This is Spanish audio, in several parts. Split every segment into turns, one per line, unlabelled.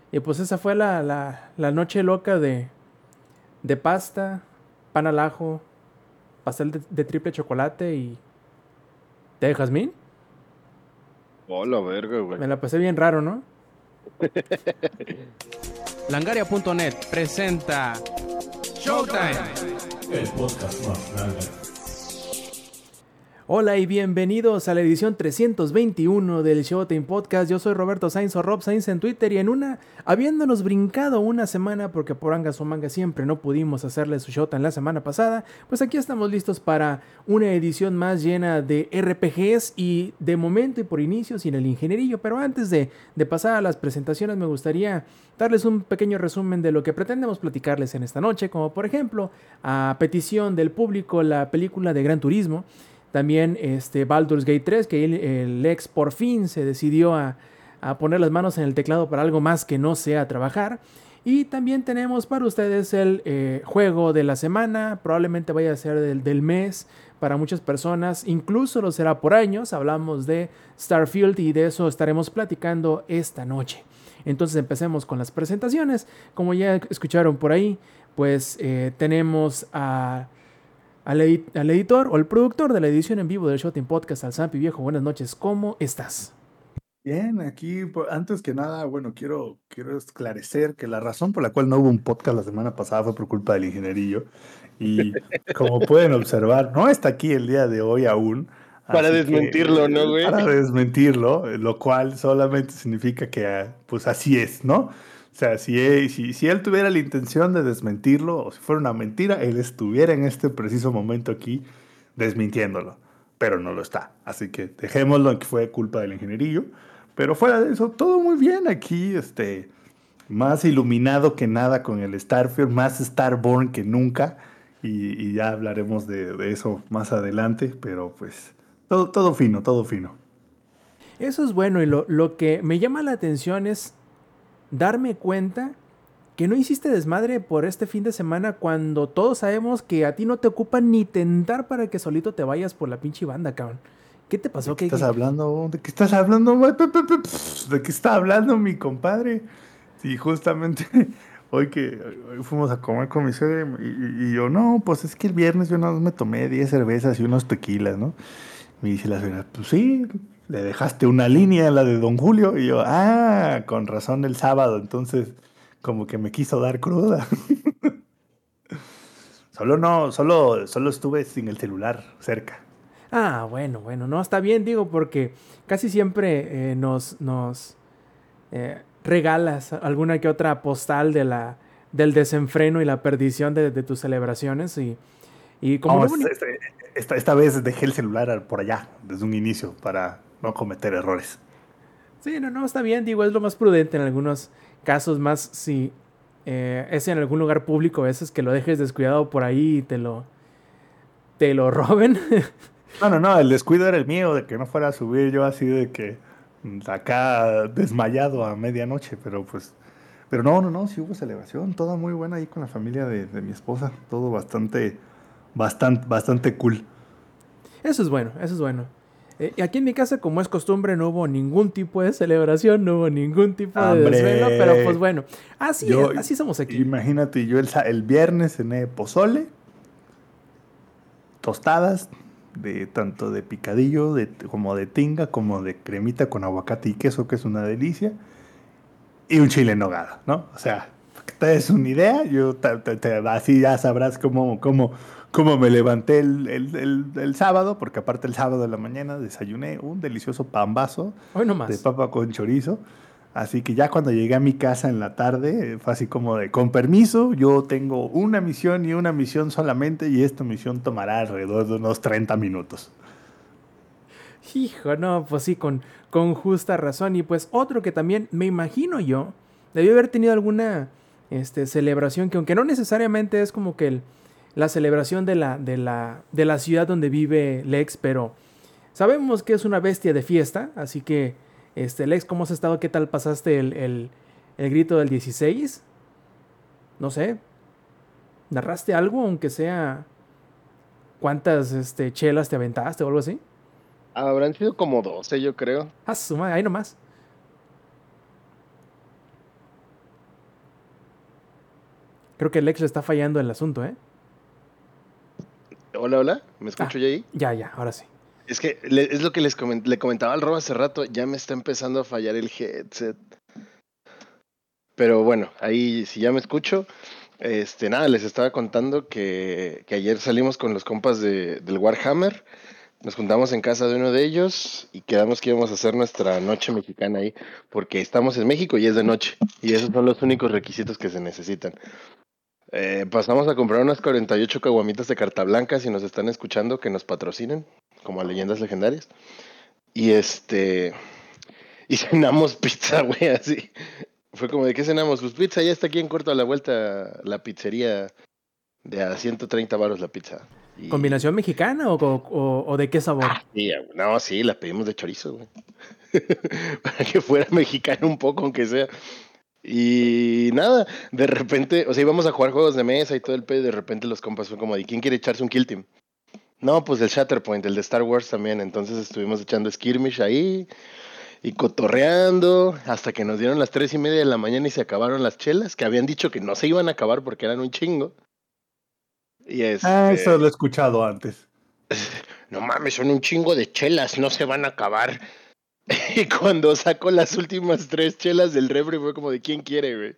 Y pues esa fue la noche loca de pasta, pan al ajo, pastel de triple chocolate y té de jazmín.
Oh, la verga, güey.
Me la pasé bien raro, ¿no?
Langaria.net presenta Showtime.
El podcast más grande.
Hola y bienvenidos a la edición 321 del Showtime Podcast. Yo soy Roberto Sainz o Rob Sainz en Twitter y habiéndonos brincado una semana porque por angas o mangas siempre no pudimos hacerle su Showtime la semana pasada, pues aquí estamos listos para una edición más llena de RPGs y de momento y por inicio sin el ingenierillo. Pero antes de pasar a las presentaciones me gustaría darles un pequeño resumen de lo que pretendemos platicarles en esta noche, como por ejemplo a petición del público la película de Gran Turismo. También Baldur's Gate 3, que el ex por fin se decidió a poner las manos en el teclado para algo más que no sea trabajar. Y también tenemos para ustedes el juego de la semana, probablemente vaya a ser del mes para muchas personas, incluso lo será por años. Hablamos de Starfield y de eso estaremos platicando esta noche. Entonces empecemos con las presentaciones. Como ya escucharon por ahí, pues tenemos al editor o el productor de la edición en vivo del Showtime Podcast, al Zampi Viejo. Buenas noches, ¿cómo estás?
Bien, aquí antes que nada, bueno, quiero esclarecer que la razón por la cual no hubo un podcast la semana pasada fue por culpa del ingenierillo. Y como pueden observar, no está aquí el día de hoy aún,
Para
así que
desmentirlo, ¿no, güey?
para desmentirlo, lo cual solamente significa que pues así es, ¿no? O sea, si él tuviera la intención de desmentirlo o si fuera una mentira, él estuviera en este preciso momento aquí desmintiéndolo, pero no lo está. Así que dejémoslo en que fue culpa del ingenierillo. Pero fuera de eso, todo muy bien aquí, más iluminado que nada con el Starfield, más Starborn que nunca, y ya hablaremos de eso más adelante, pero pues todo fino, todo fino.
Eso es bueno y lo que me llama la atención es darme cuenta que no hiciste desmadre por este fin de semana cuando todos sabemos que a ti no te ocupan ni tentar para que solito te vayas por la pinche banda, cabrón. ¿Qué te
¿De
pasó?
qué estás hablando? ¿De qué estás hablando? ¿De qué está hablando mi compadre? Sí, justamente hoy fuimos a comer con mi suegra y yo, no, pues es que el viernes yo nada más me tomé 10 cervezas y unos tequilas, ¿no? Me dice la señora, pues sí, le dejaste una línea, la de Don Julio. Y yo, con razón el sábado, entonces como que me quiso dar cruda. Solo estuve sin el celular cerca.
Ah, bueno, no, está bien, digo, porque casi siempre nos regalas alguna que otra postal del desenfreno y la perdición de tus celebraciones y como
No,
lo único.
esta vez dejé el celular por allá, desde un inicio, para no cometer errores.
Sí, no, está bien, digo, es lo más prudente en algunos casos, más si es en algún lugar público, a veces que lo dejes descuidado por ahí y te lo roben.
No, el descuido era el mío, de que no fuera a subir yo así de que acá desmayado a medianoche, pero pues, pero no, sí hubo celebración, toda muy buena ahí con la familia de mi esposa, todo bastante cool.
Eso es bueno, eso es bueno. Aquí en mi casa, como es costumbre, no hubo ningún tipo de celebración, no hubo ningún tipo de desvelo, pero pues
Hambre.
bueno, así es,
Yo,
así somos aquí.
imagínate, yo el viernes cené pozole, tostadas, de tanto de picadillo, como de tinga, como de cremita con aguacate y queso, que es una delicia, y un chile en nogada, ¿no? O sea, para que te des una idea, así ya sabrás cómo me levanté el sábado, porque aparte el sábado de la mañana desayuné un delicioso pambazo
Hoy no
de
más.
papa con chorizo. Así que ya cuando llegué a mi casa en la tarde, fue así como de, con permiso, yo tengo una misión y una misión solamente, y esta misión tomará alrededor de unos 30 minutos.
Hijo, no, pues sí, con justa razón. Y pues otro que también me imagino yo, debió haber tenido alguna celebración que aunque no necesariamente es como que la celebración de la ciudad donde vive Lex, pero sabemos que es una bestia de fiesta, así que, Lex, ¿cómo has estado? ¿Qué tal pasaste el grito del 16? No sé, ¿narraste algo, aunque sea cuántas chelas te aventaste o algo así?
Habrán sido como 12, yo creo.
Ah, su madre, ahí nomás. Creo que Lex le está fallando el asunto, ¿eh?
Hola, hola, ¿me escucho ya ahí?
Ya, ahora sí.
Es que es lo que le comentaba al Rob hace rato, ya me está empezando a fallar el headset. Pero bueno, ahí si ya me escucho, nada, les estaba contando que ayer salimos con los compas del Warhammer, nos juntamos en casa de uno de ellos y quedamos que íbamos a hacer nuestra noche mexicana ahí, porque estamos en México y es de noche, y esos son los únicos requisitos que se necesitan. Pasamos a comprar unas 48 caguamitas de carta blanca, si nos están escuchando, que nos patrocinen, como a Leyendas Legendarias. Y y cenamos pizza, güey, así. Fue como, ¿de qué cenamos? Pues pizza, ya está aquí en corto a la vuelta la pizzería de a 130 varos la pizza. Y,
¿Combinación mexicana o de qué sabor?
no, sí, la pedimos de chorizo, güey. Para que fuera mexicano un poco, aunque sea. Y nada, de repente, o sea, íbamos a jugar juegos de mesa y todo el pedo, y de repente los compas fue como, ¿de quién quiere echarse un kill team? No, pues el Shatterpoint, el de Star Wars también. Entonces estuvimos echando skirmish ahí y cotorreando hasta que nos dieron las 3:30 de la mañana y se acabaron las chelas, que habían dicho que no se iban a acabar porque eran un chingo. Y
Eso lo he escuchado antes.
no mames, son un chingo de chelas, no se van a acabar. Y cuando sacó las últimas 3 chelas del refri fue como de ¿quién quiere, güey?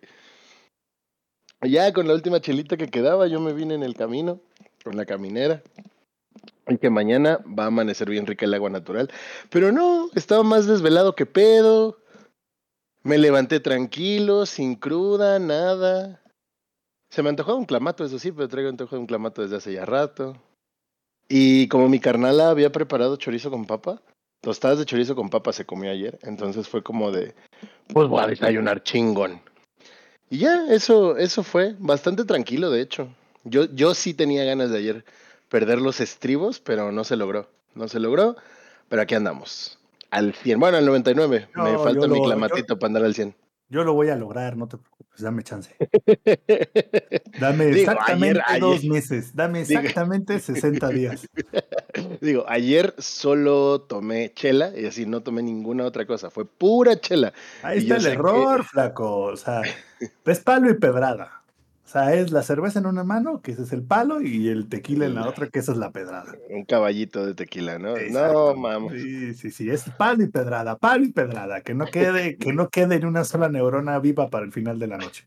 Ya con la última chelita que quedaba, yo me vine en el camino, con la caminera. Y que mañana va a amanecer bien rica el agua natural. Pero no, estaba más desvelado que pedo. Me levanté tranquilo, sin cruda, nada. Se me antojó un clamato, eso sí, pero traigo antojo de un clamato desde hace ya rato. Y como mi carnala había preparado chorizo con papa, tostadas de chorizo con papa se comió ayer. Entonces fue como de, pues voy a desayunar chingón. Y ya, eso fue bastante tranquilo, de hecho. Yo sí tenía ganas de ayer perder los estribos, pero no se logró. No se logró, pero aquí andamos. Al 100, bueno, al 99. Me
No,
falta mi clamatito para andar al 100.
yo lo voy a lograr, no te preocupes, dame chance. Dame
Digo,
exactamente 2 meses, dame
digo,
exactamente 60 días.
digo, ayer solo tomé chela y así no tomé ninguna otra cosa. Fue pura chela.
Ahí
Y
está
yo
el
sé
error, flaco. O sea, es palo y pedrada. O sea, es la cerveza en una mano, que ese es el palo, y el tequila en la otra, que esa es la pedrada.
un caballito de tequila, ¿no? No,
Exacto.
mames.
Sí, es palo y pedrada, que no quede ni una sola neurona viva para el final de la noche.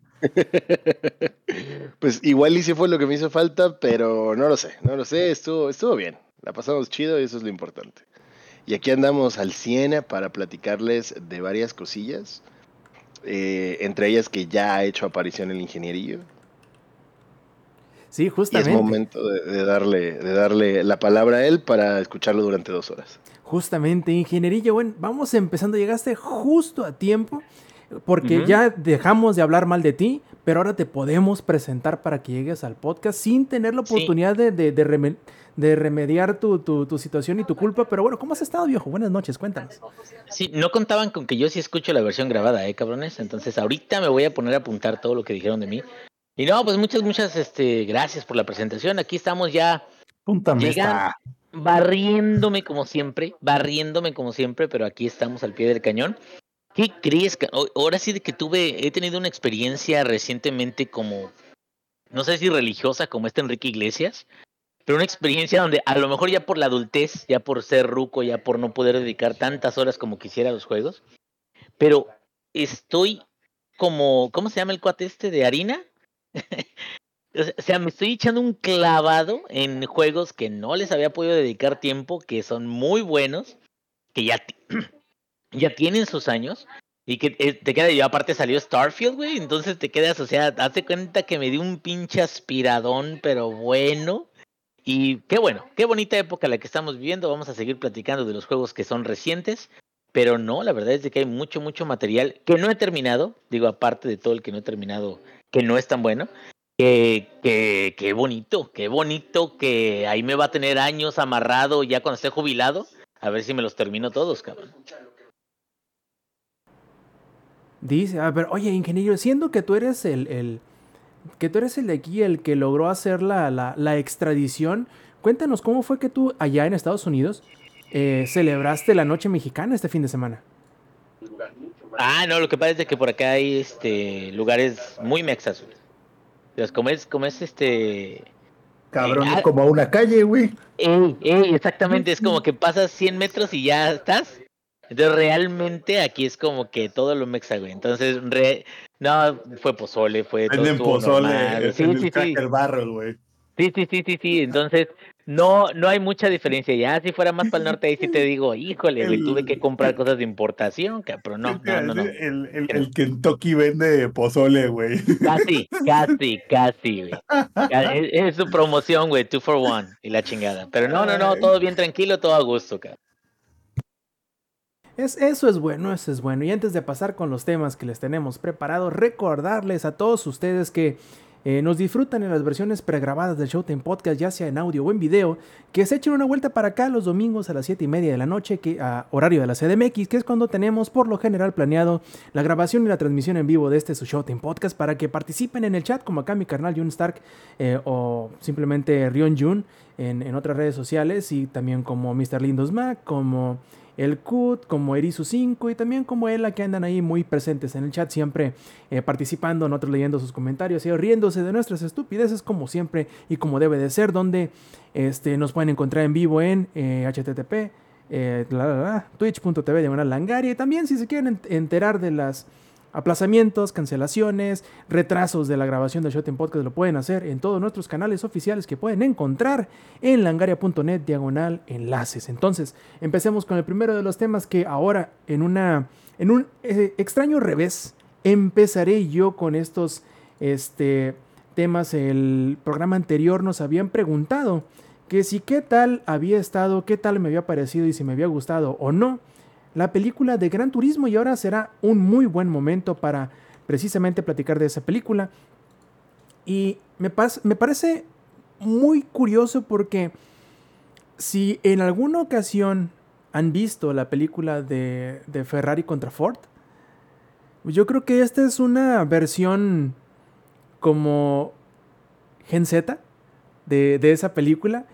Pues igual y sí fue lo que me hizo falta, pero no lo sé, estuvo bien. La pasamos chido y eso es lo importante. Y aquí andamos al 100 para platicarles de varias cosillas, entre ellas que ya ha hecho aparición el ingenierillo.
Sí,
Y es
justamente.
momento de darle la palabra a él para escucharlo durante 2 horas.
Justamente, ingenierillo, bueno, vamos empezando, llegaste justo a tiempo, porque ya dejamos de hablar mal de ti, pero ahora te podemos presentar para que llegues al podcast sin tener la oportunidad de remediar tu situación y tu culpa. Pero bueno, ¿cómo has estado, viejo? Buenas noches, cuéntanos.
Sí, no contaban con que yo sí escucho la versión grabada, cabrones. Entonces ahorita me voy a poner a apuntar todo lo que dijeron de mí. Y no, pues muchas gracias por la presentación. Aquí estamos ya
Punta
llegando,
mesa.
barriéndome como siempre, pero aquí estamos al pie del cañón. ¿Qué crees? Ahora sí de que he tenido una experiencia recientemente como, no sé si religiosa como Enrique Iglesias, pero una experiencia donde a lo mejor ya por la adultez, ya por ser ruco, ya por no poder dedicar tantas horas como quisiera a los juegos, pero estoy como, ¿cómo se llama el cuate de harina? O sea, me estoy echando un clavado en juegos que no les había podido dedicar tiempo, que son muy buenos, que ya tienen sus años, y que te queda, yo aparte salió Starfield, güey, entonces te quedas, o sea, hazte cuenta que me di un pinche aspiradón, pero bueno. Y qué bueno, qué bonita época la que estamos viviendo. Vamos a seguir platicando de los juegos que son recientes, pero no, la verdad es de que hay mucho material que no he terminado. Digo, aparte de todo el que no he terminado, que no es tan bueno. Qué bonito que ahí me va a tener años amarrado ya cuando esté jubilado. A ver si me los termino todos, cabrón.
Dice, a ver, oye, ingeniero, siendo que tú eres que tú eres el de aquí, el que logró hacer la extradición, cuéntanos cómo fue que tú allá en Estados Unidos celebraste la noche mexicana este fin de semana.
No, lo que pasa es de que por acá hay lugares muy mexas, güey. Entonces, como es
Cabrón, es
ah,
como a una calle, güey.
exactamente, es como que pasas 100 metros y ya estás. Entonces, realmente aquí es como que todo lo mexa, güey. Entonces, no, fue pozole, todo
Venden
estuvo
pozole
normal.
en
Sí,
el
sí, sí.
Cracker Barrel, güey.
Sí. Entonces, no hay mucha diferencia. Ya si fuera más para el norte, ahí sí te digo, híjole, güey, tuve que
El,
comprar cosas de importación, pero
¿Qué
no,
te iba
no,
a
no,
decir?
no.
El Kentucky vende pozole, güey.
Casi, güey. Es su promoción, güey, 2 for 1 y la chingada. Pero no,
Ay,
todo bien tranquilo, todo a gusto, cara.
Eso es bueno, eso es bueno. Y antes de pasar con los temas que les tenemos preparados, recordarles a todos ustedes que nos disfrutan en las versiones pregrabadas del Showtime Podcast, ya sea en audio o en video, que se echen una vuelta para acá los domingos a las 7:30 de la noche, a horario de la CDMX, que es cuando tenemos por lo general planeado la grabación y la transmisión en vivo de su Showtime Podcast, para que participen en el chat, como acá mi carnal Jun Stark o simplemente Rion Jun en otras redes sociales, y también como Mr. Lindos Mac, como el Cut, como Erizu5 y también como Ela, que andan ahí muy presentes en el chat, siempre participando, nosotros leyendo sus comentarios y riéndose de nuestras estupideces como siempre y como debe de ser, donde nos pueden encontrar en vivo en http twitch.tv/langaria, y también si se quieren enterar de las aplazamientos, cancelaciones, retrasos de la grabación de Showtime Podcast, lo pueden hacer en todos nuestros canales oficiales que pueden encontrar en langaria.net/enlaces. Entonces, empecemos con el primero de los temas, que ahora en un extraño revés empezaré yo con estos temas. El programa anterior nos habían preguntado que si qué tal había estado, qué tal me había parecido y si me había gustado o no la película de Gran Turismo, y ahora será un muy buen momento para precisamente platicar de esa película. Y me parece muy curioso porque si en alguna ocasión han visto la película de Ferrari contra Ford, yo creo que esta es una versión como Gen Z de esa película.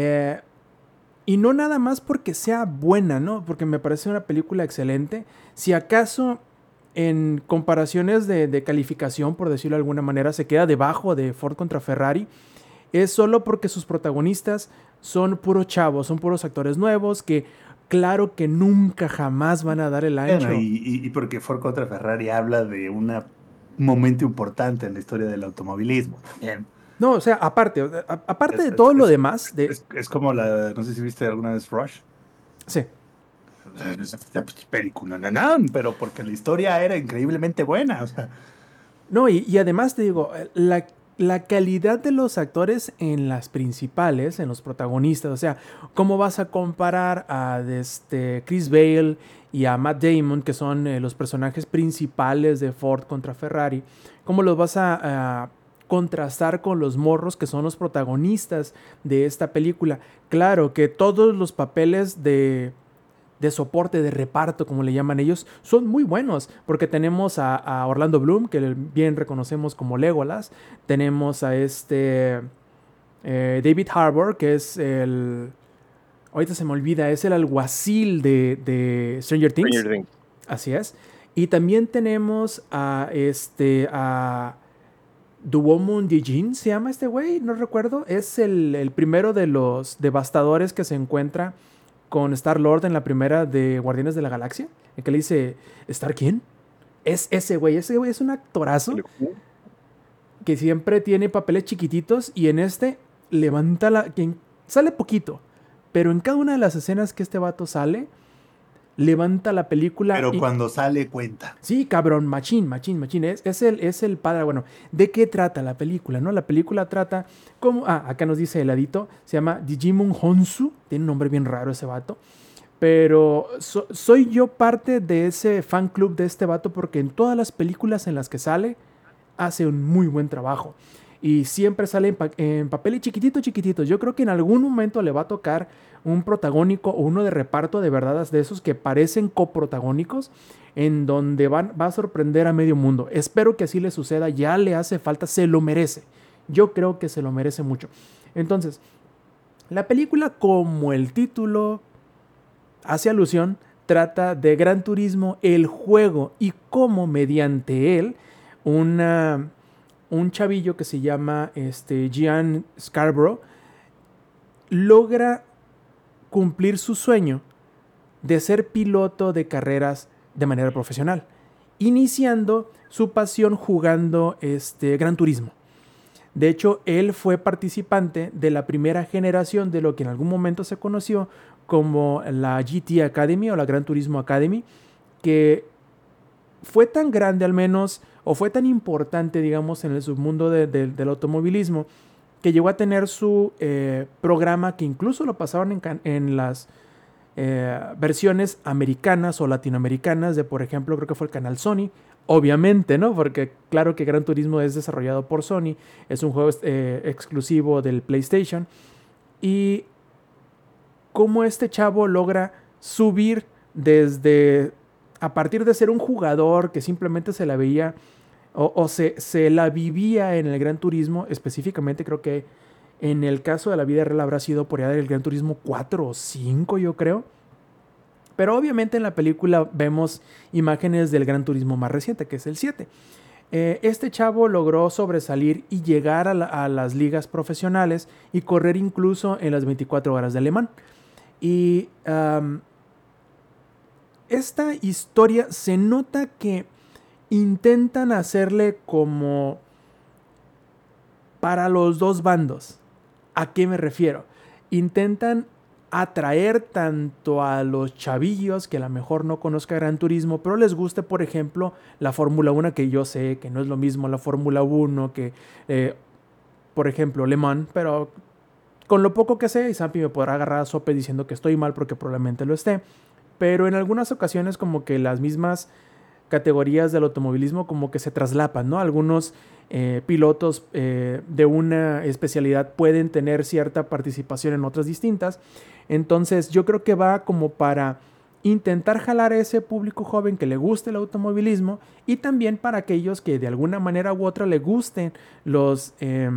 Y no nada más porque sea buena, ¿no? Porque me parece una película excelente. Si acaso en comparaciones de calificación, por decirlo de alguna manera, se queda debajo de Ford contra Ferrari, es solo porque sus protagonistas son puros chavos, son puros actores nuevos que claro que nunca jamás van a dar el ancho.
Bueno, y porque Ford contra Ferrari habla de un momento importante en la historia del automovilismo. Bien.
No, o sea, aparte de todo lo demás,
es como no sé si viste alguna vez Rush.
Sí.
Película, pero porque la historia era increíblemente buena. O sea.
No, y además te digo, la calidad de los actores en las principales, en los protagonistas, o sea, ¿cómo vas a comparar a Chris Bale y a Matt Damon, que son los personajes principales de Ford contra Ferrari? ¿Cómo los vas a contrastar con los morros que son los protagonistas de esta película? Claro que todos los papeles de soporte, de reparto, como le llaman ellos, son muy buenos, porque tenemos a Orlando Bloom, que bien reconocemos como Legolas, tenemos a David Harbour, que es ahorita se me olvida, es el alguacil de Stranger Things. Así es. Y también tenemos a Duomon Yejin, se llama este güey, no recuerdo, es el primero de los devastadores que se encuentra con Star-Lord en la primera de Guardianes de la Galaxia, el que le dice, ¿Star quién? Es ese güey es un actorazo que siempre tiene papeles chiquititos, y en sale poquito, pero en cada una de las escenas que este vato sale, levanta la película.
Pero cuando sale cuenta.
Sí, cabrón, machín. Es el padre. Bueno, ¿de qué trata la película, no? La película trata como... acá nos dice heladito. Se llama Digimon Honsu. Tiene un nombre bien raro ese vato. Pero soy yo parte de ese fan club de este vato, porque en todas las películas en las que sale, hace un muy buen trabajo. Y siempre sale en papeles chiquititos. Yo creo que en algún momento le va a tocar un protagónico o uno de reparto, de verdad, de esos que parecen coprotagónicos, en donde va a sorprender a medio mundo. Espero que así le suceda, ya le hace falta, se lo merece. Yo creo que se lo merece mucho. Entonces, la película, como el título hace alusión, trata de Gran Turismo, el juego, y cómo mediante él un chavillo que se llama Gian Scarborough logra cumplir su sueño de ser piloto de carreras de manera profesional, iniciando su pasión jugando Gran Turismo. De hecho, él fue participante de la primera generación de lo que en algún momento se conoció como la GT Academy o la Gran Turismo Academy, que fue tan grande al menos, o fue tan importante, digamos, en el submundo del automovilismo, que llegó a tener su programa que incluso lo pasaron en las versiones americanas o latinoamericanas de, por ejemplo, creo que fue el canal Sony, obviamente, ¿no? Porque claro que Gran Turismo es desarrollado por Sony, es un juego exclusivo del PlayStation, y cómo este chavo logra subir desde, a partir de ser un jugador que simplemente se la veía o se la vivía en el Gran Turismo, específicamente creo que en el caso de la vida real habrá sido por allá del Gran Turismo 4 o 5, yo creo. Pero obviamente en la película vemos imágenes del Gran Turismo más reciente, que es el 7. Este chavo logró sobresalir y llegar a las ligas profesionales y correr incluso en las 24 horas de Le Mans. Y esta historia se nota que intentan hacerle como para los dos bandos. ¿A qué me refiero? Intentan atraer tanto a los chavillos que a lo mejor no conozcan Gran Turismo, pero les guste, por ejemplo, la Fórmula 1, que yo sé que no es lo mismo la Fórmula 1 que, por ejemplo, Le Mans, pero con lo poco que sé, y Sampi me podrá agarrar a sope diciendo que estoy mal porque probablemente lo esté, pero en algunas ocasiones como que las mismas categorías del automovilismo como que se traslapan, ¿no? Algunos pilotos de una especialidad pueden tener cierta participación en otras distintas. Entonces yo creo que va como para intentar jalar a ese público joven que le guste el automovilismo y también para aquellos que de alguna manera u otra le gusten los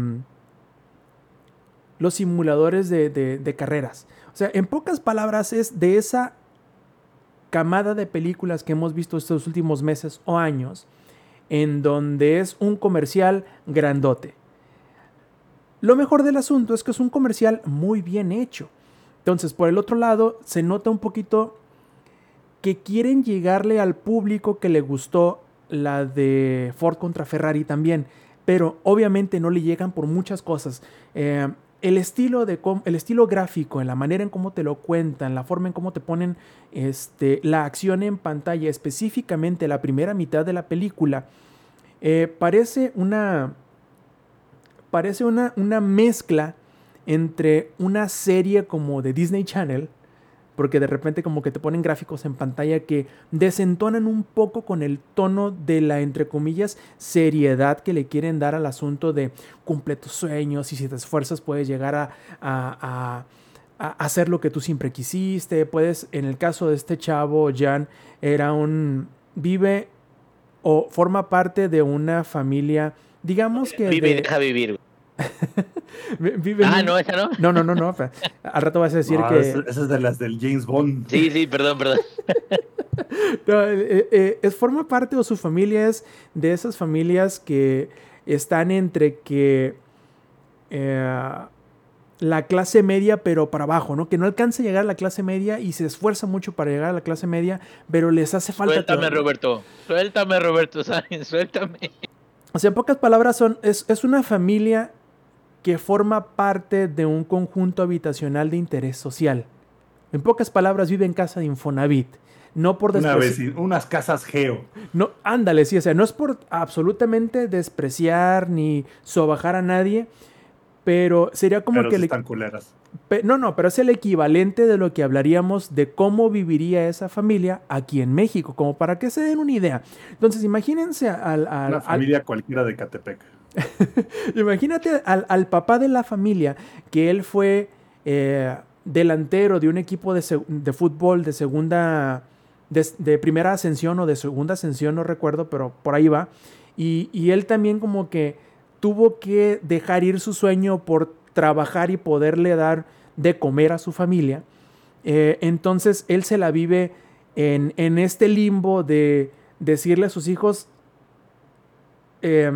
simuladores de carreras. O sea, en pocas palabras es de esa camada de películas que hemos visto estos últimos meses o años, en donde es un comercial grandote. Lo mejor del asunto es que es un comercial muy bien hecho. Entonces, por el otro lado, se nota un poquito que quieren llegarle al público que le gustó la de Ford contra Ferrari también, pero obviamente no le llegan por muchas cosas. El estilo gráfico, en la manera en cómo te lo cuentan, la forma en cómo te ponen la acción en pantalla, específicamente la primera mitad de la película, parece una mezcla entre una serie como de Disney Channel, porque de repente como que te ponen gráficos en pantalla que desentonan un poco con el tono de la, entre comillas, seriedad que le quieren dar al asunto de cumple tus sueños y si te esfuerzas puedes llegar a hacer lo que tú siempre quisiste. Puedes, en el caso de este chavo, Jan, vive o forma parte de una familia, digamos que...
Vive y deja vivir.
No, esa no. No. Al rato vas a decir que...
Esa es de las del James Bond.
Sí, perdón.
No, forma parte, o su familia es de esas familias que están entre que la clase media, pero para abajo, ¿no? Que no alcanza a llegar a la clase media y se esfuerza mucho para llegar a la clase media, pero les hace falta...
Suéltame, Roberto, ¿sabes? Suéltame.
O sea, en pocas palabras, es una familia que forma parte de un conjunto habitacional de interés social. En pocas palabras, vive en casa de Infonavit. No por
unas casas geo.
No, ándale, sí, o sea, no es por absolutamente despreciar ni sobajar a nadie, pero sería como
pero
que...
Sí están culeras.
No, pero es el equivalente de lo que hablaríamos de cómo viviría esa familia aquí en México, como para que se den una idea. Entonces, imagínense
una familia cualquiera de Catepec.
Imagínate al papá de la familia, que él fue delantero de un equipo de fútbol de segunda, de primera ascensión o de segunda ascensión, no recuerdo, pero por ahí va. Y él también como que tuvo que dejar ir su sueño por trabajar y poderle dar de comer a su familia. Entonces él se la vive en este limbo de decirle a sus hijos,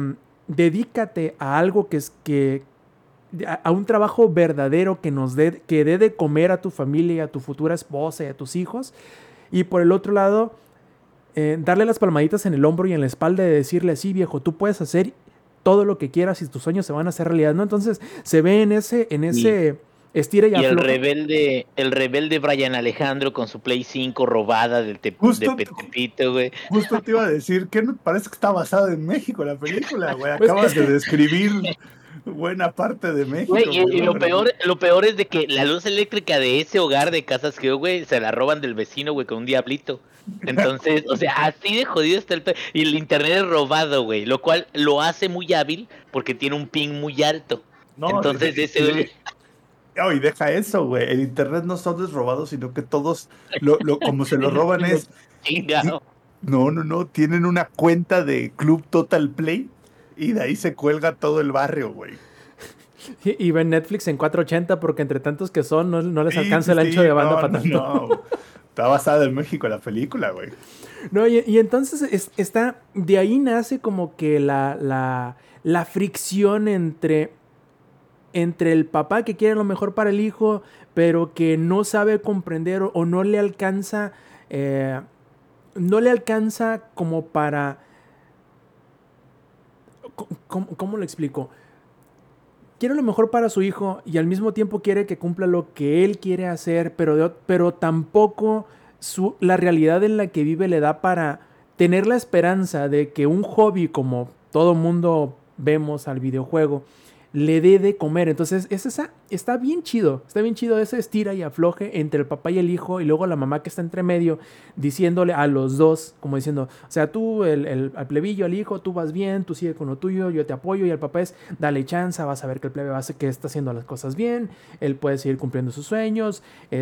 dedícate a algo a un trabajo verdadero que dé de comer a tu familia, a tu futura esposa y a tus hijos. Y por el otro lado, darle las palmaditas en el hombro y en la espalda de decirle, sí, viejo, tú puedes hacer todo lo que quieras y tus sueños se van a hacer realidad, ¿no? Entonces se ve en ese estira y afloja.
El rebelde Brian Alejandro con su Play 5 robada de Tepito, güey.
Justo te iba a decir que parece que está basada en México la película, güey.
Pues
Acabas
es que-
de describir buena parte de México.
Güey, y
güey.
lo peor es de que la luz eléctrica de ese hogar de Casas Geo, güey, se la roban del vecino, güey, con un diablito. Entonces, o sea, así de jodido está y el internet es robado, güey, lo cual lo hace muy hábil porque tiene un ping muy alto.
No,
Entonces, ese güey,
Oh, y deja eso, güey. El internet no solo es robado, sino que todos, como se lo roban es...
chingado.
No. Tienen una cuenta de Club Total Play y de ahí se cuelga todo el barrio, güey.
Y ven Netflix en 480 porque entre tantos que son, no les
Sí,
alcanza el
sí,
ancho de banda
no,
para tanto.
no. Está basada en México la película, güey.
No, y entonces de ahí nace como que la fricción entre el papá que quiere lo mejor para el hijo, pero que no sabe comprender o no le alcanza, como para... ¿Cómo lo explico? Quiere lo mejor para su hijo y al mismo tiempo quiere que cumpla lo que él quiere hacer, pero tampoco la realidad en la que vive le da para tener la esperanza de que un hobby como todo mundo vemos al videojuego le dé de comer. Entonces está bien chido ese estira y afloje entre el papá y el hijo y luego la mamá que está entre medio diciéndole a los dos, como diciendo, o sea, tú al plebillo, al hijo, tú vas bien, tú sigue con lo tuyo, yo te apoyo, y el papá es, dale chance, vas a ver que el plebe que está haciendo las cosas bien, él puede seguir cumpliendo sus sueños,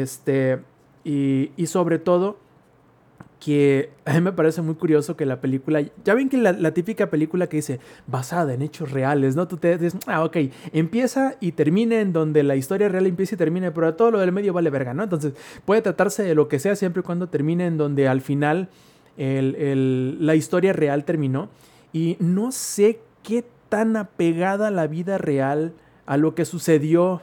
y sobre todo que a mí me parece muy curioso que la película, ya ven que la típica película que dice basada en hechos reales, ¿no? Tú te dices, ok, empieza y termina en donde la historia real empieza y termina, pero todo lo del medio vale verga, ¿no? Entonces puede tratarse de lo que sea siempre y cuando termine en donde al final la historia real terminó. Y no sé qué tan apegada a la vida real a lo que sucedió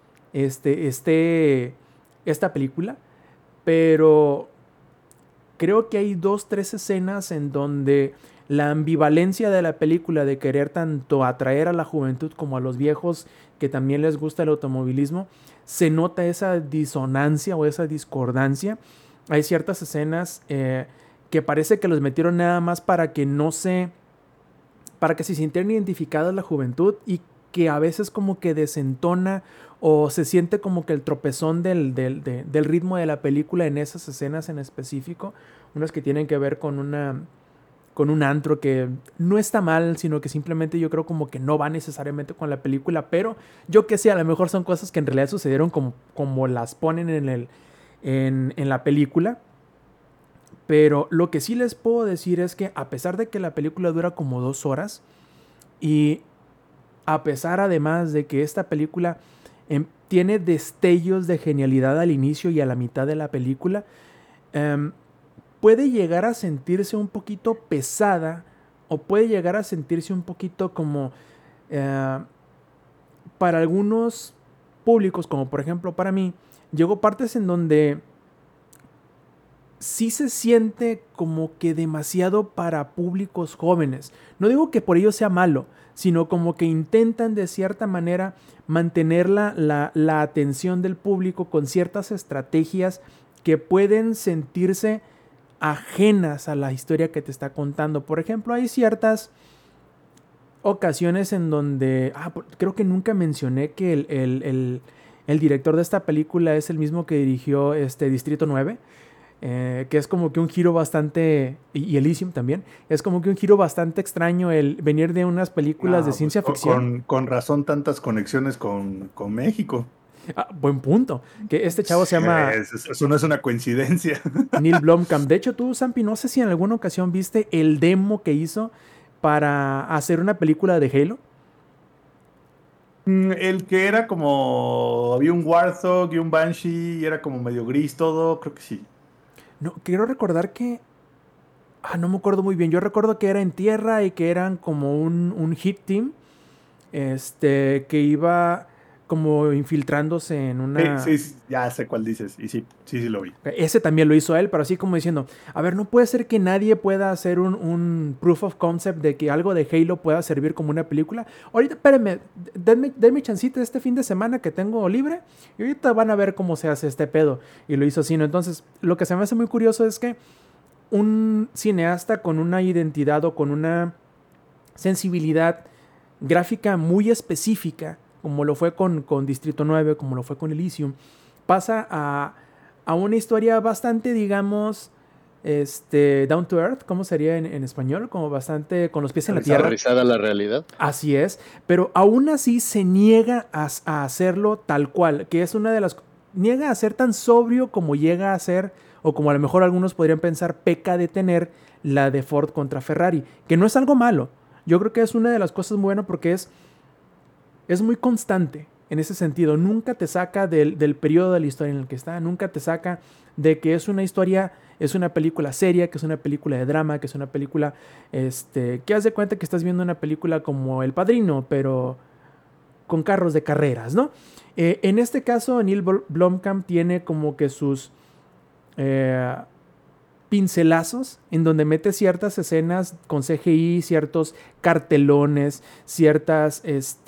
esta película, pero creo que hay 2-3 escenas en donde la ambivalencia de la película de querer tanto atraer a la juventud como a los viejos que también les gusta el automovilismo, se nota esa disonancia o esa discordancia. Hay ciertas escenas que parece que los metieron nada más para que se sintieran identificadas la juventud, y que a veces como que desentona o se siente como que el tropezón del ritmo de la película en esas escenas en específico, unas que tienen que ver con un antro que no está mal, sino que simplemente yo creo como que no va necesariamente con la película, pero yo que sé, a lo mejor son cosas que en realidad sucedieron como las ponen en la película. Pero lo que sí les puedo decir es que a pesar de que la película dura como 2 horas, y a pesar además de que esta película tiene destellos de genialidad al inicio y a la mitad de la película, puede llegar a sentirse un poquito pesada, o puede llegar a sentirse un poquito como para algunos públicos, como por ejemplo para mí, llegó partes en donde sí se siente como que demasiado para públicos jóvenes. No digo que por ello sea malo, sino como que intentan de cierta manera mantener la atención del público con ciertas estrategias que pueden sentirse ajenas a la historia que te está contando. Por ejemplo, hay ciertas ocasiones en donde... creo que nunca mencioné que el director de esta película es el mismo que dirigió Distrito 9. Que es como que un giro bastante, y Elysium también, es como que un giro bastante extraño el venir de unas películas de ciencia ficción.
Con razón tantas conexiones con México.
Buen punto, que este chavo se llama...
Eso no es una coincidencia.
Neil Blomkamp. De hecho, tú, Sampi, no sé si en alguna ocasión viste el demo que hizo para hacer una película de Halo.
El que era como... Había un Warthog y un Banshee y era como medio gris todo, creo que sí.
No, quiero recordar que... no me acuerdo muy bien. Yo recuerdo que era en tierra y que eran como un hit team. Que iba como infiltrándose en una...
Sí, ya sé cuál dices. Y sí lo vi.
Ese también lo hizo él, pero así como diciendo, a ver, no puede ser que nadie pueda hacer un proof of concept de que algo de Halo pueda servir como una película. Ahorita, espérenme, denme chancita este fin de semana que tengo libre y ahorita van a ver cómo se hace este pedo. Y lo hizo así, ¿no? Entonces, lo que se me hace muy curioso es que un cineasta con una identidad o con una sensibilidad gráfica muy específica, como lo fue con Distrito 9, como lo fue con Elysium, pasa a una historia bastante, digamos, down to earth, ¿cómo sería en español? Como bastante con los pies en la tierra.
Aterrizada a la realidad.
Así es, pero aún así se niega a hacerlo tal cual, que es una de las... Niega a ser tan sobrio como llega a ser, o como a lo mejor algunos podrían pensar, peca de tener la de Ford contra Ferrari, que no es algo malo. Yo creo que es una de las cosas buenas porque es muy constante en ese sentido. Nunca te saca del periodo de la historia en el que está. Nunca te saca de que es una historia, es una película seria, que es una película de drama, que es una película que haz de cuenta que estás viendo una película como El Padrino, pero con carros de carreras, ¿no? En este caso, Neil Blomkamp tiene como que sus... pincelazos en donde mete ciertas escenas con CGI, ciertos cartelones, ciertas,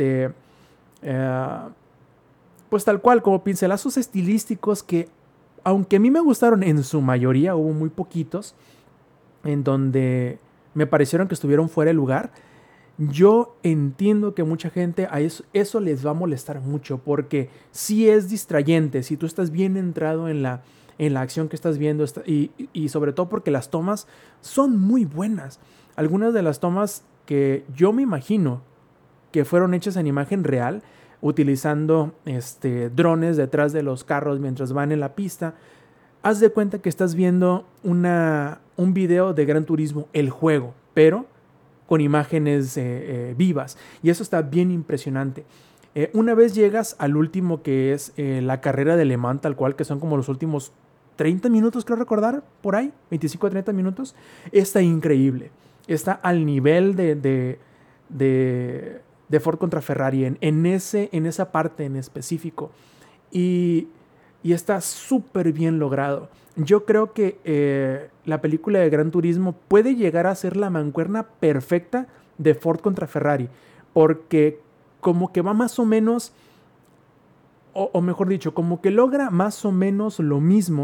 pues tal cual, como pincelazos estilísticos que, aunque a mí me gustaron en su mayoría, hubo muy poquitos en donde me parecieron que estuvieron fuera de lugar. Yo entiendo que mucha gente a eso les va a molestar mucho porque sí es distrayente, si tú estás bien entrado en la acción que estás viendo y sobre todo porque las tomas son muy buenas. Algunas de las tomas que yo me imagino que fueron hechas en imagen real, utilizando drones detrás de los carros mientras van en la pista. Haz de cuenta que estás viendo un video de Gran Turismo, el juego, pero con imágenes vivas. Y eso está bien impresionante. Una vez llegas al último que es la carrera de Le Mans, tal cual, que son como los últimos 30 minutos, creo recordar, por ahí, 25 a 30 minutos, está increíble. Está al nivel de Ford contra Ferrari en esa parte en específico. Y está súper bien logrado. Yo creo que la película de Gran Turismo puede llegar a ser la mancuerna perfecta de Ford contra Ferrari, porque como que va más o menos, o mejor dicho, como que logra más o menos lo mismo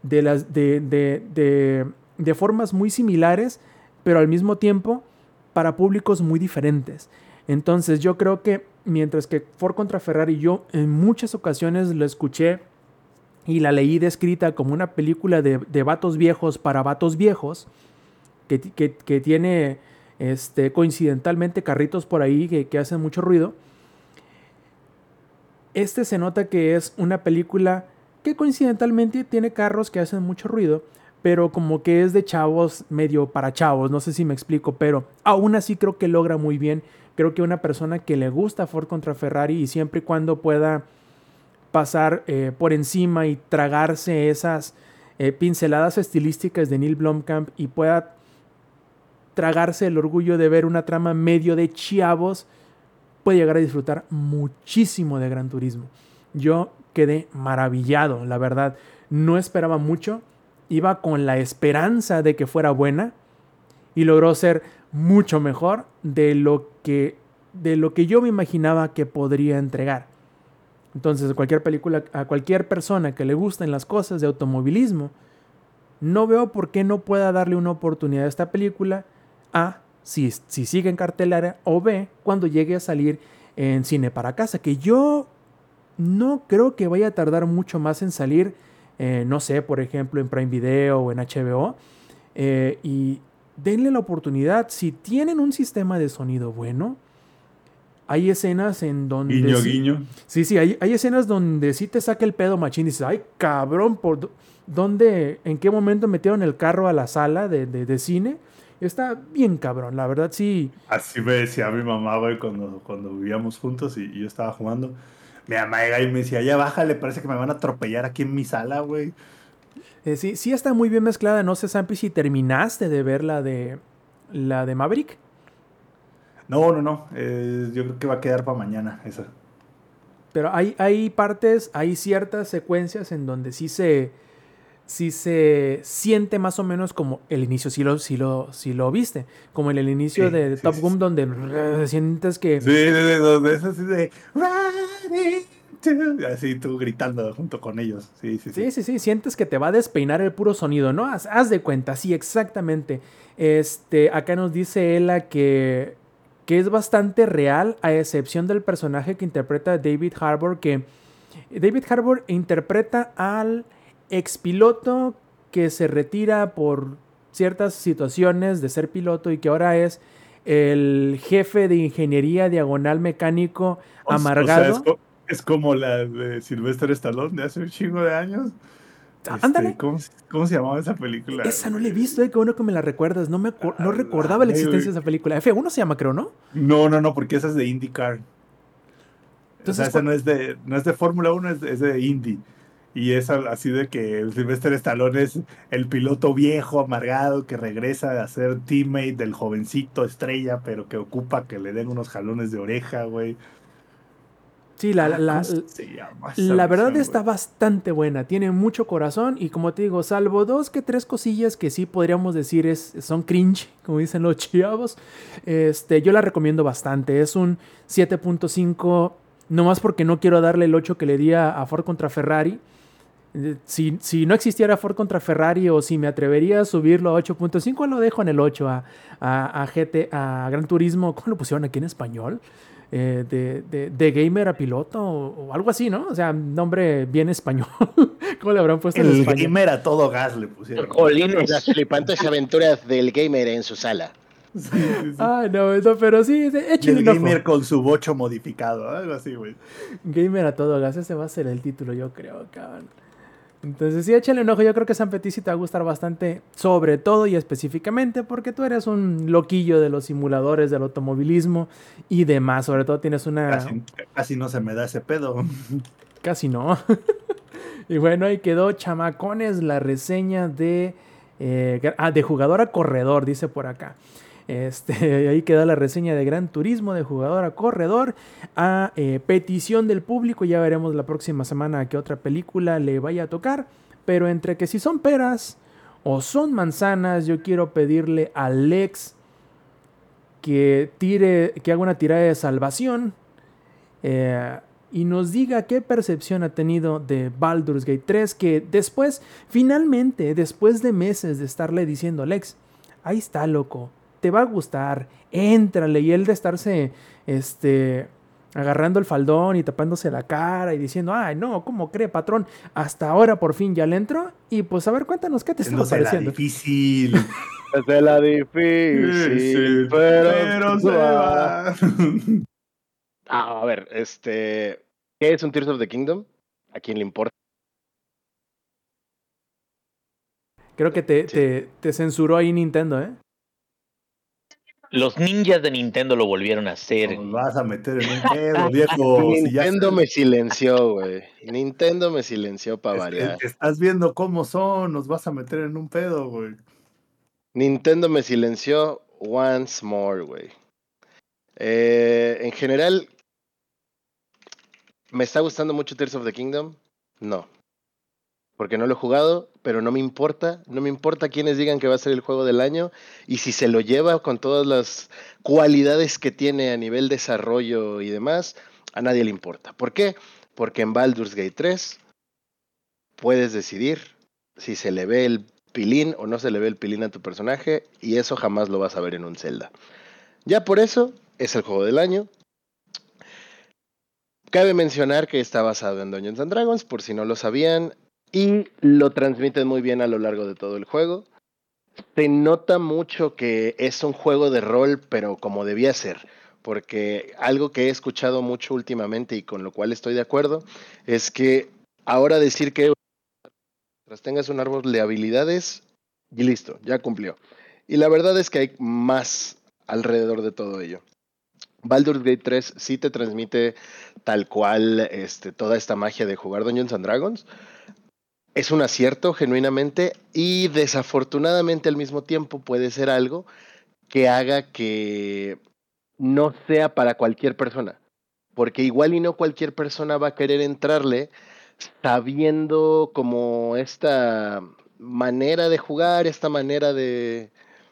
de formas muy similares, pero al mismo tiempo para públicos muy diferentes. Entonces yo creo que mientras que Ford contra Ferrari yo en muchas ocasiones lo escuché y la leí descrita como una película de vatos viejos para vatos viejos, que tiene coincidentalmente carritos por ahí que hacen mucho ruido, se nota que es una película que coincidentalmente tiene carros que hacen mucho ruido, pero como que es de chavos, medio para chavos, no sé si me explico, pero aún así creo que logra muy bien. Creo que una persona que le gusta Ford contra Ferrari y siempre y cuando pueda pasar por encima y tragarse esas pinceladas estilísticas de Neil Blomkamp y pueda tragarse el orgullo de ver una trama medio de chavos, puede llegar a disfrutar muchísimo de Gran Turismo. Yo quedé maravillado, la verdad. No esperaba mucho. Iba con la esperanza de que fuera buena y logró ser mucho mejor de lo que yo me imaginaba que podría entregar. Entonces, a cualquier persona que le gusten las cosas de automovilismo, no veo por qué no pueda darle una oportunidad a esta película. A, si sigue en cartelera, o B, cuando llegue a salir en cine para casa, que yo no creo que vaya a tardar mucho más en salir, no sé, por ejemplo, en Prime Video o en HBO. Y denle la oportunidad. Si tienen un sistema de sonido bueno, hay escenas en donde...
Guiño, guiño.
Sí, hay escenas donde sí te saca el pedo machín y dices, ay, cabrón, ¿dónde, en qué momento metieron el carro a la sala de cine? Está bien cabrón, la verdad sí.
Así me decía mi mamá, güey, cuando vivíamos juntos y yo estaba jugando. Mi mamá llega y me decía, ya bájale, parece que me van a atropellar aquí en mi sala, güey.
Sí, sí está muy bien mezclada. No sé, Sampi, si terminaste de ver la de Maverick.
No. Yo creo que va a quedar para mañana esa.
Pero hay partes, hay ciertas secuencias en donde sí se siente más o menos como el inicio, si lo viste, como en el inicio
Sí,
de
sí,
Top
sí,
Gun,
sí.
donde sientes que...
Sí, donde es así de "Running to-" así tú gritando junto con ellos. Sí, sí, sí.
Sí, sientes que te va a despeinar el puro sonido, ¿no? Haz de cuenta, sí, exactamente. Acá nos dice Ella que es bastante real, a excepción del personaje que interpreta David Harbour, que David Harbour interpreta al expiloto que se retira por ciertas situaciones de ser piloto y que ahora es el jefe de ingeniería diagonal mecánico
O sea,
amargado.
es como la de Sylvester Stallone de hace un chingo de años.
Ándale,
¿Cómo se llamaba esa película,
esa no la he
güey?
visto, qué bueno que me la recuerdas. No recordaba la
Ay,
existencia
güey.
de esa película. F1 se llama, creo, ¿no?
No, porque esa es de IndyCar. O sea,
Entonces,
esa no es de Fórmula 1, es de Indy. Y es así de que el Sylvester Stallone es el piloto viejo, amargado, que regresa a ser teammate del jovencito estrella, pero que ocupa que le den unos jalones de oreja, güey.
sí,
¿Cómo se llama esa
la verdad
versión,
está
güey?
bastante buena, tiene mucho corazón y como te digo, salvo dos que tres cosillas que sí podríamos decir son cringe, como dicen los chavos, yo la recomiendo bastante, es un 7.5, nomás porque no quiero darle el 8 que le di a Ford contra Ferrari. Si no existiera Ford contra Ferrari o si me atrevería a subirlo a 8.5, lo dejo en el 8 a Gran Turismo. ¿Cómo lo pusieron aquí en español? De gamer a piloto o algo así, ¿no? O sea, nombre bien español. ¿Cómo le habrán puesto en
El
España?
gamer a todo gas le pusieron, güey.
Las
Jolines.
flipantes aventuras del gamer en su sala.
Sí, sí, sí.
Ay, no, pero sí,
Y
échenle
el
un ojo.
gamer con su bocho modificado, algo así, güey.
Gamer a todo gas, ese va a ser el título, yo creo, cabrón. Entonces, sí, échale un ojo. Yo creo que San Petit sí te va a gustar bastante, sobre todo y específicamente, porque tú eres un loquillo de los simuladores del automovilismo y demás. Sobre todo tienes una.
Casi no se me da ese pedo.
Casi no. Y bueno, ahí quedó chamacones la reseña de jugador a corredor, dice por acá. Ahí queda la reseña de Gran Turismo de jugador a corredor a petición del público. Ya veremos la próxima semana a qué otra película le vaya a tocar. Pero entre que si son peras o son manzanas, yo quiero pedirle a Lex que haga una tirada de salvación eh, y nos diga qué percepción ha tenido de Baldur's Gate 3, que después, finalmente, después de meses de estarle diciendo, Lex, ahí está, loco, te va a gustar, éntrale, y él de estarse, agarrando el faldón y tapándose la cara y diciendo, ay, no, ¿cómo cree, patrón? Hasta ahora por fin ya le entró, y pues a ver, cuéntanos, ¿qué te estaba
Haciéndose la
pareciendo?
difícil.
Desde la
Sí,
difícil,
sí,
pero
pero se
va.
va.
A ver, ¿qué es un Tears of the Kingdom? ¿A quién le importa?
Creo que
Sí.
te censuró ahí Nintendo, ¿eh?
Los ninjas de Nintendo lo volvieron a hacer.
Nos vas a meter en un pedo, viejo. Si ya
Nintendo me silenció, güey. Nintendo me silenció para variar.
estás viendo cómo son, nos vas a meter en un pedo, güey.
Nintendo me silenció once more, güey. En general, ¿me está gustando mucho Tears of the Kingdom? No. Porque no lo he jugado, pero no me importa. No me importa quienes digan que va a ser el juego del año. Y si se lo lleva con todas las cualidades que tiene a nivel desarrollo y demás, a nadie le importa. ¿Por qué? Porque en Baldur's Gate 3 puedes decidir si se le ve el pilín o no se le ve el pilín a tu personaje. Y eso jamás lo vas a ver en un Zelda. Ya por eso es el juego del año. Cabe mencionar que está basado en Dungeons and Dragons, por si no lo sabían, y lo transmiten muy bien a lo largo de todo el juego. Se nota mucho que es un juego de rol, pero como debía ser, porque algo que he escuchado mucho últimamente y con lo cual estoy de acuerdo, es que ahora decir que mientras tengas un árbol de habilidades, y listo, ya cumplió. Y la verdad es que hay más alrededor de todo ello. Baldur's Gate 3 sí te transmite tal cual toda esta magia de jugar Dungeons and Dragons, es un acierto genuinamente y desafortunadamente al mismo tiempo puede ser algo que haga que no sea para cualquier persona. Porque igual y no cualquier persona va a querer entrarle sabiendo como esta manera de jugar, esta manera de...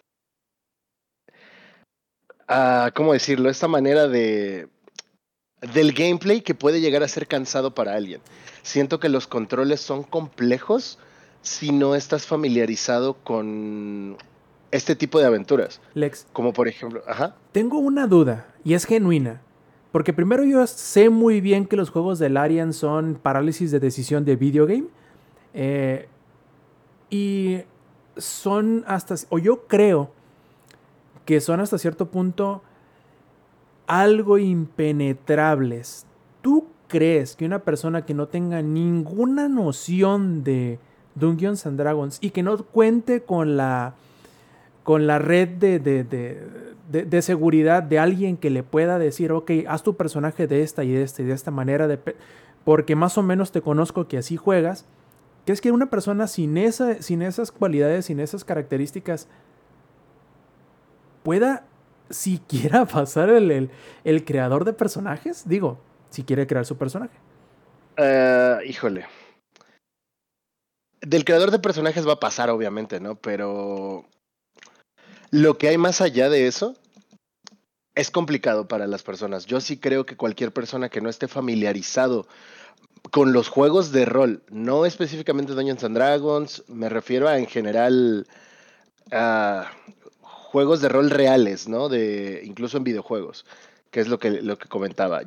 ¿cómo decirlo? Esta manera de... del gameplay que puede llegar a ser cansado para alguien. Siento que los controles son complejos si no estás familiarizado con este tipo de aventuras.
Lex,
Como por ejemplo, ajá.
tengo una duda y es genuina. Porque primero yo sé muy bien que los juegos de Larian son parálisis de decisión de videogame. eh, y son hasta, o yo creo que son hasta cierto punto algo impenetrables. ¿Tú crees que una persona que no tenga ninguna noción de Dungeons and Dragons y que no cuente con la red de seguridad de alguien que le pueda decir, ok, haz tu personaje de esta y de esta y de esta manera, porque más o menos te conozco que así juegas? ¿Crees que una persona sin esas cualidades, sin esas características, pueda siquiera pasar el creador de personajes? Digo, si quiere crear su personaje.
Híjole. Del creador de personajes va a pasar, obviamente, ¿no? Pero lo que hay más allá de eso es complicado para las personas. Yo sí creo que cualquier persona que no esté familiarizado con los juegos de rol, no específicamente Dungeons and Dragons, me refiero a en general a juegos de rol reales, ¿no? De incluso en videojuegos, que es lo que comentaba.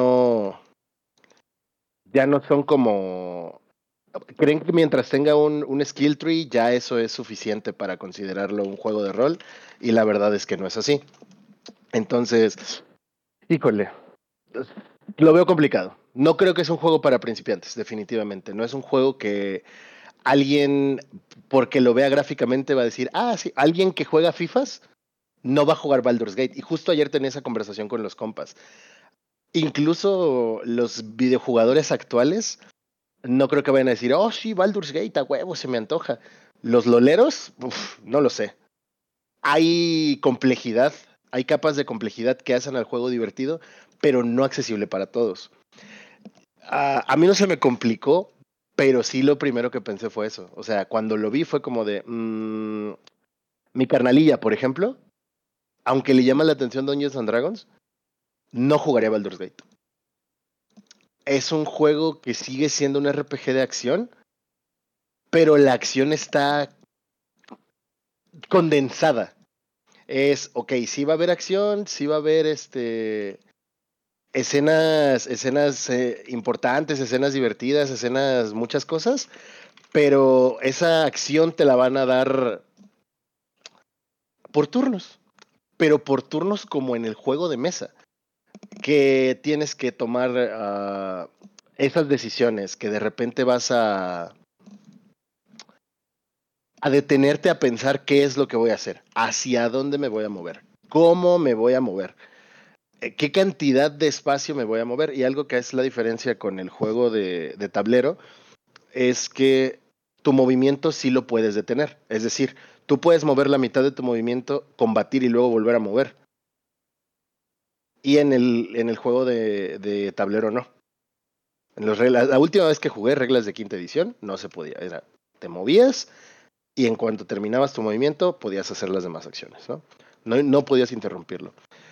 Ya no son como creen que mientras tenga un skill tree, ya eso es suficiente para considerarlo un juego de rol, y la verdad es que no es así. Entonces, híjole, lo veo complicado. No creo que es un juego para principiantes, definitivamente. No es un juego que alguien, porque lo vea gráficamente, va a decir, sí, alguien que juega FIFAs no va a jugar Baldur's Gate. Y justo ayer tenía esa conversación con los compas. Incluso los videojugadores actuales no creo que vayan a decir, oh, sí, Baldur's Gate, a huevo, se me antoja. Los loleros, no lo sé. Hay complejidad, hay capas de complejidad que hacen al juego divertido, pero no accesible para todos. A mí no se me complicó, pero sí lo primero que pensé fue eso. O sea, cuando lo vi fue como de, mi carnalilla, por ejemplo, aunque le llama la atención Dungeons and Dragons, no jugaría Baldur's Gate. Es un juego que sigue siendo un RPG de acción, pero la acción está condensada. Ok, sí va a haber acción, sí va a haber escenas importantes, escenas divertidas, escenas, muchas cosas, pero esa acción te la van a dar por turnos, pero por turnos como en el juego de mesa, que tienes que tomar esas decisiones, que de repente vas a detenerte a pensar qué es lo que voy a hacer, hacia dónde me voy a mover, cómo me voy a mover, qué cantidad de espacio me voy a mover. Y algo que es la diferencia con el juego de tablero es que tu movimiento sí lo puedes detener. Es decir, tú puedes mover la mitad de tu movimiento, combatir y luego volver a mover. Y en el juego de tablero no. La última vez que jugué reglas de quinta edición no se podía. Te movías y en cuanto terminabas tu movimiento podías hacer las demás acciones, ¿no? No podías interrumpirlo.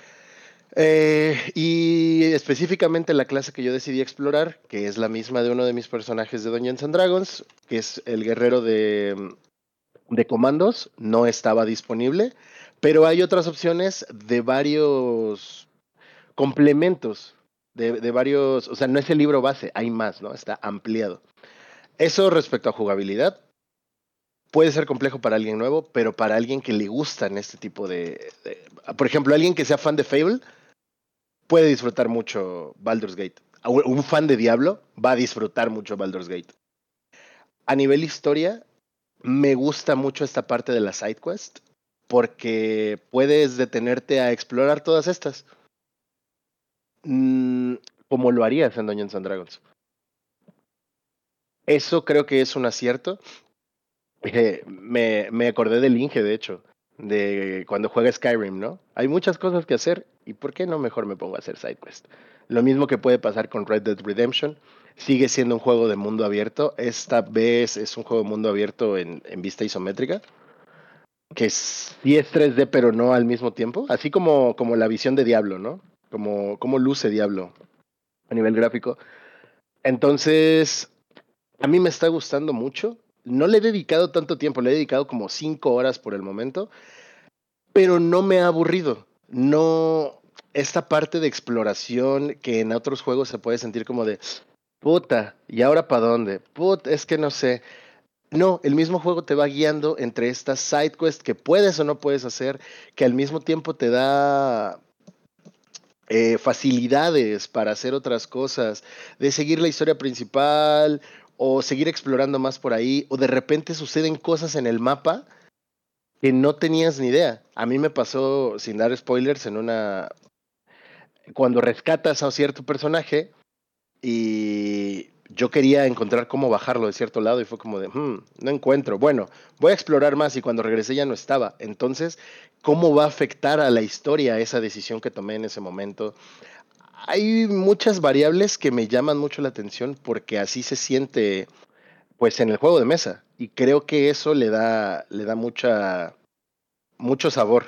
Y específicamente la clase que yo decidí explorar, que es la misma de uno de mis personajes de Dungeons and Dragons, que es el guerrero de comandos, no estaba disponible, pero hay otras opciones de varios complementos, de varios, o sea, no es el libro base, hay más, ¿no? Está ampliado. Eso respecto a jugabilidad, puede ser complejo para alguien nuevo, pero para alguien que le gustan este tipo por ejemplo, alguien que sea fan de Fable, puede disfrutar mucho Baldur's Gate. Un fan de Diablo va a disfrutar mucho Baldur's Gate. A nivel historia, me gusta mucho esta parte de la side quest porque puedes detenerte a explorar todas estas. Mm, como lo harías en Dungeons and Dragons. Eso creo que es un acierto. Me acordé del Inge, de hecho, de cuando juega Skyrim, ¿no? Hay muchas cosas que hacer y ¿por qué no mejor me pongo a hacer SideQuest? Lo mismo que puede pasar con Red Dead Redemption. Sigue siendo un juego de mundo abierto. Esta vez es un juego de mundo abierto en vista isométrica, que sí es 3D, pero no al mismo tiempo. Así como la visión de Diablo, ¿no? Como luce Diablo a nivel gráfico. Entonces, a mí me está gustando mucho. No le he dedicado tanto tiempo, le he dedicado como 5 horas por el momento, pero no me ha aburrido. No, esta parte de exploración que en otros juegos se puede sentir como de, puta, ¿y ahora para dónde? Puta, es que no sé. No, el mismo juego te va guiando entre estas side quests que puedes o no puedes hacer, que al mismo tiempo te da facilidades para hacer otras cosas, de seguir la historia principal o seguir explorando más por ahí, o de repente suceden cosas en el mapa que no tenías ni idea. A mí me pasó, sin dar spoilers, cuando rescatas a cierto personaje y yo quería encontrar cómo bajarlo de cierto lado y fue como de, no encuentro. Bueno, voy a explorar más y cuando regresé ya no estaba. Entonces, ¿cómo va a afectar a la historia esa decisión que tomé en ese momento? Hay muchas variables que me llaman mucho la atención porque así se siente pues en el juego de mesa y creo que eso le da mucho sabor.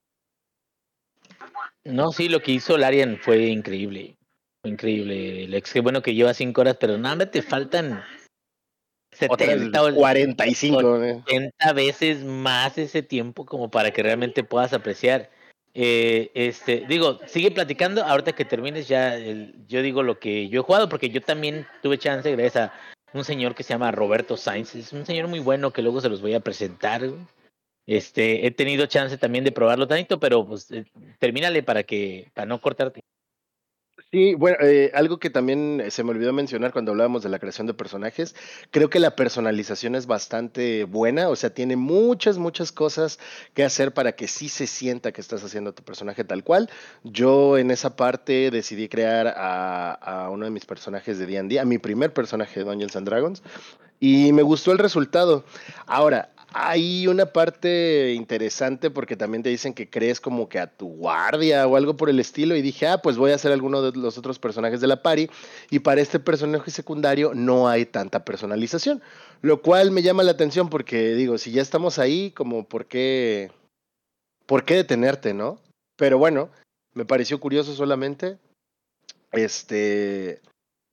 No, sí, lo que hizo Larian fue increíble. Fue increíble, Lex. Qué bueno que lleva 5 horas, pero nada, te faltan
Otras
70 o
45, ¿eh?
80 veces más ese tiempo como para que realmente puedas apreciar. Digo, sigue platicando, ahorita que termines ya, yo digo lo que yo he jugado, porque yo también tuve chance gracias a un señor que se llama Roberto Sainz, es un señor muy bueno que luego se los voy a presentar. Güey. He tenido chance también de probarlo tanto, pero pues termínale para no cortarte.
Sí, bueno, algo que también se me olvidó mencionar cuando hablábamos de la creación de personajes, creo que la personalización es bastante buena, o sea, tiene muchas cosas que hacer para que sí se sienta que estás haciendo tu personaje tal cual. Yo en esa parte decidí crear a uno de mis personajes de D&D, a mi primer personaje de Dungeons and Dragons, y me gustó el resultado. Ahora, hay una parte interesante porque también te dicen que crees como que a tu guardia o algo por el estilo y dije, pues voy a hacer alguno de los otros personajes de la party y para este personaje secundario no hay tanta personalización, lo cual me llama la atención porque digo, si ya estamos ahí, como por qué detenerte, ¿no? Pero bueno, me pareció curioso solamente. Este,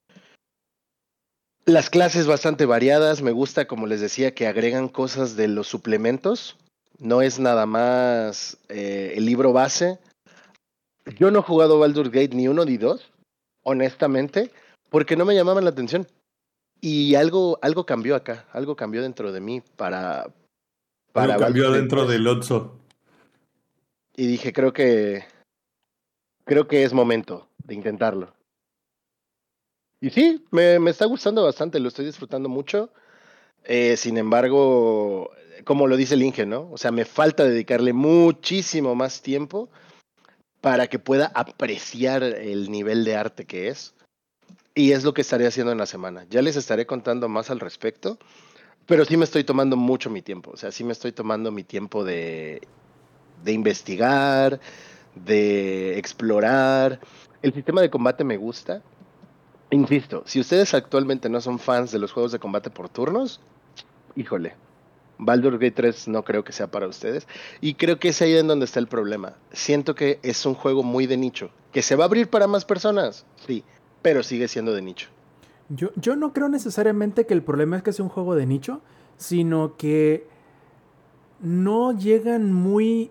Las clases bastante variadas, me gusta, como les decía, que agregan cosas de los suplementos, no es nada más el libro base. Yo no he jugado Baldur's Gate ni uno ni dos, honestamente, porque no me llamaban la atención. Y algo cambió acá, algo cambió dentro de mí para
Algo
Baldur's
cambió
Gate
dentro
3.
del Otso.
Y dije, creo que es momento de intentarlo. Y sí, me está gustando bastante, lo estoy disfrutando mucho. Sin embargo, como lo dice el Inge, ¿no? O sea, me falta dedicarle muchísimo más tiempo para que pueda apreciar el nivel de arte que es. Y es lo que estaré haciendo en la semana. Ya les estaré contando más al respecto, pero sí me estoy tomando mucho mi tiempo. O sea, sí me estoy tomando mi tiempo de investigar, de explorar. El sistema de combate me gusta. Insisto, si ustedes actualmente no son fans de los juegos de combate por turnos, híjole, Baldur's Gate 3 no creo que sea para ustedes. Y creo que es ahí en donde está el problema. Siento que es un juego muy de nicho. ¿Que se va a abrir para más personas? Sí, pero sigue siendo de nicho.
Yo no creo necesariamente que el problema es que sea un juego de nicho, sino que no llegan muy...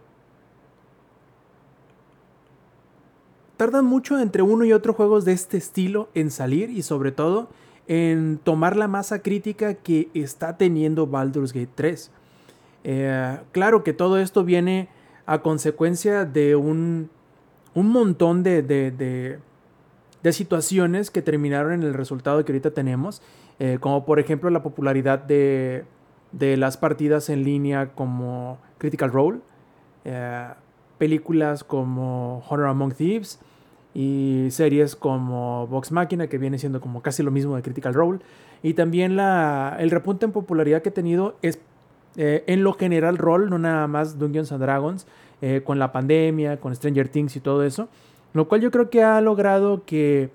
Tardan mucho entre uno y otro juegos de este estilo en salir y sobre todo en tomar la masa crítica que está teniendo Baldur's Gate 3. Claro que todo esto viene a consecuencia de un montón de situaciones que terminaron en el resultado que ahorita tenemos, como por ejemplo la popularidad de las partidas en línea como Critical Role, eh, películas como Honor Among Thieves y series como Vox Machina, que viene siendo como casi lo mismo de Critical Role, y también el repunte en popularidad que ha tenido es en lo general rol, no nada más Dungeons and Dragons, con la pandemia, con Stranger Things y todo eso, lo cual yo creo que ha logrado que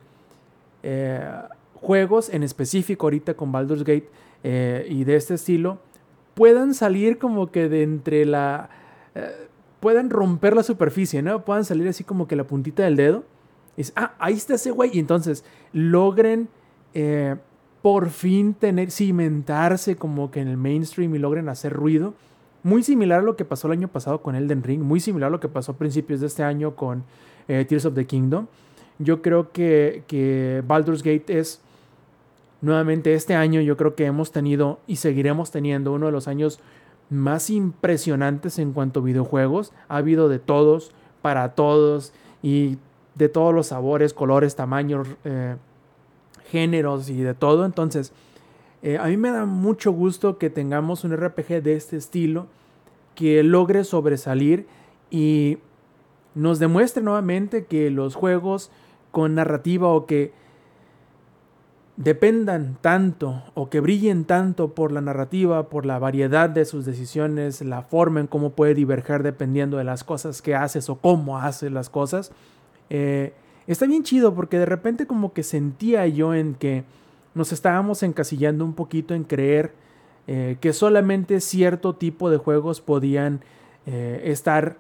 juegos en específico ahorita con Baldur's Gate y de este estilo puedan salir como que de entre puedan romper la superficie, ¿no? Puedan salir así como que la puntita del dedo. Y dices, ahí está ese güey. Y entonces logren por fin cimentarse como que en el mainstream y logren hacer ruido. Muy similar a lo que pasó el año pasado con Elden Ring. Muy similar a lo que pasó a principios de este año con Tears of the Kingdom. Yo creo que Baldur's Gate es, nuevamente este año, yo creo que hemos tenido y seguiremos teniendo uno de los años más impresionantes en cuanto a videojuegos. Ha habido de todos, para todos, y de todos los sabores, colores, tamaños, géneros y de todo. Entonces, a mí me da mucho gusto que tengamos un RPG de este estilo que logre sobresalir y nos demuestre nuevamente que los juegos con narrativa o que dependan tanto o que brillen tanto por la narrativa, por la variedad de sus decisiones, la forma en cómo puede diverger dependiendo de las cosas que haces o cómo haces las cosas, está bien chido porque de repente como que sentía yo en que nos estábamos encasillando un poquito en creer que solamente cierto tipo de juegos podían estar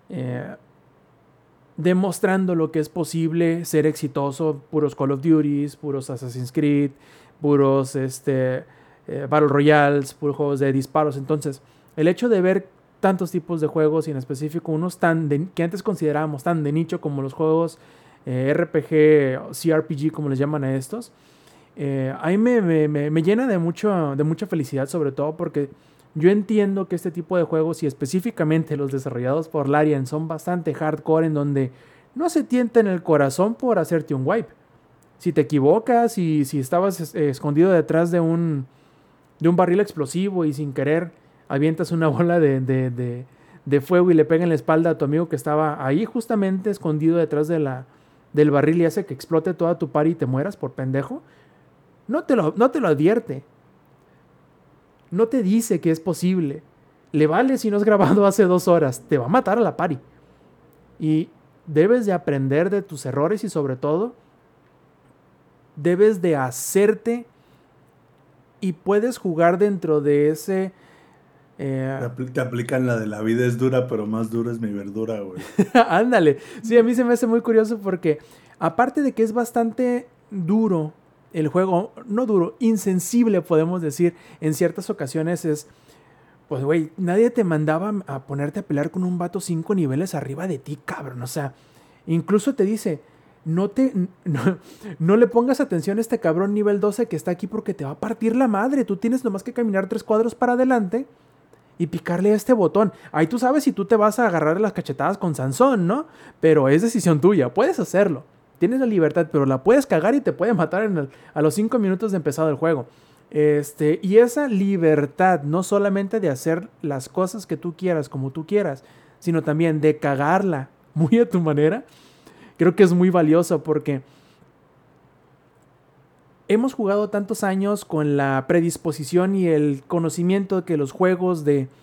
demostrando lo que es posible ser exitoso, puros Call of Duty, puros Assassin's Creed, puros Battle Royales, puros juegos de disparos. Entonces, el hecho de ver tantos tipos de juegos y en específico unos que antes considerábamos tan de nicho como los juegos RPG o CRPG, como les llaman a estos, a mí me llena de mucha felicidad, sobre todo porque yo entiendo que este tipo de juegos y específicamente los desarrollados por Larian son bastante hardcore, en donde no se tienta en el corazón por hacerte un wipe. Si te equivocas y si estabas escondido detrás de un barril explosivo y sin querer avientas una bola de fuego y le pega en la espalda a tu amigo que estaba ahí justamente escondido detrás del barril y hace que explote toda tu party y te mueras por pendejo, no te lo advierte. No te dice que es posible. Le vale si no has grabado hace 2 horas. Te va a matar a la party. Y debes de aprender de tus errores y sobre todo debes de hacerte y puedes jugar dentro de ese...
Te aplican la de la vida es dura, pero más dura es mi verdura, güey.
Ándale. Sí, a mí se me hace muy curioso porque aparte de que es bastante duro el juego, no duro, insensible podemos decir en ciertas ocasiones, es pues güey, nadie te mandaba a ponerte a pelear con un vato 5 niveles arriba de ti, cabrón. O sea, incluso te dice, no le pongas atención a este cabrón nivel 12 que está aquí porque te va a partir la madre. Tú tienes nomás que caminar 3 cuadros para adelante y picarle a este botón. Ahí tú sabes si tú te vas a agarrar las cachetadas con Sansón, ¿no? Pero es decisión tuya, puedes hacerlo. Tienes la libertad, pero la puedes cagar y te puede matar a los 5 minutos de empezado el juego. Y esa libertad, no solamente de hacer las cosas que tú quieras, como tú quieras, sino también de cagarla muy a tu manera, creo que es muy valioso porque hemos jugado tantos años con la predisposición y el conocimiento de que los juegos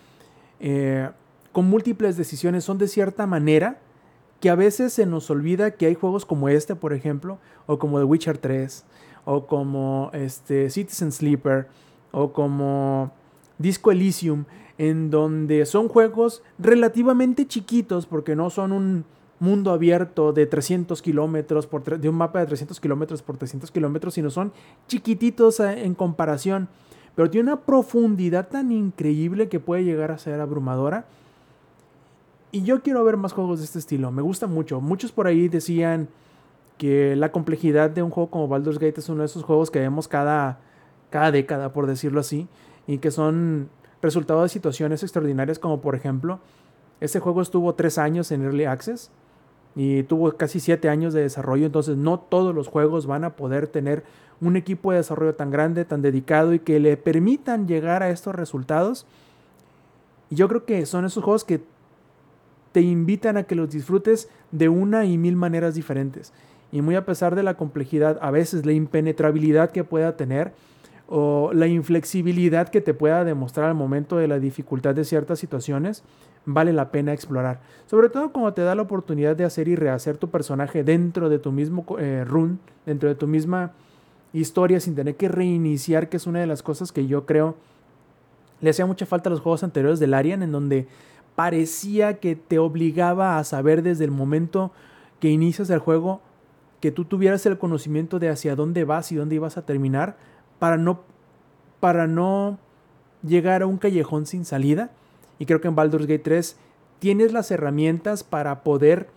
con múltiples decisiones son de cierta manera, que a veces se nos olvida que hay juegos como este, por ejemplo, o como The Witcher 3, o como Citizen Sleeper, o como Disco Elysium, en donde son juegos relativamente chiquitos, porque no son un mundo abierto de 300 kilómetros, de un mapa de 300 kilómetros por 300 kilómetros, sino son chiquititos en comparación, pero tiene una profundidad tan increíble que puede llegar a ser abrumadora. Y yo quiero ver más juegos de este estilo, me gusta mucho. Muchos por ahí decían que la complejidad de un juego como Baldur's Gate es uno de esos juegos que vemos cada década, por decirlo así, y que son resultado de situaciones extraordinarias, como por ejemplo, este juego estuvo 3 años en Early Access y tuvo casi 7 años de desarrollo, entonces no todos los juegos van a poder tener un equipo de desarrollo tan grande, tan dedicado y que le permitan llegar a estos resultados. Y yo creo que son esos juegos que te invitan a que los disfrutes de una y mil maneras diferentes. Y muy a pesar de la complejidad, a veces la impenetrabilidad que pueda tener o la inflexibilidad que te pueda demostrar al momento de la dificultad de ciertas situaciones, vale la pena explorar. Sobre todo cuando te da la oportunidad de hacer y rehacer tu personaje dentro de tu mismo run, dentro de tu misma historia, sin tener que reiniciar, que es una de las cosas que yo creo le hacía mucha falta a los juegos anteriores del Larian, en donde parecía que te obligaba a saber desde el momento que inicias el juego, que tú tuvieras el conocimiento de hacia dónde vas y dónde ibas a terminar, para no llegar a un callejón sin salida. Y creo que en Baldur's Gate 3 tienes las herramientas para poder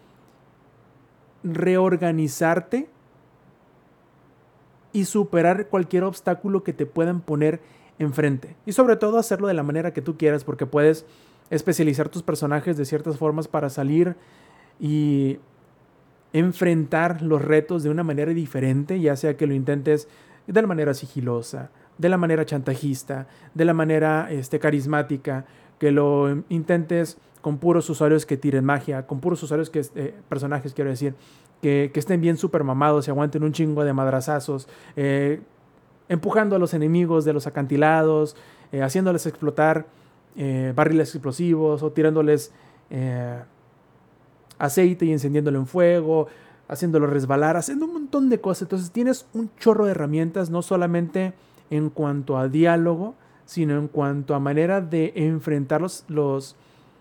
reorganizarte y superar cualquier obstáculo que te puedan poner enfrente. Y sobre todo hacerlo de la manera que tú quieras, porque puedes especializar tus personajes de ciertas formas para salir y enfrentar los retos de una manera diferente, ya sea que lo intentes de la manera sigilosa, de la manera chantajista, de la manera carismática, que lo intentes con puros usuarios que tiren magia, con puros usuarios personajes, quiero decir, que estén bien super mamados y aguanten un chingo de madrazazos, empujando a los enemigos de los acantilados, haciéndoles explotar barriles explosivos o tirándoles aceite y encendiéndolo en fuego, haciéndolo resbalar, haciendo un montón de cosas. Entonces tienes un chorro de herramientas, no solamente en cuanto a diálogo, sino en cuanto a manera de enfrentar los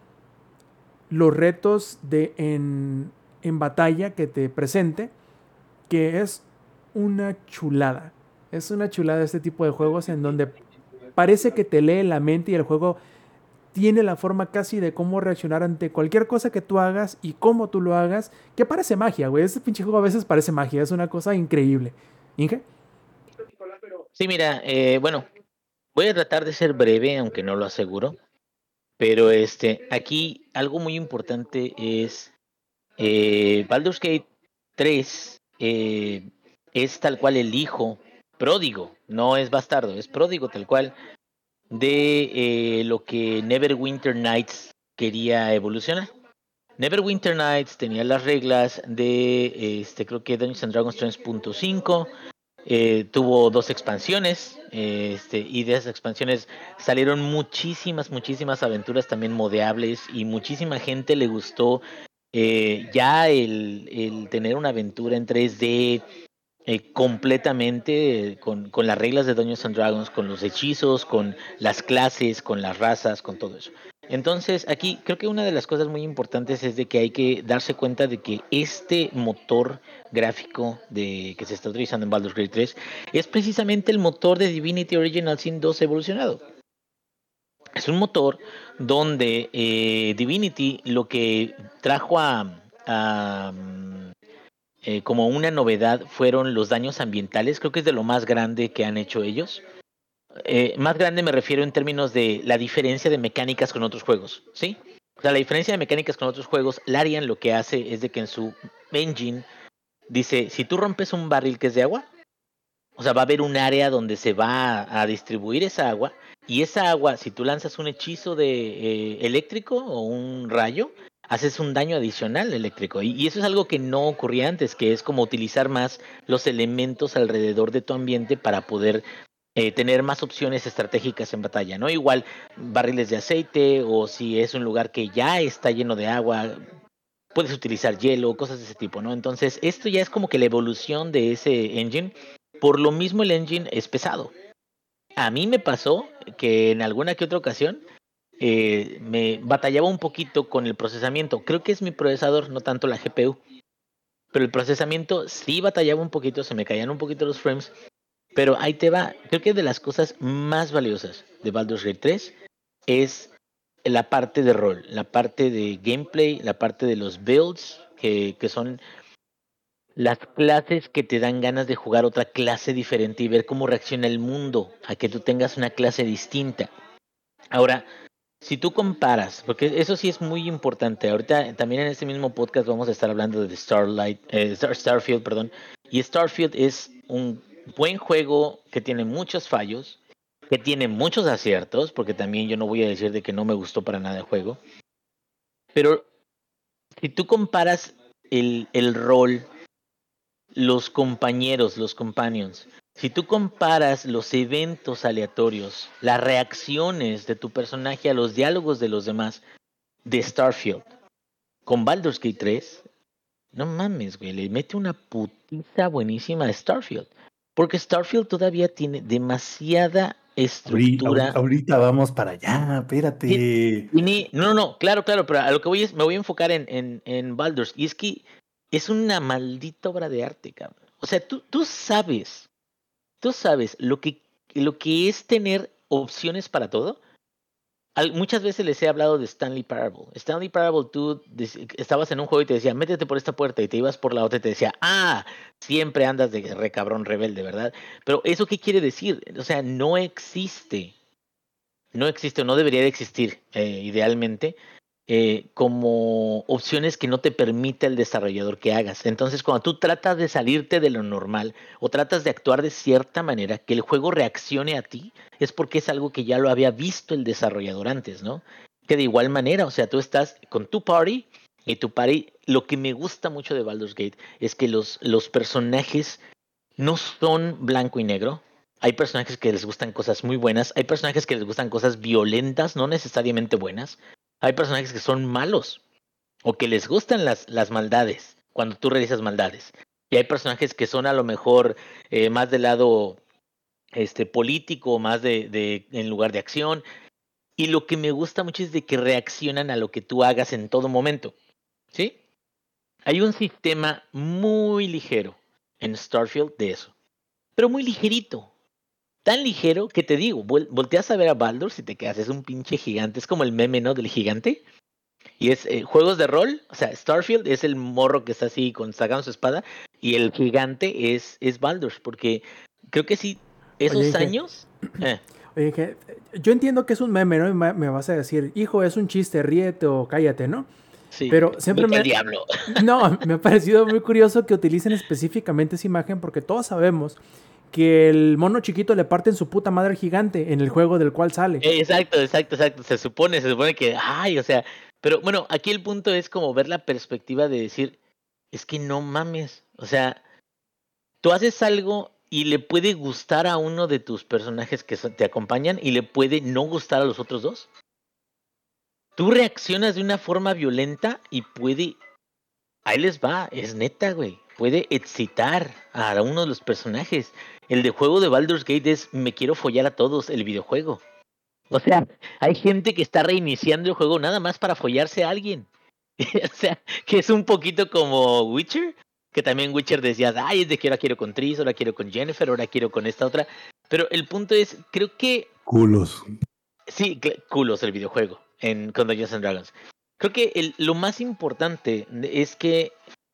retos en batalla que te presente, que es una chulada. Es una chulada este tipo de juegos en donde parece que te lee la mente y el juego tiene la forma casi de cómo reaccionar ante cualquier cosa que tú hagas y cómo tú lo hagas, que parece magia, güey. Este pinche juego a veces parece magia, es una cosa increíble. ¿Inge?
Sí, mira, bueno, voy a tratar de ser breve, aunque no lo aseguro. Pero aquí algo muy importante es Baldur's Gate 3 es tal cual el hijo pródigo, no es bastardo, es pródigo tal cual de lo que Neverwinter Nights quería evolucionar. Neverwinter Nights tenía las reglas de creo que Dungeons and Dragons 3.5. Tuvo 2 expansiones y de esas expansiones salieron muchísimas aventuras también modeables y muchísima gente le gustó ya el tener una aventura en 3D completamente con las reglas de Dungeons and Dragons, con los hechizos, con las clases, con las razas, con todo eso. Entonces, aquí creo que una de las cosas muy importantes es de que hay que darse cuenta de que este motor gráfico que se está utilizando en Baldur's Gate 3 es precisamente el motor de Divinity Original Sin 2 evolucionado. Es un motor donde Divinity lo que trajo como una novedad fueron los daños ambientales. Creo que es de lo más grande que han hecho ellos. Más grande me refiero en términos de la diferencia de mecánicas con otros juegos, ¿sí? O sea, la diferencia de mecánicas con otros juegos, Larian lo que hace es de que en su engine dice, si tú rompes un barril que es de agua, o sea, va a haber un área donde se va a distribuir esa agua, y esa agua, si tú lanzas un hechizo de eléctrico o un rayo, haces un daño adicional eléctrico. Y eso es algo que no ocurría antes, que es como utilizar más los elementos alrededor de tu ambiente para poder tener más opciones estratégicas en batalla, ¿no? Igual barriles de aceite o si es un lugar que ya está lleno de agua, puedes utilizar hielo, cosas de ese tipo, ¿no? Entonces, esto ya es como que la evolución de ese engine. Por lo mismo el engine es pesado. A mí me pasó que en alguna que otra ocasión me batallaba un poquito con el procesamiento. Creo que es mi procesador, no tanto la GPU. Pero el procesamiento sí batallaba un poquito, se me caían un poquito los frames. Pero ahí te va. Creo que de las cosas más valiosas de Baldur's Gate 3 es la parte de rol, la parte de gameplay, la parte de los builds, que son las clases que te dan ganas de jugar otra clase diferente y ver cómo reacciona el mundo a que tú tengas una clase distinta. Ahora, si tú comparas, porque eso sí es muy importante, ahorita también en este mismo podcast vamos a estar hablando de Starfield, perdón, y Starfield es un buen juego que tiene muchos fallos, que tiene muchos aciertos, porque también yo no voy a decir de que no me gustó para nada el juego, pero si tú comparas el rol, los compañeros, los companions, si tú comparas los eventos aleatorios, las reacciones de tu personaje a los diálogos de los demás de Starfield con Baldur's Gate 3, no mames, güey, le mete una putiza buenísima a Starfield. Porque Starfield todavía tiene demasiada estructura.
Ahorita vamos para allá, espérate.
No, claro, pero a lo que voy es, me voy a enfocar en Baldur's. Y es que es una maldita obra de arte, cabrón. O sea, tú sabes lo que es tener opciones para todo. Muchas veces les he hablado de Stanley Parable. Stanley Parable, tú estabas en un juego y te decía, métete por esta puerta y te ibas por la otra y te decía, siempre andas de re cabrón rebelde, ¿verdad? Pero ¿eso qué quiere decir? O sea, no existe o no debería de existir, idealmente, como opciones que no te permita el desarrollador que hagas. Entonces, cuando tú tratas de salirte de lo normal o tratas de actuar de cierta manera, que el juego reaccione a ti, es porque es algo que ya lo había visto el desarrollador antes, ¿no? Que de igual manera, o sea, tú estás con tu party y tu party, lo que me gusta mucho de Baldur's Gate es que los personajes no son blanco y negro. Hay personajes que les gustan cosas muy buenas, hay personajes que les gustan cosas violentas, no necesariamente buenas. Hay personajes que son malos o que les gustan las maldades cuando tú realizas maldades. Y hay personajes que son a lo mejor más del lado político, más en lugar de acción. Y lo que me gusta mucho es de que reaccionan a lo que tú hagas en todo momento. ¿Sí? Hay un sistema muy ligero en Starfield de eso, pero muy ligerito. Tan ligero que te digo, volteas a ver a Baldur si te quedas, es un pinche gigante, es como el meme, ¿no? Del gigante. Y es juegos de rol, o sea, Starfield es el morro que está así sacando su espada, y el gigante es Baldur's, porque creo que sí,
Oye,
esos
Inge,
años. eh,
oye, Inge, yo entiendo que es un meme, ¿no? Y me vas a decir, hijo, es un chiste, ríete o cállate, ¿no?
sí,
Pero siempre
vete al diablo.
No, me ha parecido muy curioso que utilicen específicamente esa imagen porque todos sabemos que el mono chiquito le parte en su puta madre al gigante en el juego del cual sale.
Exacto. Se supone que, ay, o sea, pero bueno, aquí el punto es como ver la perspectiva de decir, es que no mames, o sea, tú haces algo y le puede gustar a uno de tus personajes que te acompañan y le puede no gustar a los otros dos. Tú reaccionas de una forma violenta y puede, ahí les va, es neta, güey, puede excitar a uno de los personajes. El de juego de Baldur's Gate es me quiero follar a todos, el videojuego. O sea, hay gente que está reiniciando el juego nada más para follarse a alguien. O sea, que es un poquito como Witcher, que también Witcher decías, ay, es de que ahora quiero con Triss, ahora quiero con Jennifer, ahora quiero con esta otra. Pero el punto es, creo que
Culos.
sí, culos el videojuego con Dungeons and Dragons. Creo que lo más importante es que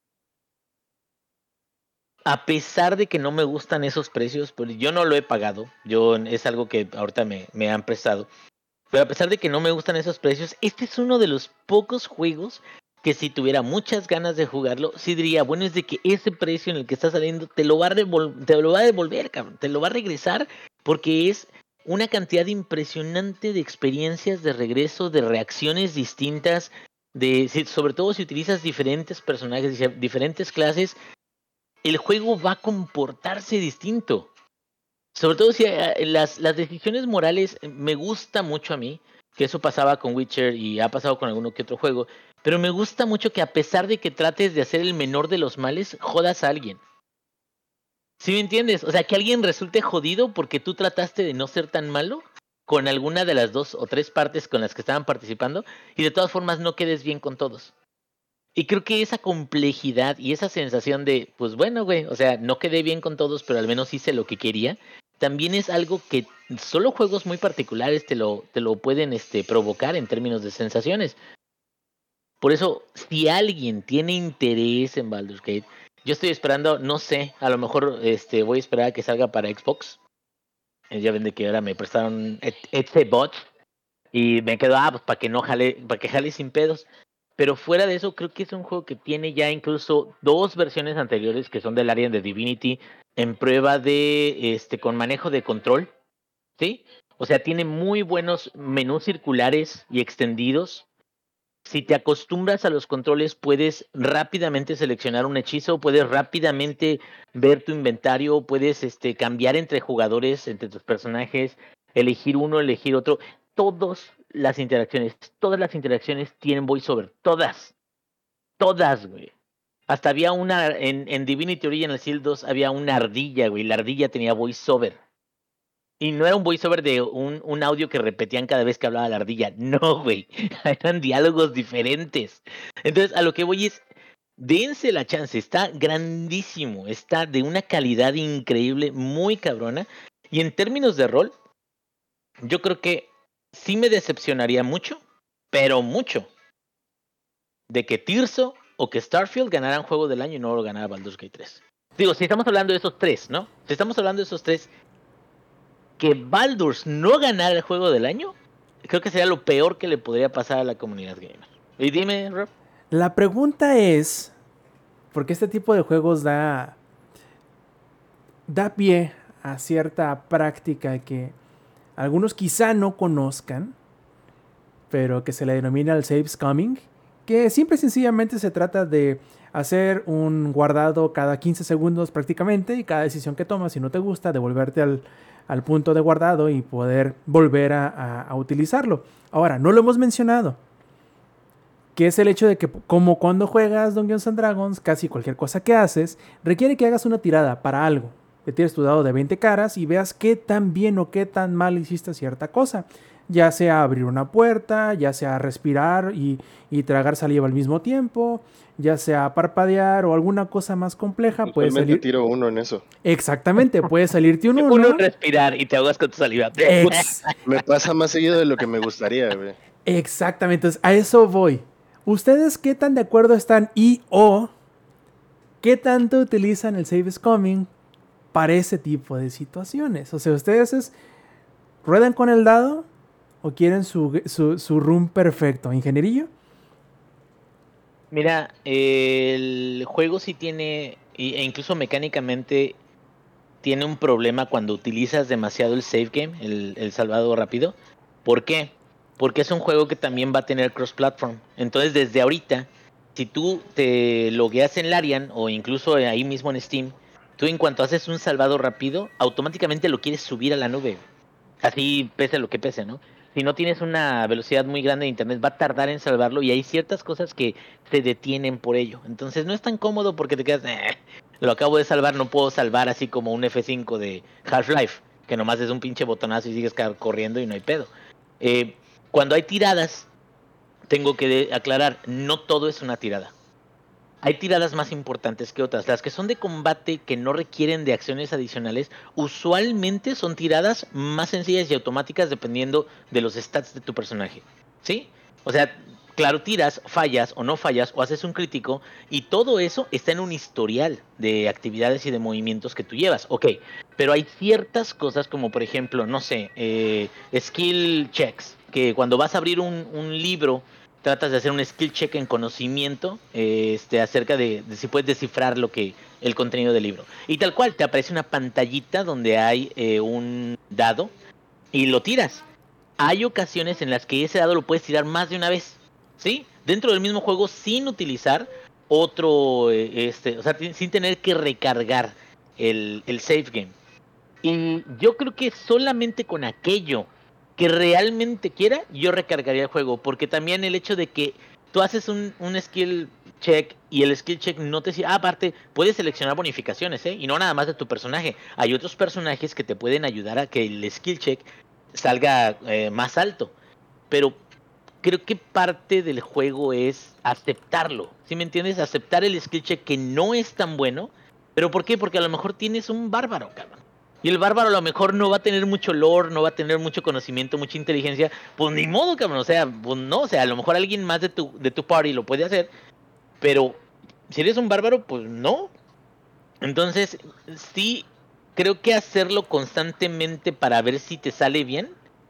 a pesar de que no me gustan esos precios, pues yo no lo he pagado, es algo que ahorita me han prestado. Pero a pesar de que no me gustan esos precios, este es uno de los pocos juegos que si tuviera muchas ganas de jugarlo, sí diría, bueno, es de que ese precio en el que está saliendo te lo va a devolver, cabrón, te lo va a regresar porque es una cantidad impresionante de experiencias de regreso, de reacciones distintas, sobre todo si utilizas diferentes personajes, diferentes clases, el juego va a comportarse distinto. Sobre todo si las decisiones morales me gusta mucho a mí, que eso pasaba con Witcher y ha pasado con alguno que otro juego, pero me gusta mucho que a pesar de que trates de hacer el menor de los males, jodas a alguien. ¿Sí me entiendes? O sea, que alguien resulte jodido porque tú trataste de no ser tan malo con alguna de las dos o tres partes con las que estaban participando y de todas formas no quedes bien con todos. Y creo que esa complejidad y esa sensación de, pues bueno, güey, o sea, no quedé bien con todos, pero al menos hice lo que quería, también es algo que solo juegos muy particulares te lo pueden provocar en términos de sensaciones. Por eso, si alguien tiene interés en Baldur's Gate, yo estoy esperando, no sé, a lo mejor voy a esperar a que salga para Xbox. Ya ven de que ahora me prestaron ese bot y me quedo, pues para que no jale, para que jale sin pedos. Pero fuera de eso, creo que es un juego que tiene ya incluso dos versiones anteriores que son del área de Divinity en prueba de con manejo de control, ¿sí? O sea, tiene muy buenos menús circulares y extendidos si te acostumbras a los controles, puedes rápidamente seleccionar un hechizo, puedes rápidamente ver tu inventario, puedes cambiar entre jugadores, entre tus personajes, elegir uno, elegir otro. Todas las interacciones tienen voiceover, todas, güey. Hasta había una, en Divinity Original Sin 2 había una ardilla, güey, la ardilla tenía voiceover. Y no era un voiceover de un audio que repetían cada vez que hablaba la ardilla. No, güey. Eran diálogos diferentes. Entonces, a lo que voy es, dense la chance. Está grandísimo. Está de una calidad increíble, muy cabrona. Y en términos de rol, yo creo que sí me decepcionaría mucho, pero mucho, de que Tirso o que Starfield ganaran Juego del Año y no lo ganara Baldur's Gate 3. Digo, si estamos hablando de esos tres, ¿no? Si estamos hablando de esos tres, que Baldur's no ganara el Juego del Año, creo que sería lo peor que le podría pasar a la comunidad gamer. Y dime, Rob.
La pregunta es, porque este tipo de juegos da pie a cierta práctica que algunos quizá no conozcan, pero que se le denomina el save scumming, que simple y sencillamente se trata de hacer un guardado cada 15 segundos prácticamente, y cada decisión que tomas, si no te gusta, devolverte al punto de guardado y poder volver a utilizarlo. Ahora, no lo hemos mencionado, que es el hecho de que, como cuando juegas Dungeons and Dragons, casi cualquier cosa que haces requiere que hagas una tirada para algo. Que tires tu dado de 20 caras y veas qué tan bien o qué tan mal hiciste cierta cosa. Ya sea abrir una puerta, ya sea respirar y tragar saliva al mismo tiempo, ya sea parpadear o alguna cosa más compleja. Puede salir...
tiro uno en eso.
Exactamente, puede salirte un 1.
Uno respirar y te ahogas con tu saliva.
Me pasa más seguido de lo que me gustaría, güey.
Exactamente, entonces a eso voy. ¿Ustedes qué tan de acuerdo están o qué tanto utilizan el save scumming para ese tipo de situaciones? O sea, ¿ustedes ruedan con el dado o quieren su run perfecto? ¿Ingenierillo?
Mira, el juego sí tiene, e incluso mecánicamente, tiene un problema cuando utilizas demasiado el save game, el salvado rápido. ¿Por qué? Porque es un juego que también va a tener cross-platform. Entonces, desde ahorita, si tú te logueas en Larian o incluso ahí mismo en Steam, tú en cuanto haces un salvado rápido, automáticamente lo quieres subir a la nube. Así pese lo que pese, ¿no? Si no tienes una velocidad muy grande de internet, va a tardar en salvarlo y hay ciertas cosas que se detienen por ello. Entonces no es tan cómodo porque te quedas, lo acabo de salvar, no puedo salvar así como un F5 de Half-Life, que nomás es un pinche botonazo y sigues corriendo y no hay pedo. Cuando hay tiradas, tengo que aclarar, no todo es una tirada. Hay tiradas más importantes que otras. Las que son de combate, que no requieren de acciones adicionales, usualmente son tiradas más sencillas y automáticas dependiendo de los stats de tu personaje. ¿Sí? O sea, claro, tiras, fallas o no fallas, o haces un crítico, y todo eso está en un historial de actividades y de movimientos que tú llevas. Ok, pero hay ciertas cosas como, por ejemplo, no sé, skill checks, que cuando vas a abrir un libro, tratas de hacer un skill check en conocimiento acerca de si puedes descifrar el contenido del libro. Y tal cual, te aparece una pantallita donde hay un dado y lo tiras. Hay ocasiones en las que ese dado lo puedes tirar más de una vez, ¿sí? Dentro del mismo juego sin utilizar otro, o sea, sin tener que recargar el save game. Y yo creo que solamente con aquello que realmente quiera, yo recargaría el juego. Porque también el hecho de que tú haces un skill check y el skill check no te sirve. Aparte, puedes seleccionar bonificaciones, y no nada más de tu personaje. Hay otros personajes que te pueden ayudar a que el skill check salga más alto. Pero creo que parte del juego es aceptarlo. ¿Sí me entiendes? Aceptar el skill check que no es tan bueno. ¿Pero por qué? Porque a lo mejor tienes un bárbaro, cabrón. Y el bárbaro a lo mejor no va a tener mucho lore, no va a tener mucho conocimiento, mucha inteligencia. Pues ni modo, cabrón. O sea, pues no. O sea, a lo mejor alguien más de tu party lo puede hacer. Pero si eres un bárbaro, pues no. Entonces, sí, creo que hacerlo constantemente para ver si te sale bien,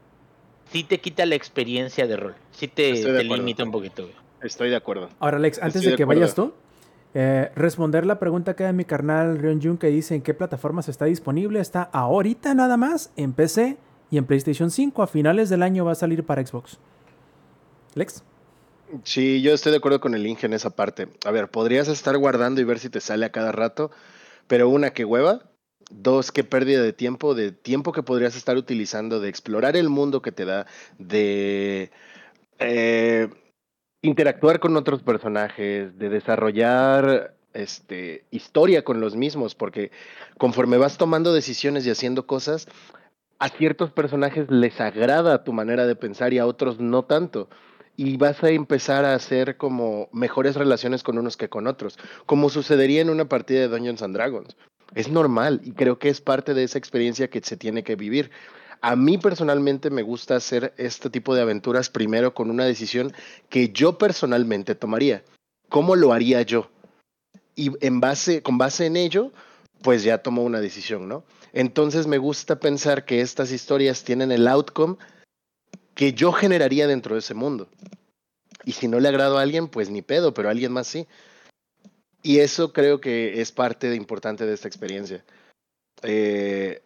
sí te quita la experiencia de rol. Sí te limita un poquito, güey.
Estoy de acuerdo.
Ahora, Alex, antes de que vayas tú, responder la pregunta que da mi carnal Ryonjun, que dice en qué plataformas está disponible. Está ahorita nada más en PC y en PlayStation 5. A finales del año va a salir para Xbox. Alex.
Sí, yo estoy de acuerdo con el Inge en esa parte. A ver, podrías estar guardando y ver si te sale a cada rato, pero una, que hueva. Dos, qué pérdida de tiempo que podrías estar utilizando de explorar el mundo que te da, de eh, interactuar con otros personajes, de desarrollar historia con los mismos, porque conforme vas tomando decisiones y haciendo cosas, a ciertos personajes les agrada tu manera de pensar y a otros no tanto. Y vas a empezar a hacer como mejores relaciones con unos que con otros, como sucedería en una partida de Dungeons and Dragons. Es normal y creo que es parte de esa experiencia que se tiene que vivir. A mí personalmente me gusta hacer este tipo de aventuras primero con una decisión que yo personalmente tomaría. ¿Cómo lo haría yo? Y con base en ello, pues ya tomo una decisión, ¿no? Entonces me gusta pensar que estas historias tienen el outcome que yo generaría dentro de ese mundo. Y si no le agrado a alguien, pues ni pedo, pero a alguien más sí. Y eso creo que es parte importante de esta experiencia. Eh,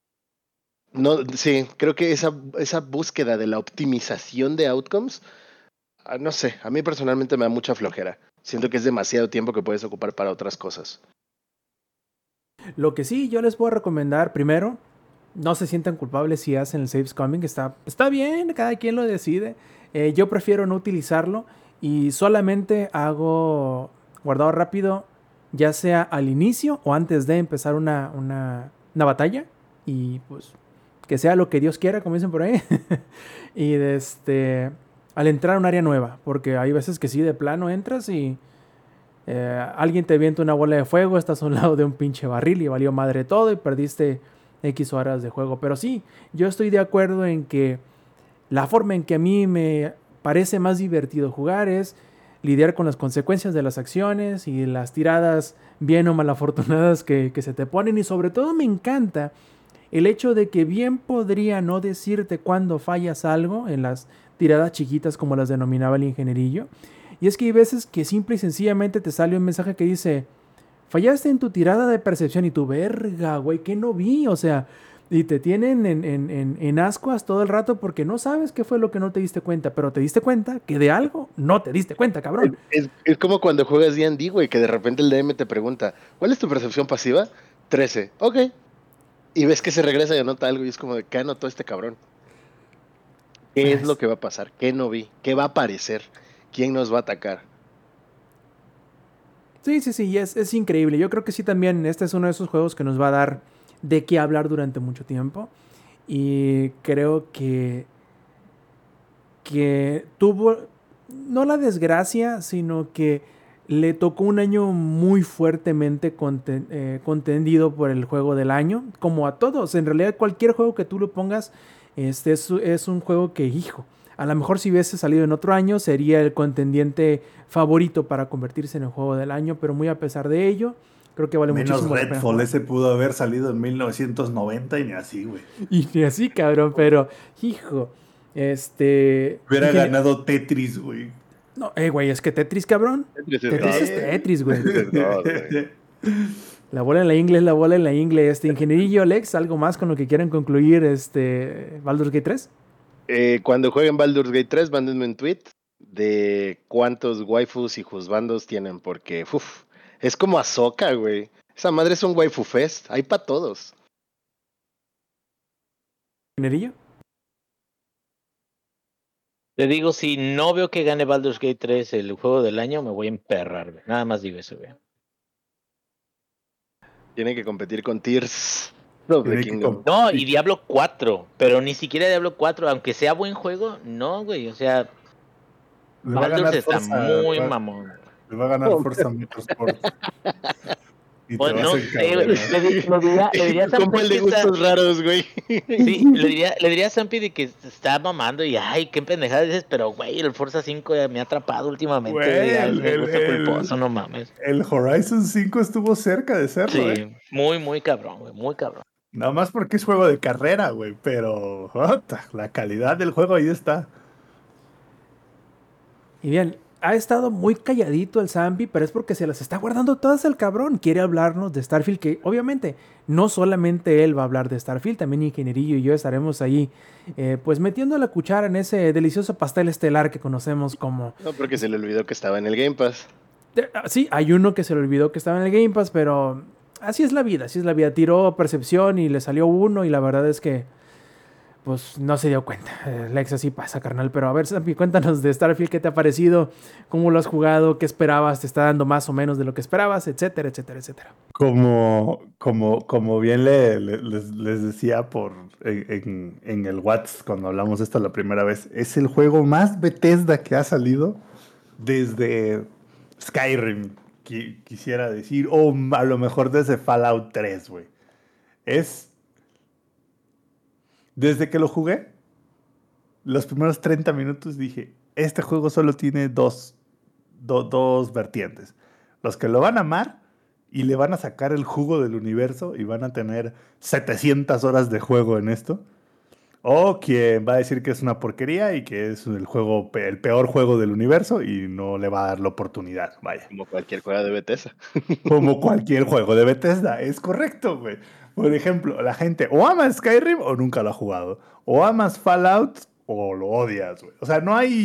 no, sí, creo que esa búsqueda de la optimización de outcomes, no sé, a mí personalmente me da mucha flojera. Siento que es demasiado tiempo que puedes ocupar para otras cosas.
Lo que sí yo les puedo recomendar, primero, no se sientan culpables si hacen el save scumming, está bien, cada quien lo decide. Yo prefiero no utilizarlo y solamente hago guardado rápido, ya sea al inicio o antes de empezar una batalla. Y pues que sea lo que Dios quiera, como dicen por ahí. Y al entrar a un área nueva, porque hay veces que sí, de plano entras y alguien te avienta una bola de fuego, estás a un lado de un pinche barril y valió madre todo y perdiste X horas de juego. Pero sí, yo estoy de acuerdo en que la forma en que a mí me parece más divertido jugar es lidiar con las consecuencias de las acciones y las tiradas bien o mal afortunadas que se te ponen. Y sobre todo me encanta el hecho de que bien podría no decirte cuando fallas algo en las tiradas chiquitas, como las denominaba el ingenierillo. Y es que hay veces que simple y sencillamente te sale un mensaje que dice: fallaste en tu tirada de percepción, y tu verga, güey, que no vi, o sea, y te tienen en ascuas todo el rato porque no sabes qué fue lo que no te diste cuenta, pero te diste cuenta que de algo no te diste cuenta, cabrón.
Es como cuando juegas D&D, güey, que de repente el DM te pregunta, ¿cuál es tu percepción pasiva? 13. Ok. Y ves que se regresa y anota algo y es como de, ¿qué anotó este cabrón? ¿Qué es lo que va a pasar? ¿Qué no vi? ¿Qué va a aparecer? ¿Quién nos va a atacar?
Sí, sí, sí, es increíble. Yo creo que sí también este es uno de esos juegos que nos va a dar de qué hablar durante mucho tiempo. Y creo que tuvo, no la desgracia, sino que le tocó un año muy fuertemente contendido por el juego del año, como a todos. En realidad cualquier juego que tú lo pongas, es un juego que, hijo, a lo mejor si hubiese salido en otro año sería el contendiente favorito para convertirse en el juego del año, pero muy a pesar de ello, creo que vale
Menos
muchísimo la pena
Redfall,
jugar.
ese pudo haber salido en 1990 y ni así, güey.
Y ni así, cabrón, pero, hijo,
Hubiera ganado Tetris, güey.
No, güey, es que Tetris, cabrón. Tetris es Tetris, güey. La bola en la ingle es la bola en la ingle. Ingenierillo, Alex, ¿algo más con lo que quieran concluir Baldur's Gate 3?
Cuando jueguen Baldur's Gate 3, mándenme un tweet de cuántos waifus y juzbandos tienen, porque es como Ahsoka, güey. Esa madre es un waifu fest, hay para todos.
¿Ingenierillo?
Te digo, si no veo que gane Baldur's Gate 3 el juego del año, me voy a emperrar, güey. Nada más digo eso, güey.
Tiene que competir con Tears of the Kingdom.
No, y Diablo 4, pero ni siquiera Diablo 4, aunque sea buen juego, no, güey, o sea, Baldur's está muy mamón.
Le va a ganar Forza Motorsport. Y
Pues
te vas
no
a
sé, güey.
encabronar.
Le diría a Sam
Compa el de
que está...
gustos raros, güey.
Sí, le diría a Sampi de que está mamando y ay, qué pendejada dices, pero güey, el Forza 5 ya me ha atrapado últimamente,
Güey,
ya es mi gusto culposo, no mames.
El Horizon 5 estuvo cerca de serlo,
Sí, muy, muy cabrón, güey, muy cabrón.
Nada más porque es juego de carrera, güey, pero la calidad del juego ahí está.
Y bien, ha estado muy calladito el Zampi, pero es porque se las está guardando todas el cabrón. Quiere hablarnos de Starfield, que obviamente no solamente él va a hablar de Starfield, también Ingenierillo y yo estaremos ahí, pues metiendo la cuchara en ese delicioso pastel estelar que conocemos como...
No, porque se le olvidó que estaba en el Game Pass.
Sí, hay uno que se le olvidó que estaba en el Game Pass, pero así es la vida, así es la vida. Tiró percepción y le salió uno y la verdad es que pues no se dio cuenta. Lex así pasa, carnal. Pero a ver, Sampi, cuéntanos de Starfield, ¿qué te ha parecido? ¿Cómo lo has jugado? ¿Qué esperabas? ¿Te está dando más o menos de lo que esperabas? Etcétera, etcétera, etcétera.
Como bien les decía en el WhatsApp cuando hablamos de esto la primera vez, es el juego más Bethesda que ha salido desde Skyrim, quisiera decir, o a lo mejor desde Fallout 3, güey. Desde que lo jugué, los primeros 30 minutos dije, este juego solo tiene dos vertientes. Los que lo van a amar y le van a sacar el jugo del universo y van a tener 700 horas de juego en esto. O quien va a decir que es una porquería y que es el peor juego del universo y no le va a dar la oportunidad, vaya.
Como cualquier juego de Bethesda.
Como cualquier juego de Bethesda, es correcto, güey. Por ejemplo, la gente o ama Skyrim o nunca lo ha jugado. O amas Fallout o lo odias, güey. O sea,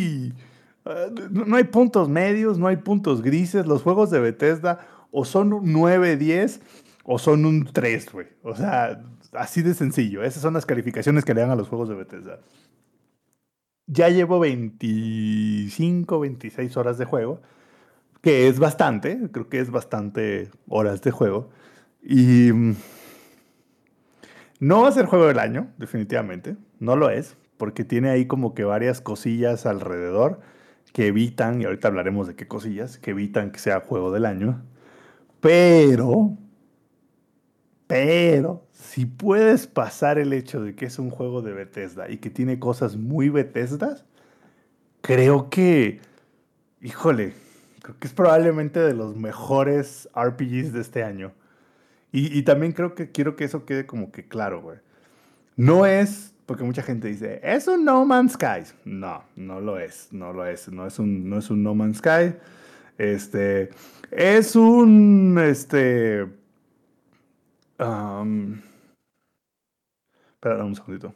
no hay puntos medios, no hay puntos grises. Los juegos de Bethesda o son un 9, 10 o son un 3, güey. O sea, así de sencillo. Esas son las calificaciones que le dan a los juegos de Bethesda. Ya llevo 25, 26 horas de juego, que es bastante, creo que es bastante horas de juego. Y no va a ser juego del año, definitivamente, no lo es, porque tiene ahí como que varias cosillas alrededor que evitan, y ahorita hablaremos de qué cosillas, que evitan que sea juego del año. Pero, si puedes pasar el hecho de que es un juego de Bethesda y que tiene cosas muy Bethesdas, creo que, híjole, creo que es probablemente de los mejores RPGs de este año. Y también quiero que eso quede como que claro, güey. No es, porque mucha gente dice, es un No Man's Sky. No, no lo es, no lo es. No es un No Man's Sky. Es un, espera un segundito.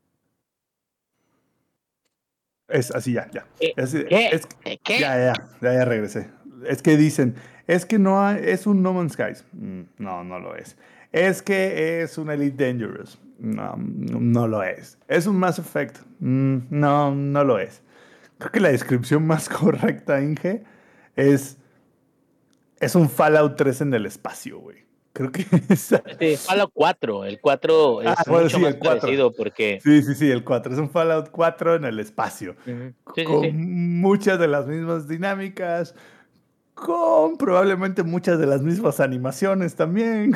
Es así, ya.
¿Qué? ¿Qué?
Ya regresé. Es que dicen, es que es un No Man's Sky. No, no lo es. Es que es un Elite Dangerous. No, no lo es. Es un Mass Effect. No, no lo es. Creo que la descripción más correcta, Inge, es un Fallout 3 en el espacio, güey. Creo que es...
Fallout 4. El 4 es
bueno,
mucho
sí,
más
el 4.
parecido porque...
Sí, el 4. Es un Fallout 4 en el espacio.
Sí,
Con
sí.
muchas de las mismas dinámicas, con probablemente muchas de las mismas animaciones también,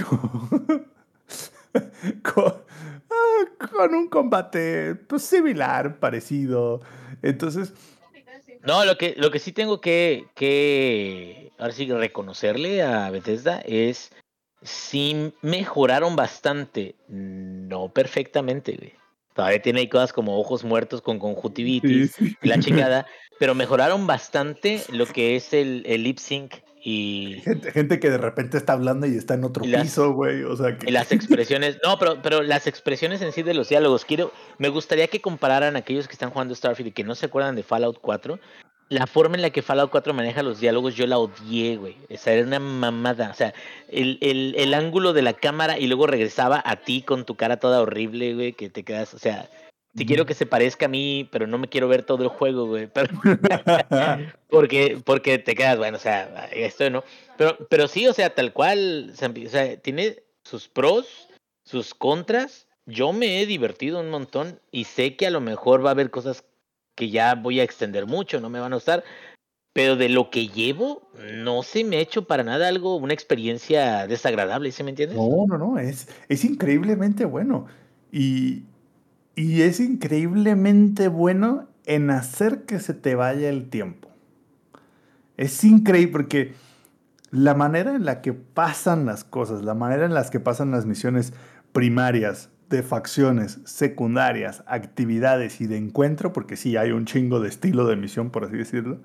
con, con un combate pues, similar, parecido. Entonces,
No, lo que sí tengo que ahora sí reconocerle a Bethesda es sí mejoraron bastante, no perfectamente, güey. Todavía tiene ahí cosas como ojos muertos con
sí,
conjuntivitis
sí.
y la chingada, pero mejoraron bastante lo que es el lip sync y,
Gente que de repente está hablando y está en
y
otro
las
piso, güey. O sea,
y las expresiones, no, pero las expresiones en sí de los diálogos, me gustaría que compararan a aquellos que están jugando Starfield y que no se acuerdan de Fallout 4, la forma en la que Fallout 4 maneja los diálogos, yo la odié, güey. O sea, era una mamada. O sea, el ángulo de la cámara y luego regresaba a ti con tu cara toda horrible, güey, que te quedas, o sea, si quiero que se parezca a mí, pero no me quiero ver todo el juego, güey. Porque te quedas, bueno, o sea, esto no. Pero sí, o sea, tal cual, o sea, tiene sus pros, sus contras. Yo me he divertido un montón y sé que a lo mejor va a haber cosas que ya voy a extender mucho, no me van a gustar, pero de lo que llevo, no se me ha hecho para nada una experiencia desagradable, ¿sí me entiendes?
No, es increíblemente bueno. Y, y es increíblemente bueno en hacer que se te vaya el tiempo. Es increíble porque la manera en la que pasan las cosas, la manera en la que pasan las misiones primarias, de facciones, secundarias, actividades y de encuentro, porque sí hay un chingo de estilo de misión, por así decirlo,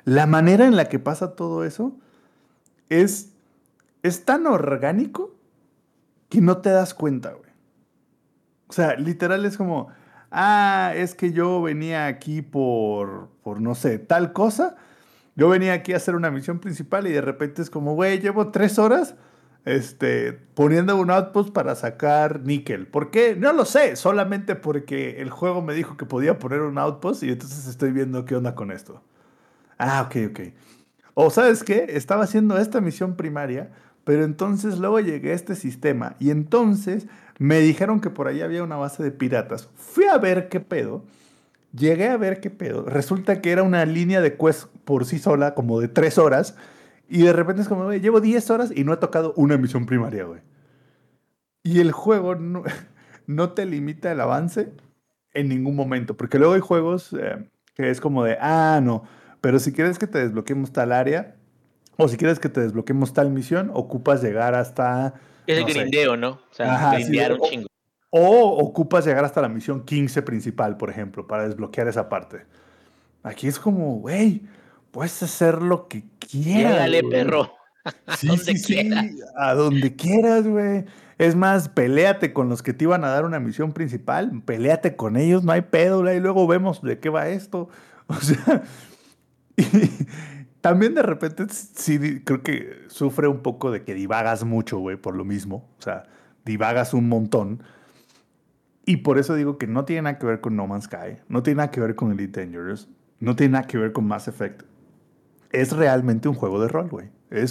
la manera en la que pasa todo eso es, es tan orgánico que no te das cuenta, güey. O sea, literal es como, es que yo venía aquí por no sé, tal cosa. Yo venía aquí a hacer una misión principal y de repente es como, güey, llevo 3 horas poniendo un outpost para sacar níquel. ¿Por qué? No lo sé, solamente porque el juego me dijo que podía poner un outpost y entonces estoy viendo qué onda con esto. Ok, ok. O sabes qué, estaba haciendo esta misión primaria, pero entonces luego llegué a este sistema y entonces me dijeron que por ahí había una base de piratas. Fui a ver qué pedo. Llegué a ver qué pedo. Resulta que era una línea de quest por sí sola, como de 3 horas. Y de repente es como, güey, llevo 10 horas y no he tocado una misión primaria, güey. Y el juego no, no te limita el avance en ningún momento. Porque luego hay juegos que es como de, no. Pero si quieres que te desbloqueemos tal área, o si quieres que te desbloqueemos tal misión, ocupas llegar hasta,
Es el
no sé.
grindeo, ¿no? O sea,
Ajá, sí,
grindear un chingo.
o ocupas llegar hasta la misión 15 principal, por ejemplo, para desbloquear esa parte. Aquí es como, güey, puedes hacer lo que quieras,
Llégale,
güey.
perro,
Sí,
donde
sí,
quieras.
sí, a donde quieras, güey. Es más, peléate con los que te iban a dar una misión principal, peléate con ellos, no hay pedo, güey, y luego vemos de qué va esto. O sea, y también de repente sí creo que sufre un poco de que divagas mucho, güey, por lo mismo. O sea, divagas un montón. Y por eso digo que no tiene nada que ver con No Man's Sky, no tiene nada que ver con Elite Dangerous, no tiene nada que ver con Mass Effect. Es realmente un juego de rol, güey.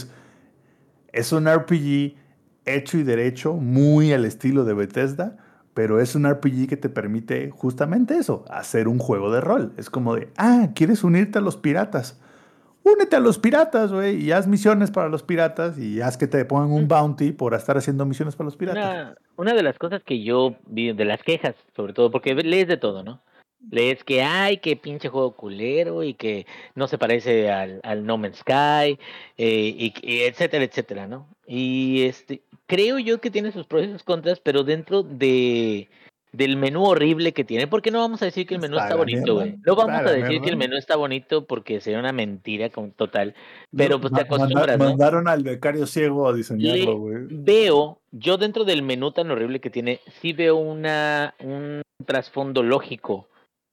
Es un RPG hecho y derecho, muy al estilo de Bethesda, pero es un RPG que te permite justamente eso, hacer un juego de rol. Es como de, ¿quieres unirte a los piratas? Únete a los piratas, güey, y haz misiones para los piratas y haz que te pongan un bounty por estar haciendo misiones para los piratas.
Una de las cosas que yo vi, de las quejas, sobre todo, porque lees de todo, ¿no? Lees que hay, que pinche juego culero y que no se parece al No Man's Sky, y etcétera, etcétera, ¿no? Y creo yo que tiene sus pros y sus contras, pero dentro del menú horrible que tiene, porque no vamos a decir que el menú
Está
está
de la
bonito,
mierda,
güey. No
está de
vamos a
la
decir que
mierda.
el menú está bonito porque sería una mentira total, pero pues te acostumbras, ¿no?
Mandaron al becario ciego a diseñarlo, güey.
Yo dentro del menú tan horrible que tiene, sí veo un trasfondo lógico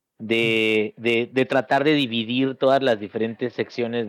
de tratar de dividir todas las diferentes secciones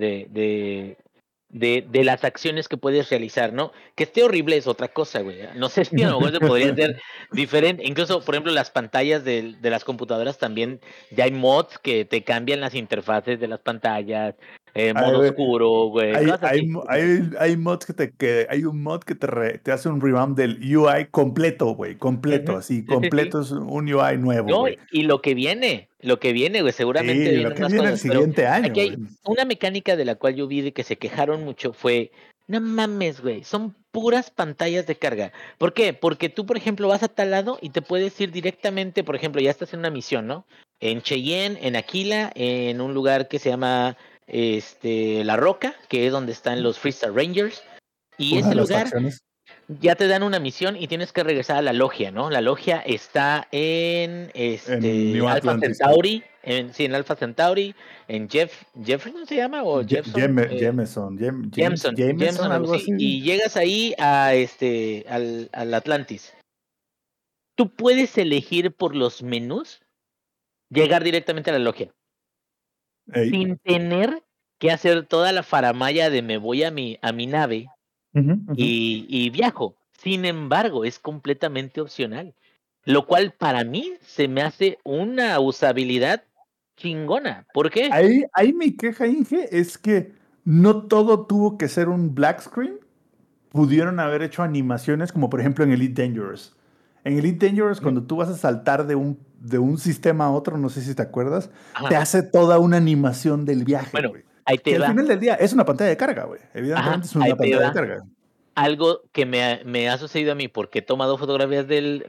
de las acciones que puedes realizar, ¿no? Que esté horrible es otra cosa, güey. No sé si a lo mejor se podría hacer diferente. Incluso, por ejemplo, las pantallas de las computadoras también, ya hay mods que te cambian las interfaces de las pantallas,
Ay,
modo
güey,
oscuro, güey, cosas así.
hay mods hay un mod que te hace un revamp del UI completo, güey, completo,
Ujú.
así,
Sí, sí, sí.
completo es un UI nuevo,
No,
güey.
y lo que viene, güey, seguramente
Sí, lo
vienen
que
más
viene el
cosas, pero
siguiente año,
aquí
güey.
hay una mecánica de la cual yo vi de que se quejaron mucho fue, no mames, güey, son puras pantallas de carga. ¿Por qué? Porque tú, por ejemplo, vas a tal lado y te puedes ir directamente, por ejemplo, ya estás en una misión, ¿no? En Cheyenne, en Aquila, en un lugar que se llama La Roca, que es donde están los Freestar Rangers, y
Una de
ese
las
lugar
facciones
ya te dan una misión y tienes que regresar a la logia, ¿no? La logia está en
en New
Alpha
Atlantis, creo.
Centauri, sí, en Alpha Centauri, en Jefferson se llama o Jefferson,
Jameson,
Jameson, algo
algo
así,
así.
y llegas ahí a al Atlantis. Tú puedes elegir por los menús llegar directamente a la logia,
Ey.
sin tener que hacer toda la faramalla de me voy a mi nave
Ujú, ujú.
y viajo. Sin embargo, es completamente opcional, lo cual para mí se me hace una usabilidad chingona. ¿Por qué?
Ahí mi queja, Inge, es que no todo tuvo que ser un black screen. Pudieron haber hecho animaciones como por ejemplo en Elite Dangerous. En Elite Dangerous,
Ujú.
cuando tú vas a saltar de un sistema a otro, no sé si te acuerdas, te
Ajá.
hace toda una animación del viaje,
Bueno,
güey.
ahí
Que
te
al
va.
final del día es una pantalla de carga, güey.
Ajá,
Evidentemente es
ahí
una
te
pantalla de
va.
carga.
Algo que me ha sucedido a mí porque he tomado fotografías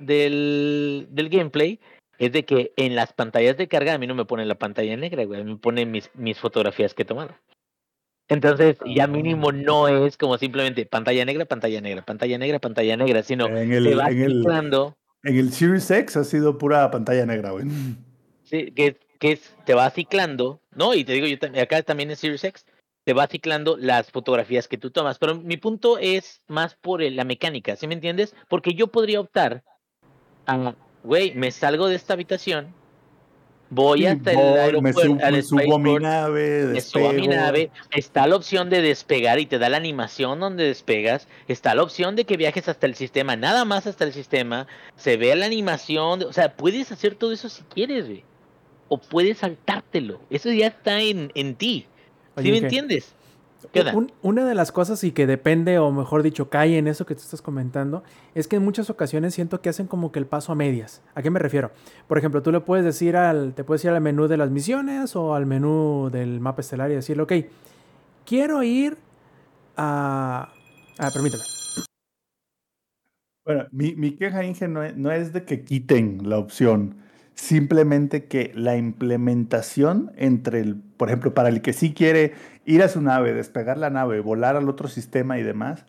del gameplay es de que en las pantallas de carga a mí no me pone la pantalla negra, güey, me pone mis fotografías que he tomado. Entonces, ya mínimo no es como simplemente pantalla negra, pantalla negra, pantalla negra, pantalla negra, sino
En
te
el,
vas
en el,
ciclando,
en el Series X ha sido pura pantalla negra, güey.
sí, te va ciclando No, y te digo, acá también en Series X te va ciclando las fotografías que tú tomas. Pero mi punto es más por la mecánica, ¿sí me entiendes? Porque yo podría optar a, güey, me salgo de esta habitación, voy
Sí,
hasta el
voy,
aeropuerto, al
me subo a mi
spaceport,
nave,
me subo a mi
despego.
nave, está la opción de despegar y te da la animación donde despegas, está la opción de que viajes hasta el sistema, nada más hasta el sistema, se ve la animación, o sea, puedes hacer todo eso si quieres, güey, o puedes saltártelo, eso ya está en ti, ¿sí
Oye,
me
que
entiendes? ¿Qué onda?
una de las cosas y que depende, o mejor dicho, cae en eso que tú estás comentando, es que en muchas ocasiones siento que hacen como que el paso a medias. ¿A qué me refiero? Por ejemplo, tú le puedes decir te puedes ir al menú de las misiones o al menú del mapa estelar y decirle, ok, quiero ir a... permítame.
Bueno, mi queja, Inge, no es de que quiten la opción, simplemente que la implementación entre por ejemplo, para el que sí quiere ir a su nave, despegar la nave, volar al otro sistema y demás,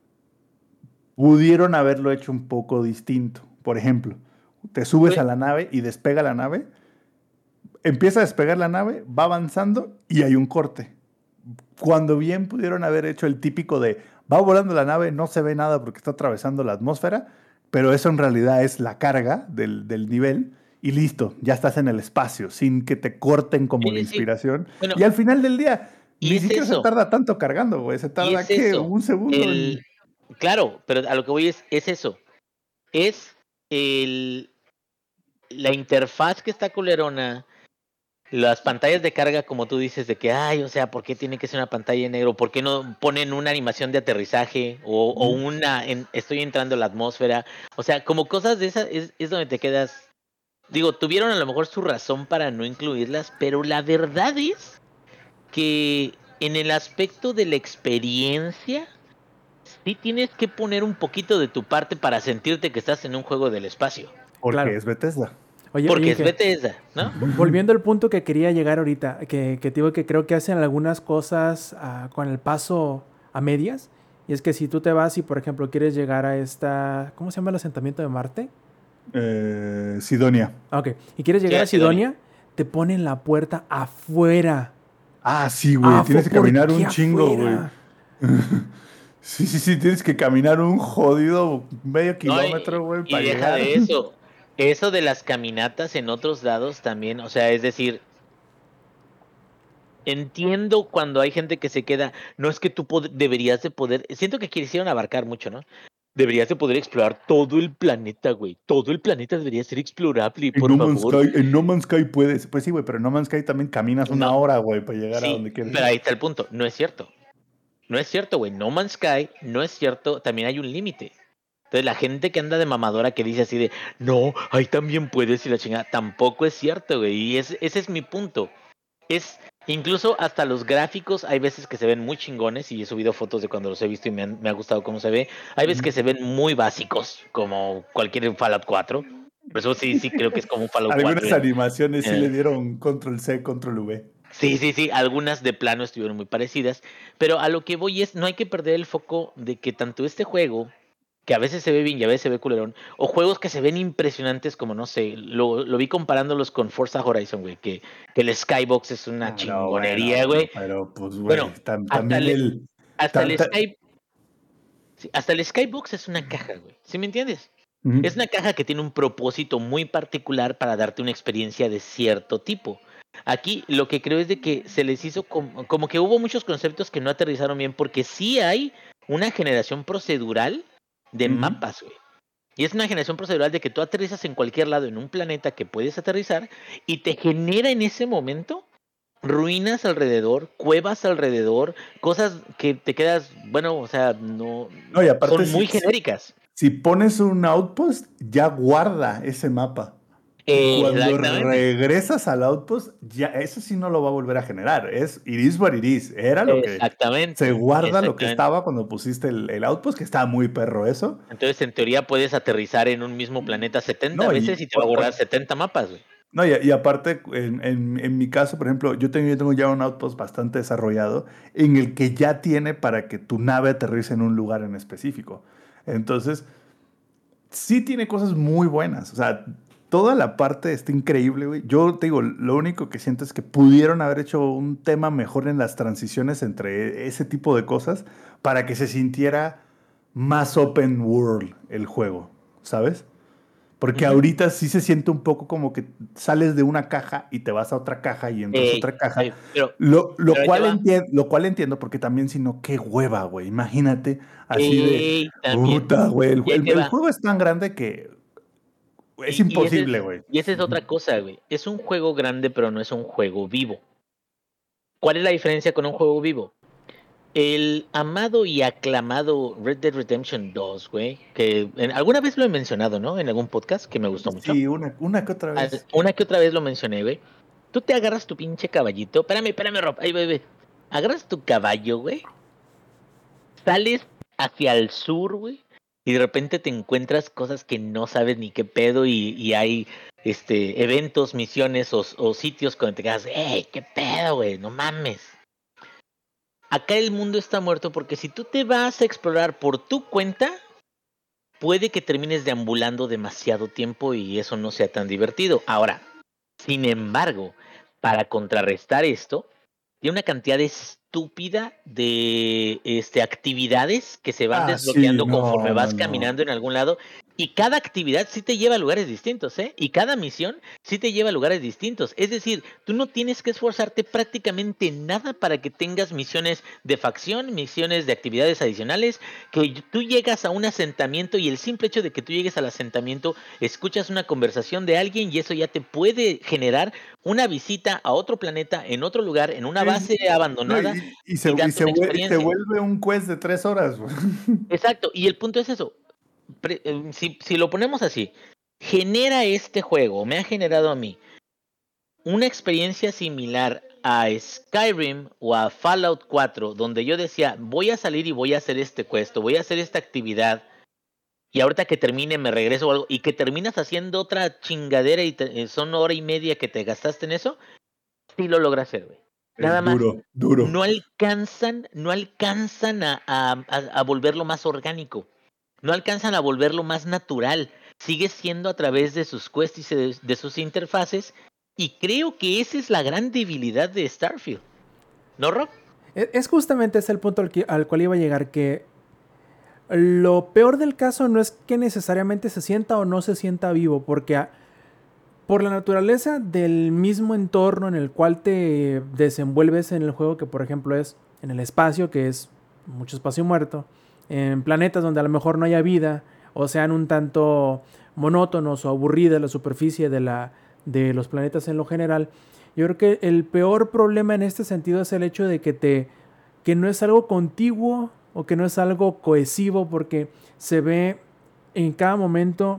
pudieron haberlo hecho un poco distinto. Por ejemplo, te subes
Pues,
a la nave y despega la nave, empieza a despegar la nave, va avanzando y hay un corte. Cuando bien pudieron haber hecho el típico de va volando la nave, no se ve nada porque está atravesando la atmósfera, pero eso en realidad es la carga del nivel y listo, ya estás en el espacio, sin que te corten como
sí,
la
sí, sí.
inspiración.
Bueno,
Y al final del día,
y
ni
es
siquiera se
eso,
tarda tanto cargando, güey, se
y
tarda,
es
¿qué?
eso,
Un segundo
el,
en...
claro, pero a lo que voy es eso, es el, la interfaz que está culerona. Las pantallas de carga, como tú dices, de que, ay, o sea, ¿por qué tiene que ser una pantalla en negro? ¿Por qué no ponen una animación de aterrizaje? O
Ujú.
estoy entrando a la atmósfera. O sea, como cosas de esas es donde te quedas. Digo, tuvieron a lo mejor su razón para no incluirlas, pero la verdad es que en el aspecto de la experiencia, sí tienes que poner un poquito de tu parte para sentirte que estás en un juego del espacio.
Porque
Claro.
es Bethesda.
Oye,
Porque es
Inge,
Bethesda, ¿no?
volviendo al punto que quería llegar ahorita, que te digo que creo que hacen algunas cosas con el paso a medias. Y es que si tú te vas y, por ejemplo, quieres llegar a esta... ¿Cómo se llama el asentamiento de Marte?
Sidonia.
Ah, ok. Y quieres
Sí,
llegar a
Sidonia.
Sidonia, te ponen la puerta afuera.
Ah, sí, güey, tienes que
¿Por
caminar
qué
un chingo, güey.
afuera?
Sí, sí, sí, tienes que caminar un jodido medio
No,
kilómetro, güey,
y
para
deja
llegar.
de eso. Eso de las caminatas en otros lados también, o sea, es decir, entiendo cuando hay gente que se queda, no es que tú deberías de poder, siento que quisieron abarcar mucho, ¿no? Deberías de poder explorar todo el planeta, güey. Todo el planeta debería ser explorable, por favor.
En No Man's Sky puedes. Pues sí, güey, pero en No Man's Sky también caminas una
No,
hora, güey, para llegar a
sí,
donde quieres.
pero ahí está el punto, no es cierto. No es cierto, güey. No Man's Sky, no es cierto, también hay un límite. Entonces la gente que anda de mamadora que dice así de, no, ahí también puedes y la chingada, tampoco es cierto, güey. Y ese es mi punto. Es, incluso hasta los gráficos, hay veces que se ven muy chingones y he subido fotos de cuando los he visto y me ha gustado cómo se ve. Hay veces
Ujú.
que se ven muy básicos, como cualquier Fallout 4. Por eso sí, sí creo que es como un Fallout 4
Algunas animaciones sí
en
le dieron control C, control V.
Sí, sí, sí, algunas de plano estuvieron muy parecidas, pero a lo que voy es, no hay que perder el foco de que tanto este juego, que a veces se ve bien y a veces se ve culerón, o juegos que se ven impresionantes como, no sé, lo vi comparándolos con Forza Horizon, güey, que el Skybox es una
Pero bueno,
chingonería, güey.
pero pues, güey,
Bueno, hasta
también
el,
el...
hasta
ta-
el
ta-
Sky, sí, hasta el Skybox es una caja, güey, ¿sí me entiendes?
Ujú.
Es una caja que tiene un propósito muy particular para darte una experiencia de cierto tipo. Aquí lo que creo es de que se les hizo como que hubo muchos conceptos que no aterrizaron bien porque sí hay una generación procedural de
Ujú.
mapas, güey. Y es una generación procedural de que tú aterrizas en cualquier lado en un planeta que puedes aterrizar y te genera en ese momento ruinas alrededor, cuevas alrededor, cosas que te quedas, bueno, o sea, no,
No, y aparte,
son muy genéricas.
si pones un outpost, ya guarda ese mapa. Y cuando
Exactamente.
regresas al outpost, ya eso sí no lo va a volver a generar. Es it is what it is. Era lo que se
Exactamente,
guarda lo que
exactamente.
estaba cuando pusiste el outpost, que estaba muy perro eso.
Entonces, en teoría, puedes aterrizar en un mismo planeta 70
No,
veces y te va a guardar 70 mapas, güey.
no, y aparte, en mi caso, por ejemplo, yo tengo ya un outpost bastante desarrollado en el que ya tiene para que tu nave aterrice en un lugar en específico. Entonces, sí tiene cosas muy buenas. O sea, toda la parte está increíble, güey. Yo te digo, lo único que siento es que pudieron haber hecho un tema mejor en las transiciones entre ese tipo de cosas para que se sintiera más open world el juego, ¿sabes? Porque ahorita sí se siente un poco como que sales de una caja y te vas a otra caja y entras a otra caja.
Pero
Lo
ahí te
cual
va.
lo cual entiendo porque también si no, qué hueva, güey. Imagínate así de
También.
puta, güey.
Y ahí te
El
va.
juego es tan grande que es
Y
imposible, güey.
esa es otra cosa, güey. Es un juego grande, pero no es un juego vivo. ¿Cuál es la diferencia con un juego vivo? El amado y aclamado Red Dead Redemption 2, güey, que alguna vez lo he mencionado, ¿no? En algún podcast que me gustó mucho.
Sí, una que otra vez.
Una que otra vez lo mencioné, güey. Tú te agarras tu pinche caballito. Espérame, Rob. Ahí, bebé. Agarras tu caballo, güey. Sales hacia el sur, güey. Y de repente te encuentras cosas que no sabes ni qué pedo. Y hay eventos, misiones o sitios donde te quedas, ¡ey, qué pedo, güey! No mames. Acá el mundo está muerto porque si tú te vas a explorar por tu cuenta, puede que termines deambulando demasiado tiempo y eso no sea tan divertido. Ahora, sin embargo, para contrarrestar esto, hay una cantidad estúpida de actividades que se van
Ah, sí,
desbloqueando conforme
no, no,
vas
no.
caminando en algún lado. Y cada actividad sí te lleva a lugares distintos, ¿eh? Y cada misión sí te lleva a lugares distintos. Es decir, tú no tienes que esforzarte prácticamente nada para que tengas misiones de facción, misiones de actividades adicionales, que tú llegas a un asentamiento y el simple hecho de que tú llegues al asentamiento, escuchas una conversación de alguien y eso ya te puede generar una visita a otro planeta, en otro lugar, en una
Sí,
base
sí. No,
abandonada y darte una
se
experiencia.
vuelve un quest de 3 horas, güey.
Exacto, y el punto es eso. Si lo ponemos así, genera este juego, me ha generado a mí una experiencia similar a Skyrim o a Fallout 4, donde yo decía, voy a salir y voy a hacer este quest, voy a hacer esta actividad, y ahorita que termine me regreso o algo, y que terminas haciendo otra chingadera y son hora y media que te gastaste en eso, sí lo logra hacer, güey. Nada
Es
más,
duro, duro.
no alcanzan a volverlo más orgánico. No alcanzan a volverlo más natural. Sigue siendo a través de sus quests y de sus interfaces. Y creo que esa es la gran debilidad de Starfield. ¿No, Rob?
Es justamente ese el punto al cual iba a llegar, que lo peor del caso no es que necesariamente se sienta o no se sienta vivo, porque por la naturaleza del mismo entorno en el cual te desenvuelves en el juego, que por ejemplo es en el espacio, que es mucho espacio muerto, en planetas donde a lo mejor no haya vida, o sean un tanto monótonos o aburridas la superficie de los planetas en lo general, yo creo que el peor problema en este sentido es el hecho de que no es algo contiguo o que no es algo cohesivo, porque se ve en cada momento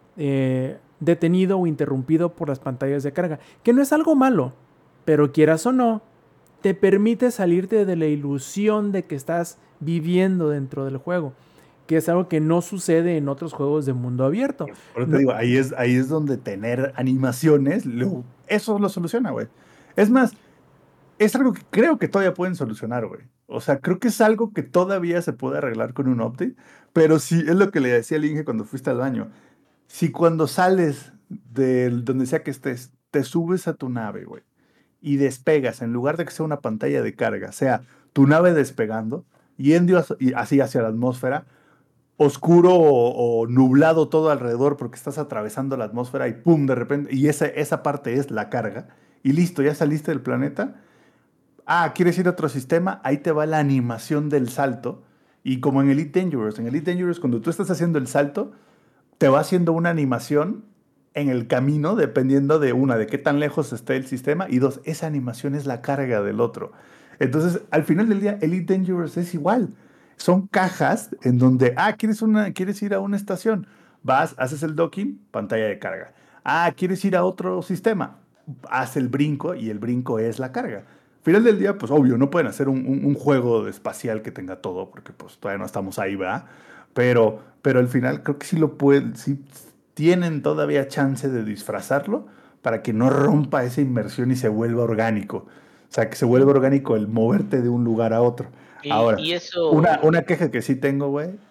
detenido o interrumpido por las pantallas de carga, que no es algo malo, pero quieras o no, te permite salirte de la ilusión de que estás viviendo dentro del juego, que es algo que no sucede en otros juegos de mundo abierto.
Pero te
No,
digo, ahí es donde tener animaciones, eso lo soluciona, güey. Es más, es algo que creo que todavía pueden solucionar, güey. O sea, creo que es algo que todavía se puede arreglar con un update, pero sí, es lo que le decía al Inge cuando fuiste al baño. Si cuando sales de donde sea que estés, te subes a tu nave, güey, y despegas, en lugar de que sea una pantalla de carga, sea tu nave despegando, y así hacia la atmósfera, oscuro o nublado todo alrededor porque estás atravesando la atmósfera y pum, de repente, y esa parte es la carga, y listo, ya saliste del planeta. Ah, ¿quieres ir a otro sistema? Ahí te va la animación del salto. Y como en Elite Dangerous, cuando tú estás haciendo el salto, te va haciendo una animación en el camino, dependiendo de qué tan lejos esté el sistema, y dos, esa animación es la carga del otro. Entonces, al final del día, Elite Dangerous es igual. Son cajas en donde, quieres ir a una estación, vas, haces el docking, pantalla de carga. Ah, quieres ir a otro sistema, haz el brinco y el brinco es la carga. Al final del día, pues obvio, no pueden hacer un juego espacial que tenga todo, porque pues todavía no estamos ahí, ¿verdad? Pero al final creo que sí lo pueden, sí tienen todavía chance de disfrazarlo para que no rompa esa inmersión y se vuelva orgánico. O sea, que se vuelva orgánico el moverte de un lugar a otro. Ahora,
Y eso...
una queja que sí tengo, güey,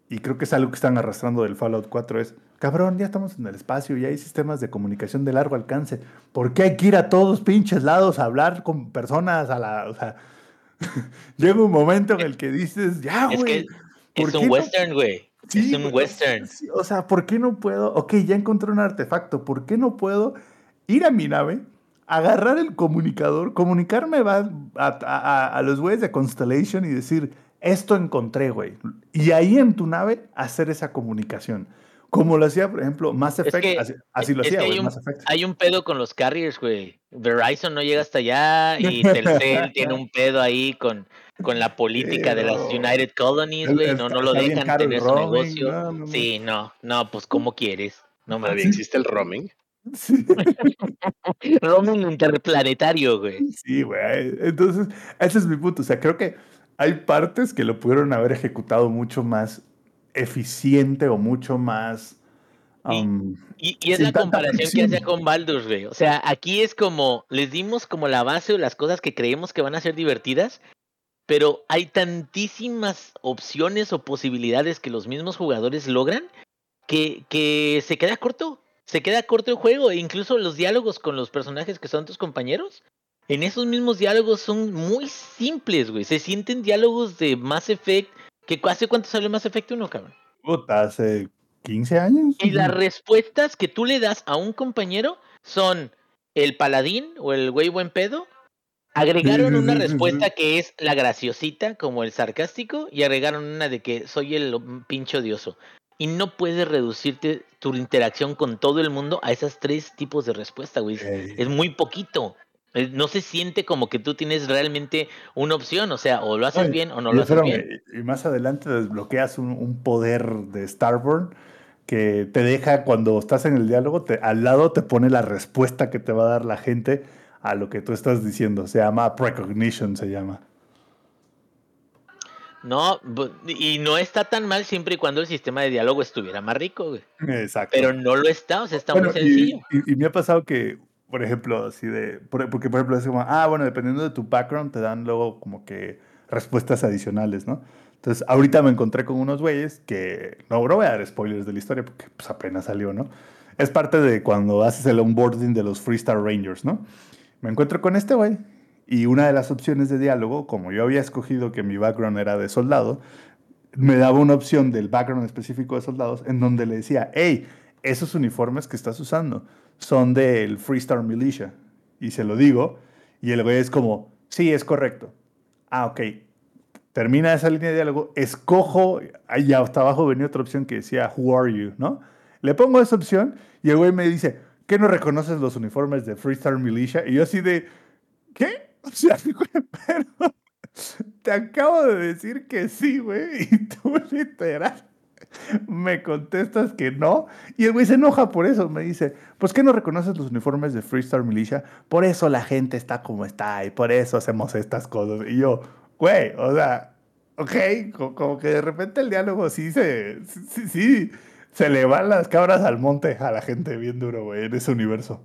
y creo que es algo que están arrastrando del Fallout 4, es, cabrón, ya estamos en el espacio, ya hay sistemas de comunicación de largo alcance. ¿Por qué hay que ir a todos pinches lados a hablar con personas o sea, llega un momento en el que dices, ya,
Es
güey,
que
¿por
es un
qué no?
western, güey. Es
Sí,
un
güey,
western.
sí, o sea, ¿por qué no puedo? Ok, ya encontré un artefacto, ¿por qué no puedo ir a mi nave, agarrar el comunicador, comunicarme a los güeyes de Constellation y decir, esto encontré, güey? Y ahí en tu nave hacer esa comunicación. Como lo hacía, por ejemplo, Mass
Es
Effect,
que,
así lo
es
hacía,
que
güey, Mass Effect.
hay un pedo con los carriers, güey. Verizon no llega hasta allá y Telcel tiene un pedo ahí con la política de las
Pero
United Colonies, güey. No, no lo
está bien
dejan
caro el
tener su
roaming,
negocio.
no, no, no.
Sí, no, pues ¿cómo quieres? No
Todavía
mames.
existe el roaming.
Sí.
Roaming interplanetario, güey.
Sí, güey. Entonces, ese es mi punto. O sea, creo que hay partes que lo pudieron haber ejecutado mucho más eficiente o mucho más
Y,
um,
y es la
sin tanta
comparación que hacía
fricción.
con Baldur's, güey. O sea, aquí es como, les dimos como la base o las cosas que creemos que van a ser divertidas, pero hay tantísimas opciones o posibilidades que los mismos jugadores logran que se queda corto. Se queda corto el juego. E incluso los diálogos con los personajes que son tus compañeros. En esos mismos diálogos son muy simples, güey. Se sienten diálogos de Mass Effect. ¿Hace cuánto salió Mass Effect 1, cabrón?
Puta, hace 15 años.
Y las respuestas que tú le das a un compañero son el paladín o el güey buen pedo.
Sí,
Agregaron
sí,
una
sí, sí,
respuesta
sí.
que es la graciosita, como el sarcástico, y agregaron una de que soy el pinche odioso. Y no puedes reducirte tu interacción con todo el mundo a esos tres tipos de respuesta, güey. Es muy poquito. No se siente como que tú tienes realmente una opción, o sea, o lo haces
Ay,
bien o no
y
lo haces
espérame,
bien.
y más adelante desbloqueas un poder de Starborn que te deja, cuando estás en el diálogo, al lado te pone la respuesta que te va a dar la gente a lo que tú estás diciendo. Se llama Precognition, se llama.
No, y no está tan mal siempre y cuando el sistema de diálogo estuviera más rico, güey.
Exacto.
Pero no lo está, o sea, está muy
Bueno,
sencillo.
y me ha pasado que, por ejemplo, así de, porque por ejemplo es como, bueno, dependiendo de tu background te dan luego como que respuestas adicionales, ¿no? Entonces, ahorita me encontré con unos güeyes que, no voy a dar spoilers de la historia porque pues apenas salió, ¿no? Es parte de cuando haces el onboarding de los Freestar Rangers, ¿no? Me encuentro con este güey y una de las opciones de diálogo, como yo había escogido que mi background era de soldado, me daba una opción del background específico de soldados en donde le decía, hey, esos uniformes que estás usando son del Freestar Militia. Y se lo digo, y el güey es como, sí, es correcto. Ah, ok. Termina esa línea de diálogo, escojo, ahí hasta abajo venía otra opción que decía, who are you, ¿no? Le pongo esa opción y el güey me dice, ¿qué no reconoces los uniformes de Freestar Militia? Y yo así de, ¿qué? O sea, güey, pero te acabo de decir que sí, güey, y tú literal me contestas que no. Y el güey se enoja por eso. Me dice, pues que no reconoces los uniformes de Freestar Militia. Por eso la gente está como está y por eso hacemos estas cosas. Y yo, güey, o sea, ok, como que de repente el diálogo sí, se le van las cabras al monte a la gente bien duro, güey, en ese universo.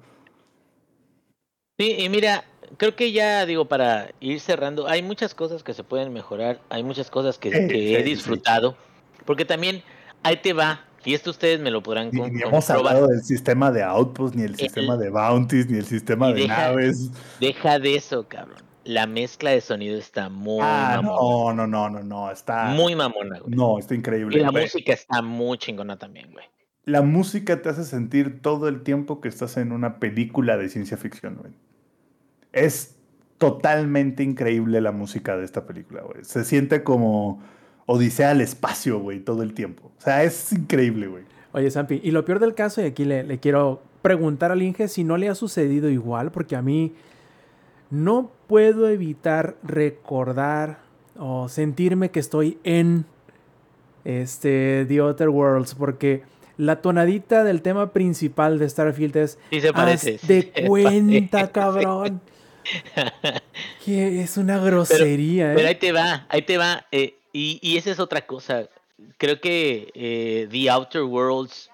Sí, y mira, creo que ya digo, para ir cerrando, hay muchas cosas que se pueden mejorar, hay muchas cosas que he
Sí, sí, sí.
disfrutado, porque también ahí te va, y esto ustedes me lo podrán
Ni hemos
comprobar,
hablado del sistema de outposts, ni el sistema
el,
de bounties, ni el sistema
y
de naves.
deja de eso, cabrón. La mezcla de sonido está muy mamona,
No,
muy mamona, güey.
está
Y
increíble.
la
Güey.
música está muy chingona también, güey.
La música te hace sentir todo el tiempo que estás en una película de ciencia ficción, güey. Es totalmente increíble la música de esta película, güey. Se siente como Odisea al espacio, güey, todo el tiempo. O sea, es increíble, güey.
Oye, Sampi, y lo peor del caso, y aquí le quiero preguntar al Inge si no le ha sucedido igual, porque a mí no puedo evitar recordar o sentirme que estoy en The Other Worlds, porque la tonadita del tema principal de Starfield es
Sí se
haz
parece, sí
de
se
cuenta,
parece.
cabrón, que es una
Pero,
grosería,
pero
¿eh?
ahí te va, y esa es otra cosa. Creo que The Outer Worlds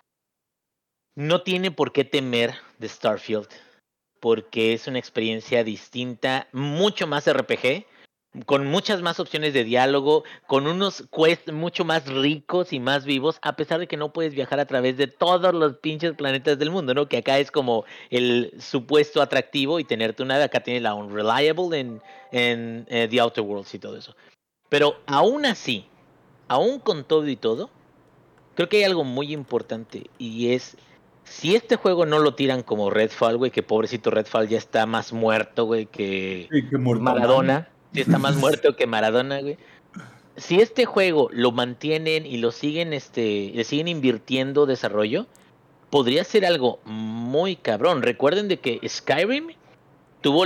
no tiene por qué temer de Starfield, porque es una experiencia distinta, mucho más RPG, con muchas más opciones de diálogo, con unos quests mucho más ricos y más vivos, a pesar de que no puedes viajar a través de todos los pinches planetas del mundo, ¿no? Que acá es como el supuesto atractivo y tenerte una nave, acá tienes la Unreliable en The Outer Worlds y todo eso. Pero aún así, aún con todo y todo, creo que hay algo muy importante y es, si este juego no lo tiran como Redfall, güey, que pobrecito Redfall ya está más muerto, güey, que
Sí, qué muerto, man.
Maradona, sí está más muerto que Maradona, güey. Si este juego lo mantienen y lo siguen, le siguen invirtiendo desarrollo, podría ser algo muy cabrón. Recuerden de que Skyrim tuvo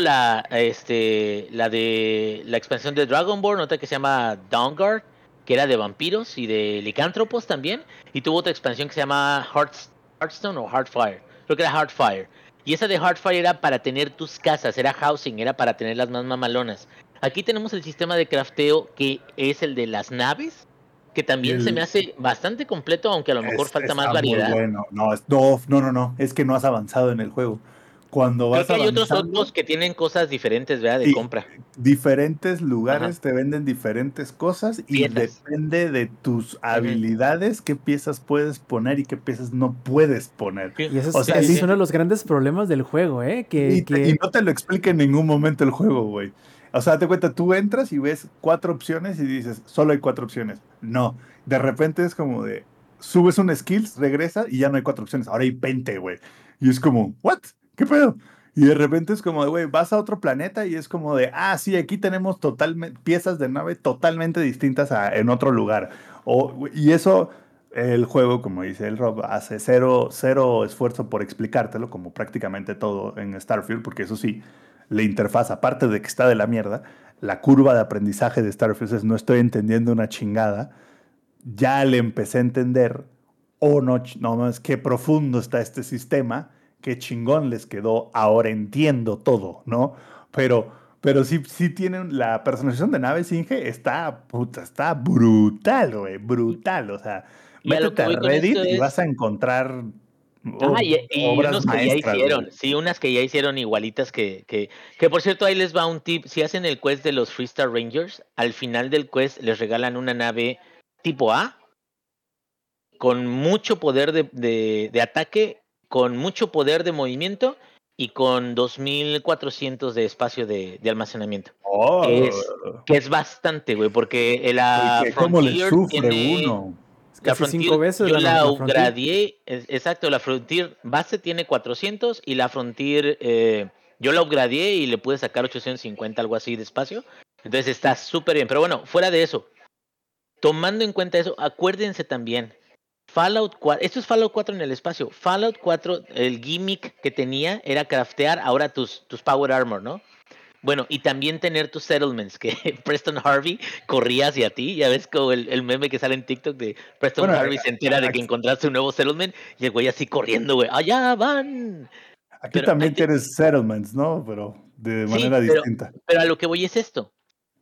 la expansión de Dragonborn, otra que se llama Dawnguard, que era de vampiros y de licántropos también, y tuvo otra expansión que se llama Hearthstone o Heartfire, creo que era Heartfire. Y esa de Heartfire era para tener tus casas, era housing, era para tener las más mamalonas. Aquí tenemos el sistema de crafteo que es el de las naves, que
Y
también se me
el,
hace bastante completo, aunque a lo mejor falta más
está muy
variedad.
bueno. No, no. Es que no has avanzado en el juego. Cuando
Creo
vas
que hay otros
avanzando,
que tienen cosas diferentes, ¿verdad? De
y
compra.
diferentes
Ajá.
lugares te venden diferentes cosas y
Piezas.
depende de tus
Ujú.
habilidades qué piezas puedes poner y qué piezas no puedes poner.
Sí,
Y eso
O
es,
sea,
ese
sí,
es
sí.
uno de los grandes problemas del juego, ¿eh?
y no te lo explica en ningún momento el juego, güey. O sea, te cuenta, tú entras y ves 4 opciones y dices, solo hay 4 opciones. No, de repente es como de, subes un skills, regresa y ya no hay 4 opciones, ahora hay 20, güey. Y es como, ¿what? ¿Qué pedo? Y de repente es como de, güey, vas a otro planeta y es como de, ah, sí, aquí tenemos totalmente piezas de nave totalmente distintas en otro lugar. Y eso, el juego, como dice el Rob, hace cero esfuerzo por explicártelo, como prácticamente todo en Starfield, porque eso sí, la interfaz, aparte de que está de la mierda, la curva de aprendizaje de Starfield es no estoy entendiendo una chingada, ya le empecé a entender, oh no, no más, qué profundo está este sistema, qué chingón les quedó, ahora entiendo todo, ¿no? Pero sí tienen la personalización de naves Inge, está, puta, está brutal, güey, brutal. O sea,
Y a lo
métete
que
a
voy con esto
Reddit y vas
es.
a encontrar
Y
obras
unos que ya
maestras,
hicieron,
güey.
sí, unas que ya hicieron igualitas que por cierto, ahí les va un tip. Si hacen el quest de los Freestar Rangers, al final del quest les regalan una nave tipo A, con mucho poder de ataque, con mucho poder de movimiento y con 2400 de espacio de almacenamiento. Que es,
Oh,
que es bastante, güey, porque la
porque cómo le
Frontier
sufre
tiene.
uno.
Es
La
casi 5
Frontier,
veces
yo la
la Frontier.
upgradeé, exacto, la Frontier base tiene 400 y la Frontier yo la upgradeé y le pude sacar 850, algo así de espacio. Entonces está súper bien. Pero bueno, fuera de eso, tomando en cuenta eso, acuérdense también, Fallout 4, esto es Fallout 4 en el espacio. Fallout 4, el gimmick que tenía era craftear ahora tus Power Armor, ¿no? Bueno, y también tener tus settlements, que Preston Harvey corría hacia ti. Ya ves como el meme que sale en TikTok de Preston
Bueno,
Harvey se entera de que
aquí,
encontraste un nuevo settlement y el güey así corriendo, güey. ¡Allá van!
aquí
Pero,
también tienes settlements, ¿no? Pero de manera
sí, pero,
distinta.
pero a lo que voy es esto.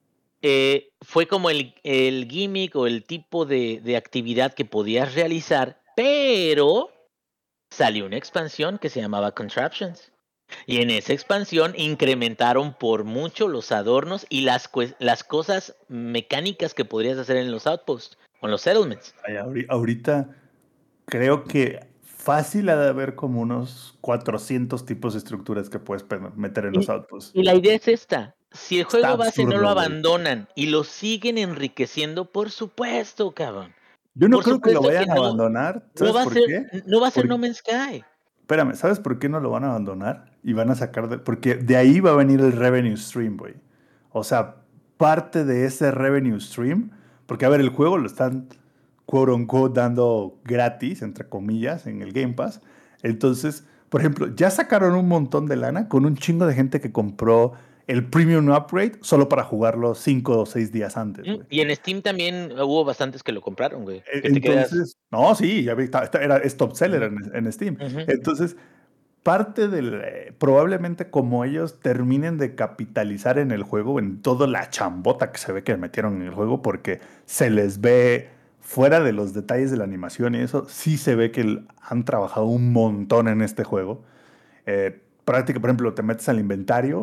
Fue como el gimmick o el tipo de actividad que podías realizar, pero salió una expansión que se llamaba Contraptions. Y en esa expansión incrementaron por mucho los adornos y las cosas mecánicas que podrías hacer en los outposts, con los settlements.
Ay, ahorita creo que fácil ha de haber como unos 400 tipos de estructuras que puedes meter en los
Y,
outposts.
y la idea es esta. Si el
Está
juego base no lo
absurdo, güey.
abandonan y lo siguen enriqueciendo, por supuesto, cabrón.
Yo no
Por
creo que lo
supuesto que
vayan a abandonar.
no
¿Sabes
va a
por
ser,
qué?
no va a ser No
Porque,
Man's Sky.
espérame, ¿sabes por qué no lo van a abandonar? Y van a sacar porque de ahí va a venir el revenue stream, güey. O sea, parte de ese revenue stream, porque a ver, el juego lo están, quote unquote, dando gratis, entre comillas, en el Game Pass. Entonces, por ejemplo, ya sacaron un montón de lana con un chingo de gente que compró el Premium Upgrade solo para jugarlo 5 o 6 días antes, güey.
Y en Steam también hubo bastantes que lo compraron, güey. Que te quedas.
Entonces, no, sí, ya vi, es top seller
Ujú,
en Steam.
ujú.
Entonces, parte del, probablemente como ellos terminen de capitalizar en el juego, en toda la chambota que se ve que metieron en el juego, porque se les ve fuera de los detalles de la animación y eso, sí se ve que han trabajado un montón en este juego. Por ejemplo, te metes al inventario,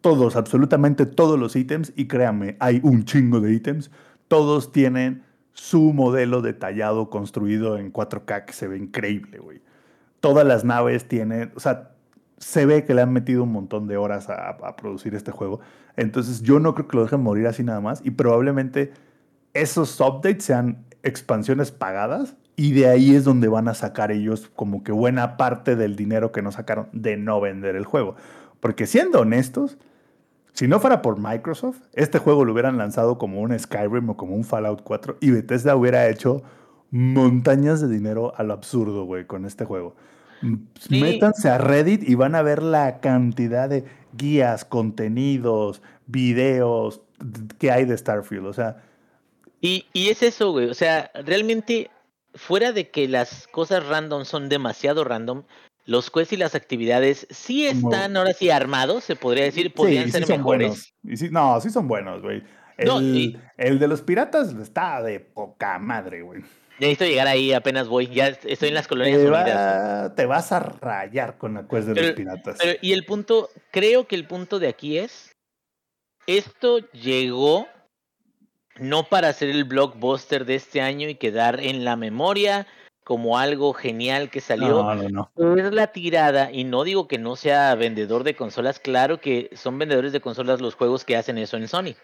todos, absolutamente todos los ítems, y créanme, hay un chingo de ítems, todos tienen su modelo detallado, construido en 4K, que se ve increíble, güey. Todas las naves tienen, o sea, se ve que le han metido un montón de horas a producir este juego. Entonces yo no creo que lo dejen morir así nada más, y probablemente esos updates sean expansiones pagadas, y de ahí es donde van a sacar ellos como que buena parte del dinero que no sacaron de no vender el juego. Porque siendo honestos, si no fuera por Microsoft, este juego lo hubieran lanzado como un Skyrim o como un Fallout 4 y Bethesda hubiera hecho montañas de dinero a lo absurdo, güey, con este juego.
Sí,
Métanse a Reddit y van a ver la cantidad de guías, contenidos, videos que hay de Starfield. O sea,
y es eso, güey. O sea, realmente, fuera de que las cosas random son demasiado random, los quests y las actividades sí
como...
están ahora sí armados, se podría decir, podrían
Sí, sí
ser
son
mejores.
buenos. Y sí, no, sí son buenos, güey.
No,
El de los piratas está de poca madre, güey.
necesito llegar ahí, apenas voy. Ya estoy en las colonias unidas, güey.
Te vas a rayar con la quest de los
Pero,
piratas.
y el punto, creo que el punto de aquí es, esto llegó no para ser el blockbuster de este año y quedar en la memoria como algo genial que salió.
No, no, no.
Es la tirada, y no digo que no sea vendedor de consolas, claro que son vendedores de consolas los juegos que hacen eso en Sony.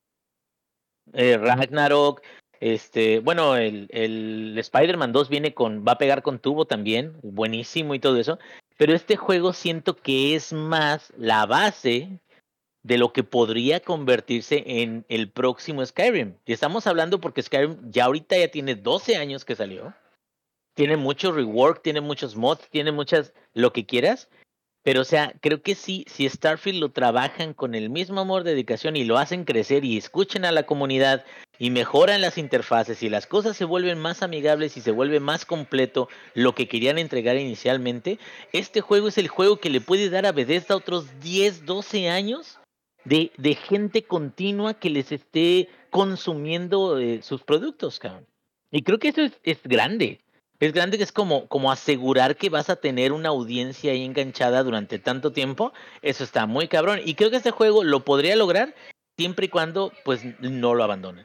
Ragnarok, bueno, el Spider-Man 2 va a pegar con tubo también, buenísimo y todo eso, pero este juego siento que es más la base de lo que podría convertirse en el próximo Skyrim. Y estamos hablando porque Skyrim ya ahorita ya tiene 12 años que salió, tiene mucho rework, tiene muchos mods, tiene muchas, lo que quieras, pero, o sea, creo que sí, si Starfield lo trabajan con el mismo amor, dedicación y lo hacen crecer y escuchen a la comunidad y mejoran las interfaces y las cosas se vuelven más amigables y se vuelve más completo lo que querían entregar inicialmente, este juego es el juego que le puede dar a Bethesda otros 10, 12 años de gente continua que les esté consumiendo sus productos, cabrón. Y creo que eso es grande. Es grande, que es como asegurar que vas a tener una audiencia ahí enganchada durante tanto tiempo. Eso está muy cabrón. Y creo que este juego lo podría lograr siempre y cuando pues no lo abandonen.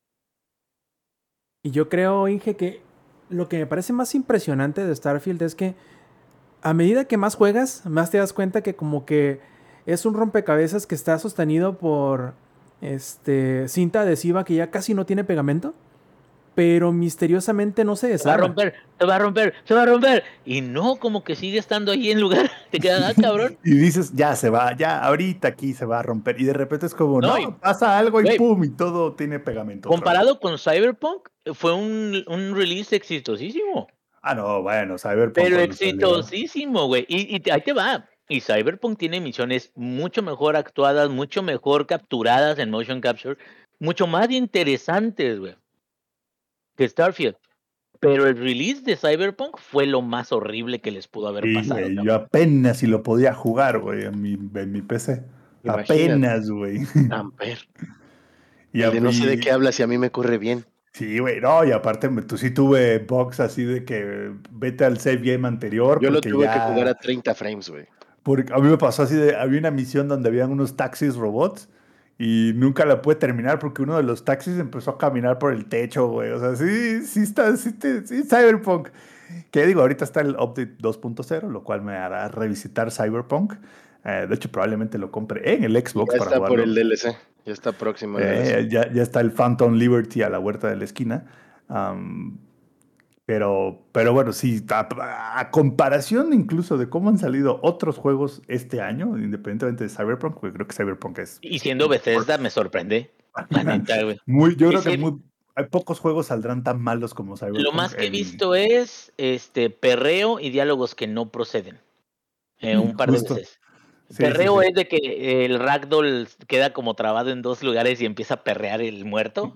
Y yo creo, Inge, que lo que me parece más impresionante de Starfield es que a medida que más juegas, más te das cuenta que como que es un rompecabezas que está sostenido por cinta adhesiva que ya casi no tiene pegamento, pero misteriosamente no se
Se va a
desarma.
romper, se va a romper, se va a romper. Y no, como que sigue estando ahí en lugar. Te queda, cabrón.
Y dices, ya se va, ya ahorita aquí se va a romper. Y de repente es como,
No, y,
no, pasa algo y
güey,
pum, y todo tiene pegamento otra vez.
comparado con Cyberpunk, fue un release exitosísimo.
Ah, no, bueno, Cyberpunk
Pero
cuando salió.
exitosísimo, güey. Y ahí te va. Y Cyberpunk tiene misiones mucho mejor actuadas, mucho mejor capturadas en motion capture, mucho más interesantes, güey, que Starfield. Pero el release de Cyberpunk fue lo más horrible que les pudo haber
Sí,
pasado,
güey, yo
cabrón.
apenas si lo podía jugar, güey, en mi PC.
Imagínate,
Apenas, güey.
Amper.
Y,
El de no sé de qué
y-
hablas y a mí me corre bien.
sí, güey, no, y aparte, tú sí tuve bugs así de que vete al save game anterior
Yo lo
porque
tuve que jugar
ya.
a 30 frames, güey.
Porque a mí me pasó así de, había una misión donde habían unos taxis robots y nunca la pude terminar porque uno de los taxis empezó a caminar por el techo, güey. O sea, sí, sí está, sí, Cyberpunk. Que digo, ahorita está el update 2.0, lo cual me hará revisitar Cyberpunk. De hecho, probablemente lo compre en el
Y
Xbox
ya
para
está por el
jugarlo.
DLC. Ya está próximo el DLC.
Ya está el Phantom Liberty a la vuelta de la esquina. Am, pero bueno, sí, a comparación incluso de cómo han salido otros juegos este año, independientemente de Cyberpunk, porque creo que Cyberpunk
Y siendo Bethesda me sorprende. La neta, güey.
yo creo
Es
que
que
hay pocos juegos saldrán tan malos como
lo
Cyberpunk
más que he visto es perreo y diálogos que no proceden. Un par de
justo.
veces.
Sí, sí,
Perreo
sí.
es de que el ragdoll queda como trabado en dos lugares y empieza a perrear el muerto.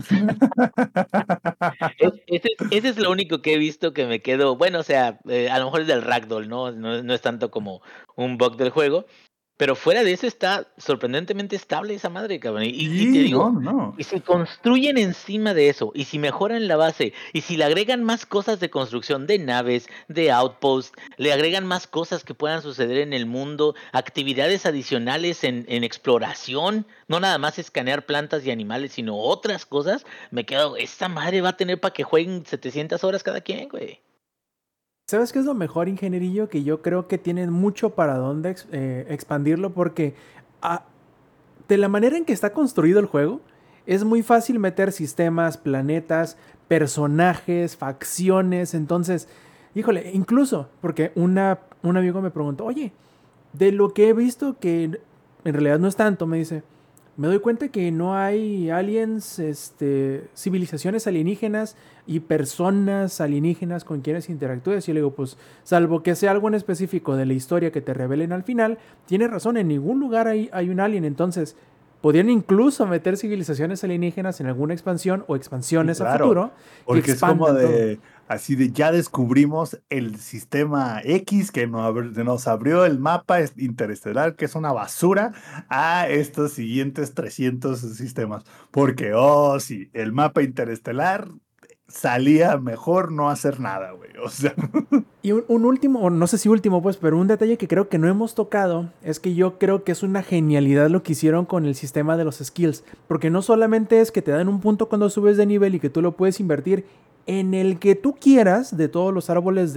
Ese es lo único que he visto que me quedo. Bueno, o sea, a lo mejor es del ragdoll, ¿no? No es tanto como un bug del juego. Pero fuera de eso está sorprendentemente estable esa madre, cabrón. Y te
Sí,
digo,
no.
y si construyen encima de eso, y si mejoran la base, y si le agregan más cosas de construcción de naves, de outposts, le agregan más cosas que puedan suceder en el mundo, actividades adicionales en exploración, no nada más escanear plantas y animales, sino otras cosas, me quedo, esta madre va a tener para que jueguen 700 horas cada quien, güey.
¿Sabes qué es lo mejor, ingenierillo? Que yo creo que tienen mucho para dónde expandirlo porque ah, de la manera en que está construido el juego, es muy fácil meter sistemas, planetas, personajes, facciones. Entonces, híjole, incluso, porque un amigo me preguntó, oye, de lo que he visto, que en realidad no es tanto, me dice, me doy cuenta que no hay aliens, civilizaciones alienígenas y personas alienígenas con quienes interactúes. Y le digo, pues, salvo que sea algo en específico de la historia que te revelen al final, tienes razón, en ningún lugar hay un alien. Entonces, podrían incluso meter civilizaciones alienígenas en alguna expansión o
Sí,
expansiones a
claro,
futuro que
porque es como
expandan todo.
así de ya descubrimos el sistema X que nos abrió el mapa interestelar, que es una basura, a estos siguientes 300 sistemas. Porque, oh, sí, el mapa interestelar salía mejor no hacer nada, güey. O sea,
Y un último, o no sé si último, pues, pero un detalle que creo que no hemos tocado es que yo creo que es una genialidad lo que hicieron con el sistema de los skills. Porque no solamente es que te dan un punto cuando subes de nivel y que tú lo puedes invertir en el que tú quieras de todos los árboles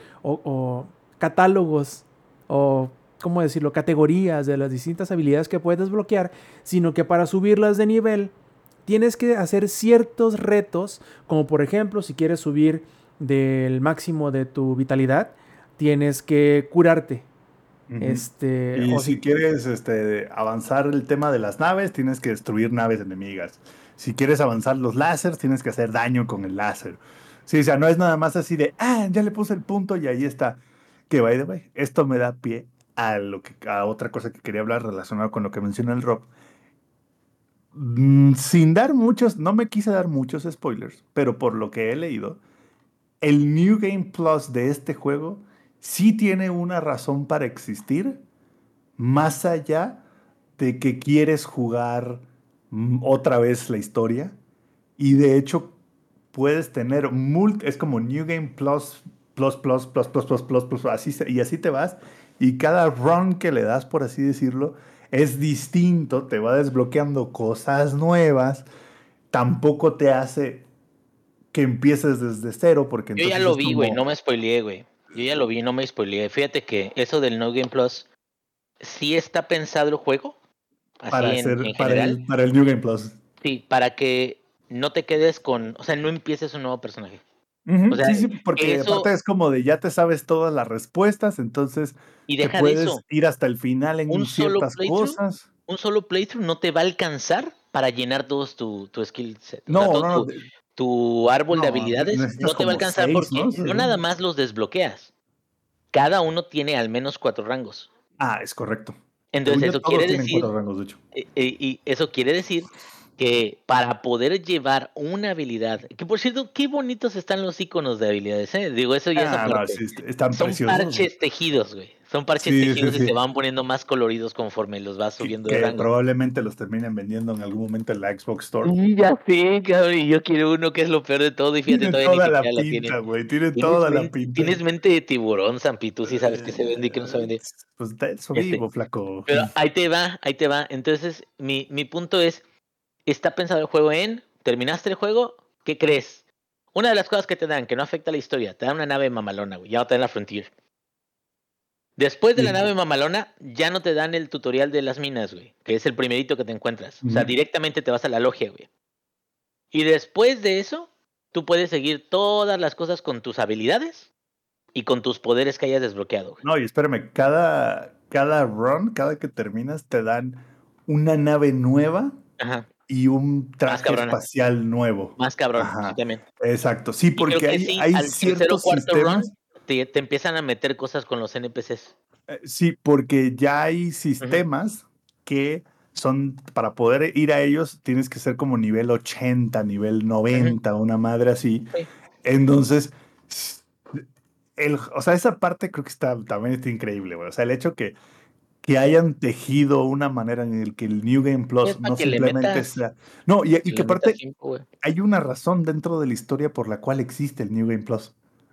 o catálogos o, ¿cómo decirlo?, categorías de las distintas habilidades que puedes desbloquear, sino que para subirlas de nivel tienes que hacer ciertos retos, como por ejemplo, si quieres subir del máximo de tu vitalidad, tienes que curarte.
ujú. Y
O
si
si,
quieres avanzar el tema de las naves, tienes que destruir naves enemigas. Si quieres avanzar los láseres, tienes que hacer daño con el láser. Sí, o sea, no es nada más así de, ya le puse el punto y ahí está. Que by the way, esto me da pie a otra cosa que quería hablar relacionado con lo que menciona el Rob. Sin dar muchos, no me quise dar muchos spoilers, pero por lo que he leído, el New Game Plus de este juego sí tiene una razón para existir más allá de que quieres jugar otra vez la historia. Y de hecho, puedes tener es como New Game Plus, así, y así te vas. Y cada run que le das, por así decirlo, es distinto, te va desbloqueando cosas nuevas. Tampoco te hace que empieces desde cero, porque
Yo ya
entonces
lo
es
vi, güey,
como
no me spoileé, güey. Yo ya lo vi, no me spoileé. Fíjate que eso del No Game Plus, sí está pensado el juego,
para
así
hacer,
en general.
para el New Game Plus.
Sí, para que no te quedes con, o sea, no empieces un nuevo personaje. O
Ujú,
sea,
sí, sí,
que
porque aparte
eso,
es como de ya te sabes todas las respuestas, entonces
y
te
deja de
puedes
eso,
ir hasta el final
un
en
solo
ciertas
playthrough,
cosas.
un solo playthrough no te va a alcanzar para llenar todos tu skill set. O sea,
No,
todo
no,
tu árbol de
no,
habilidades
necesitas
no te va a
como
alcanzar
seis,
porque
¿no?
no nada más los desbloqueas. Cada uno tiene al menos 4 rangos.
Es correcto. Según
Entonces
yo,
eso
todos
quiere
tienen
decir
4 rangos, de hecho.
y eso quiere decir que para poder llevar una habilidad, que por cierto, qué bonitos están los iconos de habilidades, ¿eh? Digo, eso ya es
No,
aparte.
sí, están
Son
preciosos.
parches tejidos, güey. Son parches
Sí, sí,
tejidos y se
sí.
van poniendo más coloridos conforme los vas subiendo de
Que
rango.
probablemente los terminen vendiendo en algún momento en la Xbox Store.
Sí, ya sé, cabrón, y yo quiero uno que es lo peor de todo, y fíjate,
Tiene
todavía ni
toda la
siquiera lo tienen.
pinta, güey. Tiene toda la pinta.
Tienes mente de tiburón, Zampi, tú sí sabes qué se vende y qué no se
Eh,
vende.
Pues de eso
Este,
vivo, flaco.
pero ahí te va, ahí te va. Entonces, mi punto es, está pensado el juego en, ¿terminaste el juego? ¿Qué crees? Una de las cosas que te dan, que no afecta a la historia, te dan una nave mamalona, güey, ya no te dan la Frontier. Después de la nave mamalona, ya no te dan el tutorial de las minas, güey, que es el primerito que te encuentras. O sea,
Ujú.
directamente te vas a la logia, güey. Y después de eso, tú puedes seguir todas las cosas con tus habilidades y con tus poderes que hayas desbloqueado, güey.
No, y espérame, cada run, cada que terminas, te dan una nave nueva
Ajá,
y un
más
traje
cabrona,
espacial nuevo.
más cabrón, sí
Ajá,
también.
exacto. Sí,
Y creo
porque
que
hay,
sí,
hay
al tercer o
ciertos
cuarto run,
sistemas.
te empiezan a meter cosas con los NPCs.
Sí, porque ya hay
Ujú,
sistemas que son, para poder ir a ellos, tienes que ser como nivel 80, nivel
ujú,
90, una madre así.
sí.
Entonces, o sea, esa parte creo que también está increíble, güey. O sea, el hecho que que hayan tejido una manera en el que el New Game Plus
Es para
no
que le
simplemente
metas,
sea... No, y
que
que
le metas
aparte
tiempo, güey.
hay una razón dentro de la historia por la cual existe el New Game Plus.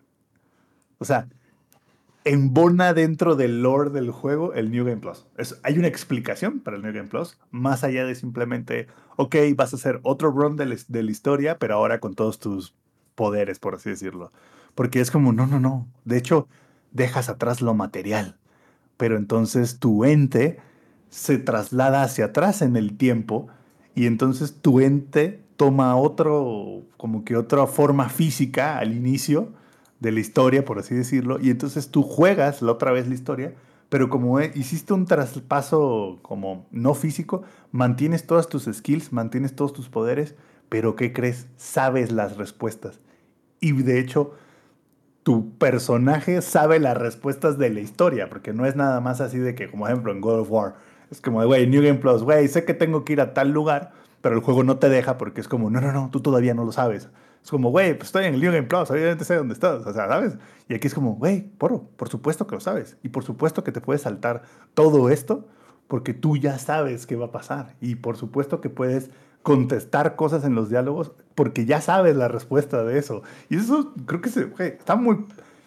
O sea, embona dentro del lore del juego el New Game Plus. Hay una explicación para el New Game Plus, más allá de simplemente, ok, vas a hacer otro run de la historia, pero ahora con todos tus poderes, por así decirlo. Porque es como, no, no, no. De hecho, dejas atrás lo material, pero entonces tu ente se traslada hacia atrás en el tiempo y entonces tu ente toma otro, como que otra forma física al inicio de la historia, por así decirlo, y entonces tú juegas la otra vez la historia, pero como hiciste un traspaso como no físico, mantienes todas tus skills, mantienes todos tus poderes, pero ¿qué crees? Sabes las respuestas. Y de hecho, tu personaje sabe las respuestas de la historia, porque no es nada más así de que, como ejemplo, en God of War, es como de, güey, New Game Plus, güey, sé que tengo que ir a tal lugar, pero el juego no te deja porque es como, no, no, no, tú todavía no lo sabes. Es como, güey, pues estoy en el New Game Plus, obviamente sé dónde estás, o sea, ¿sabes? Y aquí es como, güey, por supuesto que lo sabes, y por supuesto que te puedes saltar todo esto, porque tú ya sabes qué va a pasar, y por supuesto que puedes contestar cosas en los diálogos, porque ya sabes la respuesta de eso. Y eso creo que güey, está muy...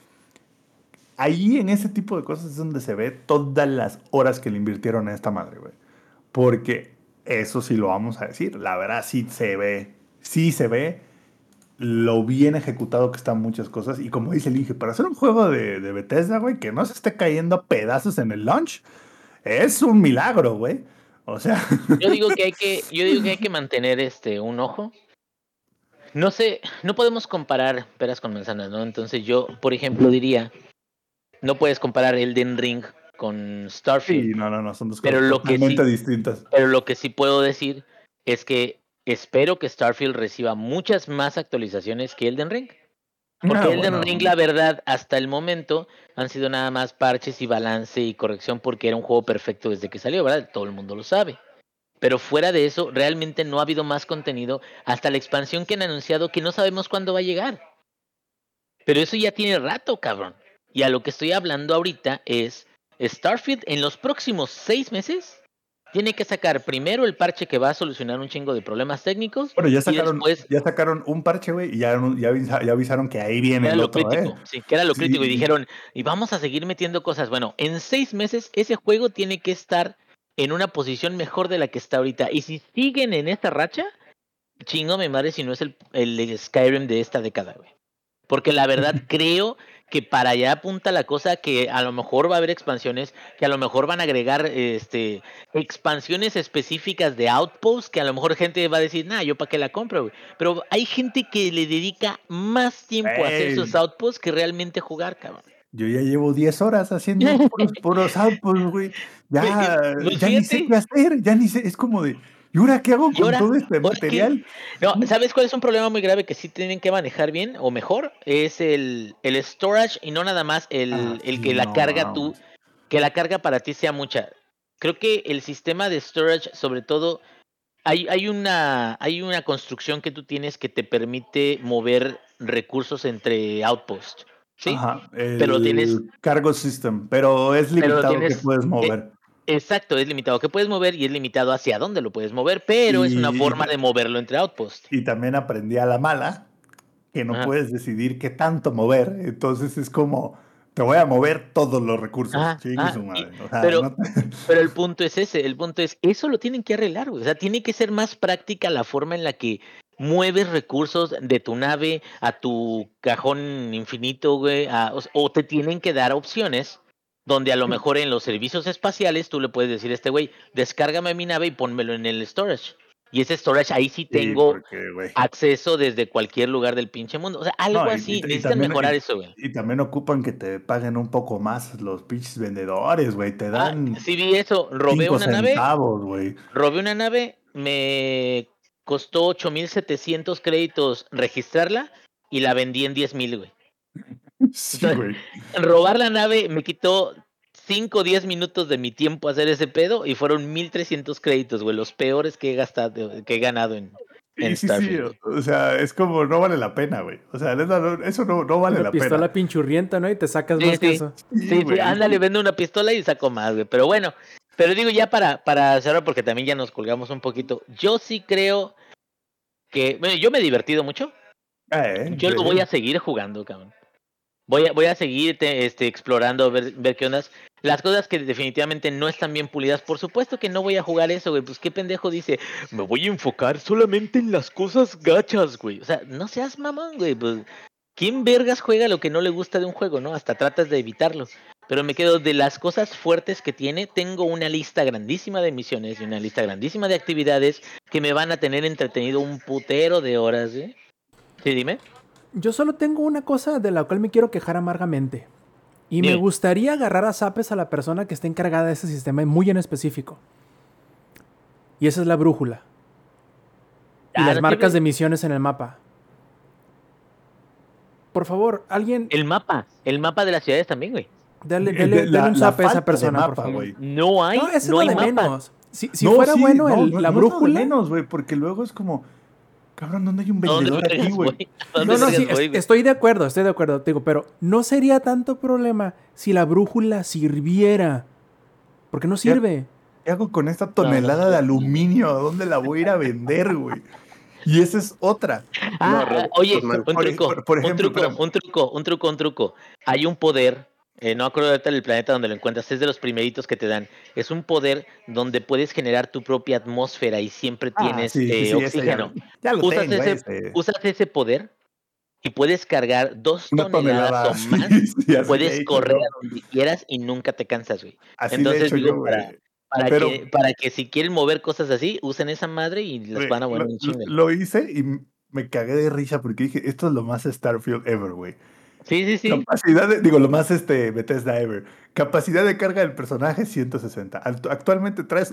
Ahí en ese tipo de cosas es donde se ve todas las horas que le invirtieron a esta madre, güey. Porque eso sí lo vamos a decir. La verdad sí se ve lo bien ejecutado que están muchas cosas. Y como dice el Inge, para hacer un juego de Bethesda, güey, que no se esté cayendo a pedazos en el launch, es un milagro, güey. O sea,
Yo digo que hay que mantener un ojo. No sé, no podemos comparar peras con manzanas, ¿no? Entonces yo, por ejemplo, diría, no puedes comparar Elden Ring con
sí,
Starfield,
no, no, no, son dos
pero
cosas
lo que
totalmente
sí,
distintas.
pero lo que sí puedo decir es que espero que Starfield reciba muchas más actualizaciones que Elden Ring. Porque
Ah,
Elden Ring,
bueno,
la verdad, hasta el momento han sido nada más parches y balance y corrección porque era un juego perfecto desde que salió, ¿verdad? Todo el mundo lo sabe. Pero fuera de eso, realmente no ha habido más contenido hasta la expansión que han anunciado que no sabemos cuándo va a llegar. Pero eso ya tiene rato, cabrón. Y a lo que estoy hablando ahorita es Starfield en los próximos 6 meses tiene que sacar primero el parche que va a solucionar un chingo de problemas técnicos
bueno,
y después
ya sacaron un parche, güey, y ya avisaron que ahí
que
viene
era
el
lo
otro, ¿eh?
crítico, sí, que era lo crítico y
Sí,
dijeron, y vamos a seguir metiendo cosas. Bueno, en 6 meses ese juego tiene que estar en una posición mejor de la que está ahorita. Y si siguen en esta racha, chingo mi madre si no es el Skyrim de esta década, güey. Porque la verdad creo que para allá apunta la cosa, que a lo mejor va a haber expansiones, que a lo mejor van a agregar expansiones específicas de Outpost, que a lo mejor gente va a decir, nah, yo para qué la compro, güey. Pero hay gente que le dedica más tiempo a hacer sus
güey,
Outposts que realmente jugar, cabrón.
yo ya llevo 10 horas haciendo puros outputs, güey.
Güey,
Ya,
pues
ya ni sé
fíjate,
qué hacer, ya ni sé, es como de, ¿y ahora qué hago
y
con
ahora,
todo este
ahora qué,
material?
no, ¿sabes cuál es un problema muy grave que sí tienen que manejar bien o mejor? Es el storage y no nada más
Ah,
el
sí,
que la
no
carga tú,
mames.
que la carga para ti sea mucha. Creo que el sistema de storage, sobre todo, hay una construcción que tú tienes que te permite mover recursos entre outposts, ¿sí?
Ajá,
Pero lo tienes,
el cargo system, pero es
pero lo
limitado que
tienes,
puedes mover.
exacto, es limitado que puedes mover y es limitado hacia dónde lo puedes mover, pero es una
Y, y,
forma
ta-
de moverlo entre outposts.
y también aprendí a la mala que no
Ajá.
puedes decidir qué tanto mover, entonces es como, te voy a mover todos los recursos,
Ajá,
chingue su madre. O sea,
pero,
no
pero el punto es ese, el punto es, eso lo tienen que arreglar, güey. O sea, tiene que ser más práctica la forma en la que mueves recursos de tu nave a tu cajón infinito, güey, o te tienen que dar opciones donde a lo mejor en los servicios espaciales tú le puedes decir a este güey, descárgame mi nave y pónmelo en el storage. Y ese storage ahí sí
sí,
tengo
porque, güey.
acceso desde cualquier lugar del pinche mundo. O sea,
No,
algo así, necesitan mejorar eso, güey.
y también ocupan que te paguen un poco más los pinches vendedores, güey. Te
Ah,
dan
sí vi eso,
5 centavos, güey.
robé una nave, me costó 8,700 créditos registrarla y la vendí en 10,000, güey.
Sí,
Entonces,
güey.
robar la nave me quitó 5 o 10 minutos de mi tiempo hacer ese pedo y fueron 1,300 créditos, güey, los peores que he gastado, que he ganado en
Sí,
Starfield.
o sea, es como no vale la pena, güey. O sea, eso no vale
Una
la
pistola
pena.
pinchurrienta, ¿no? Y te sacas
Sí,
más que
sí.
eso.
Sí,
Sí,
güey.
ándale, vendo una pistola y saco más, güey. Pero bueno, pero digo ya para cerrar, porque también ya nos colgamos un poquito. Yo sí creo que, bueno, yo me he divertido mucho. Yo lo voy a
Sí.
seguir jugando, cabrón. Voy a seguir explorando, ver qué ondas. Las cosas que definitivamente no están bien pulidas, por supuesto que no voy a jugar eso, güey. Pues qué pendejo dice, me voy a enfocar solamente en las cosas gachas, güey. O sea, no seas mamón, güey. Pues, ¿quién vergas juega lo que no le gusta de un juego, no? Hasta tratas de evitarlo. Pero me quedo de las cosas fuertes que tiene, tengo una lista grandísima de misiones y una lista grandísima de actividades que me van a tener entretenido un putero de horas, ¿eh? Sí, dime.
Yo solo tengo una cosa de la cual me quiero quejar amargamente. Y me
Dime.
gustaría agarrar a zapes a la persona que esté encargada de ese sistema muy en específico. Y esa es la brújula. Y
Ah,
las
no
marcas de
sirve.
misiones en el mapa. Por favor, alguien,
El mapa de las ciudades también, güey.
dele un
La
zape a esa
falta de
persona, por
mapa,
favor.
güey.
No, ese es
No
lo
hay
de
mapas.
menos. Si
No,
fuera
sí,
bueno la
no es lo de
brújula.
menos, güey, porque luego es como, cabrón, ¿dónde hay un
¿A dónde
vendedor aquí,
vergas
güey?
voy? ¿A dónde
No, sí,
vergas voy, güey?
estoy de acuerdo, te digo, pero no sería tanto problema si la brújula sirviera. Porque no
¿Qué,
sirve.
qué hago con esta
No, no
tonelada de
sirve.
aluminio? ¿A dónde la voy a ir a vender, güey? Y esa es otra.
No,
Ah,
Robert, estás
oye,
mal.
un truco,
Por
un
ejemplo,
truco,
espérame.
un truco, un truco, un truco. Hay un poder, no me acuerdo ahorita del planeta donde lo encuentras, es de los primeritos que te dan. Es un poder donde puedes generar tu propia atmósfera y siempre
Ah,
tienes
sí, ese
oxígeno.
ya lo
Usas
tengo,
ese,
ese.
usas ese poder y puedes cargar 2 toneladas o
Tonelada,
más
sí,
y
así le
puedes
he hecho
correr
yo.
a donde quieras y nunca te cansas, güey.
Así le he
Entonces
hecho yo,
digo,
güey.
que,
Pero,
para que si quieren mover cosas así, usen esa madre y les
güey,
van a poner un chingo.
lo hice y me cagué de risa porque dije, esto es lo más Starfield ever, güey.
Sí, sí, sí.
Capacidad digo, lo más Bethesda ever. Capacidad de carga del personaje 160. Actualmente traes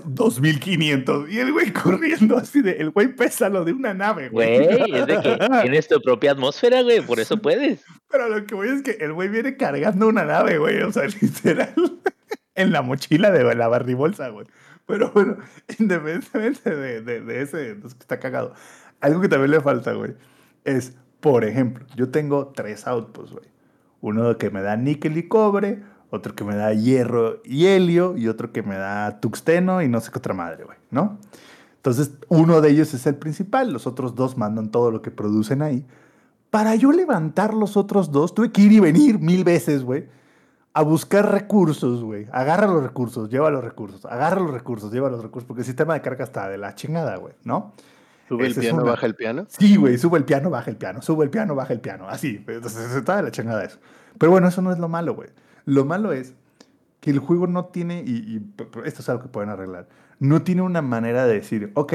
2500. Y el güey corriendo así el güey pesa lo de una nave, güey.
Güey, es de que tienes tu propia atmósfera, güey, por eso puedes.
Pero lo que voy es que el güey viene cargando una nave, güey. O sea, literal. En la mochila de la barribolsa, güey. Pero bueno, independientemente de ese, entonces está cagado. Algo que también le falta, güey, es, por ejemplo, yo tengo 3 outposts, güey. Uno que me da níquel y cobre, otro que me da hierro y helio, y otro que me da tuxteno y no sé qué otra madre, güey, ¿no? Entonces, uno de ellos es el principal, los otros 2 mandan todo lo que producen ahí. Para yo levantar los otros 2, tuve que ir y venir 1000 veces, güey, a buscar recursos, güey. Agarra los recursos, lleva los recursos. Agarra los recursos, lleva los recursos. Porque el sistema de carga está de la chingada, güey, ¿no?
Sube el
Esa es
piano,
una.
baja el piano.
Sí, güey, sube el piano, baja el piano. Sube el piano, baja el piano. Así, entonces está de la chingada eso. Pero bueno, eso no es lo malo, güey. Lo malo es que el juego no tiene, esto es algo que pueden arreglar, no tiene una manera de decir, ok,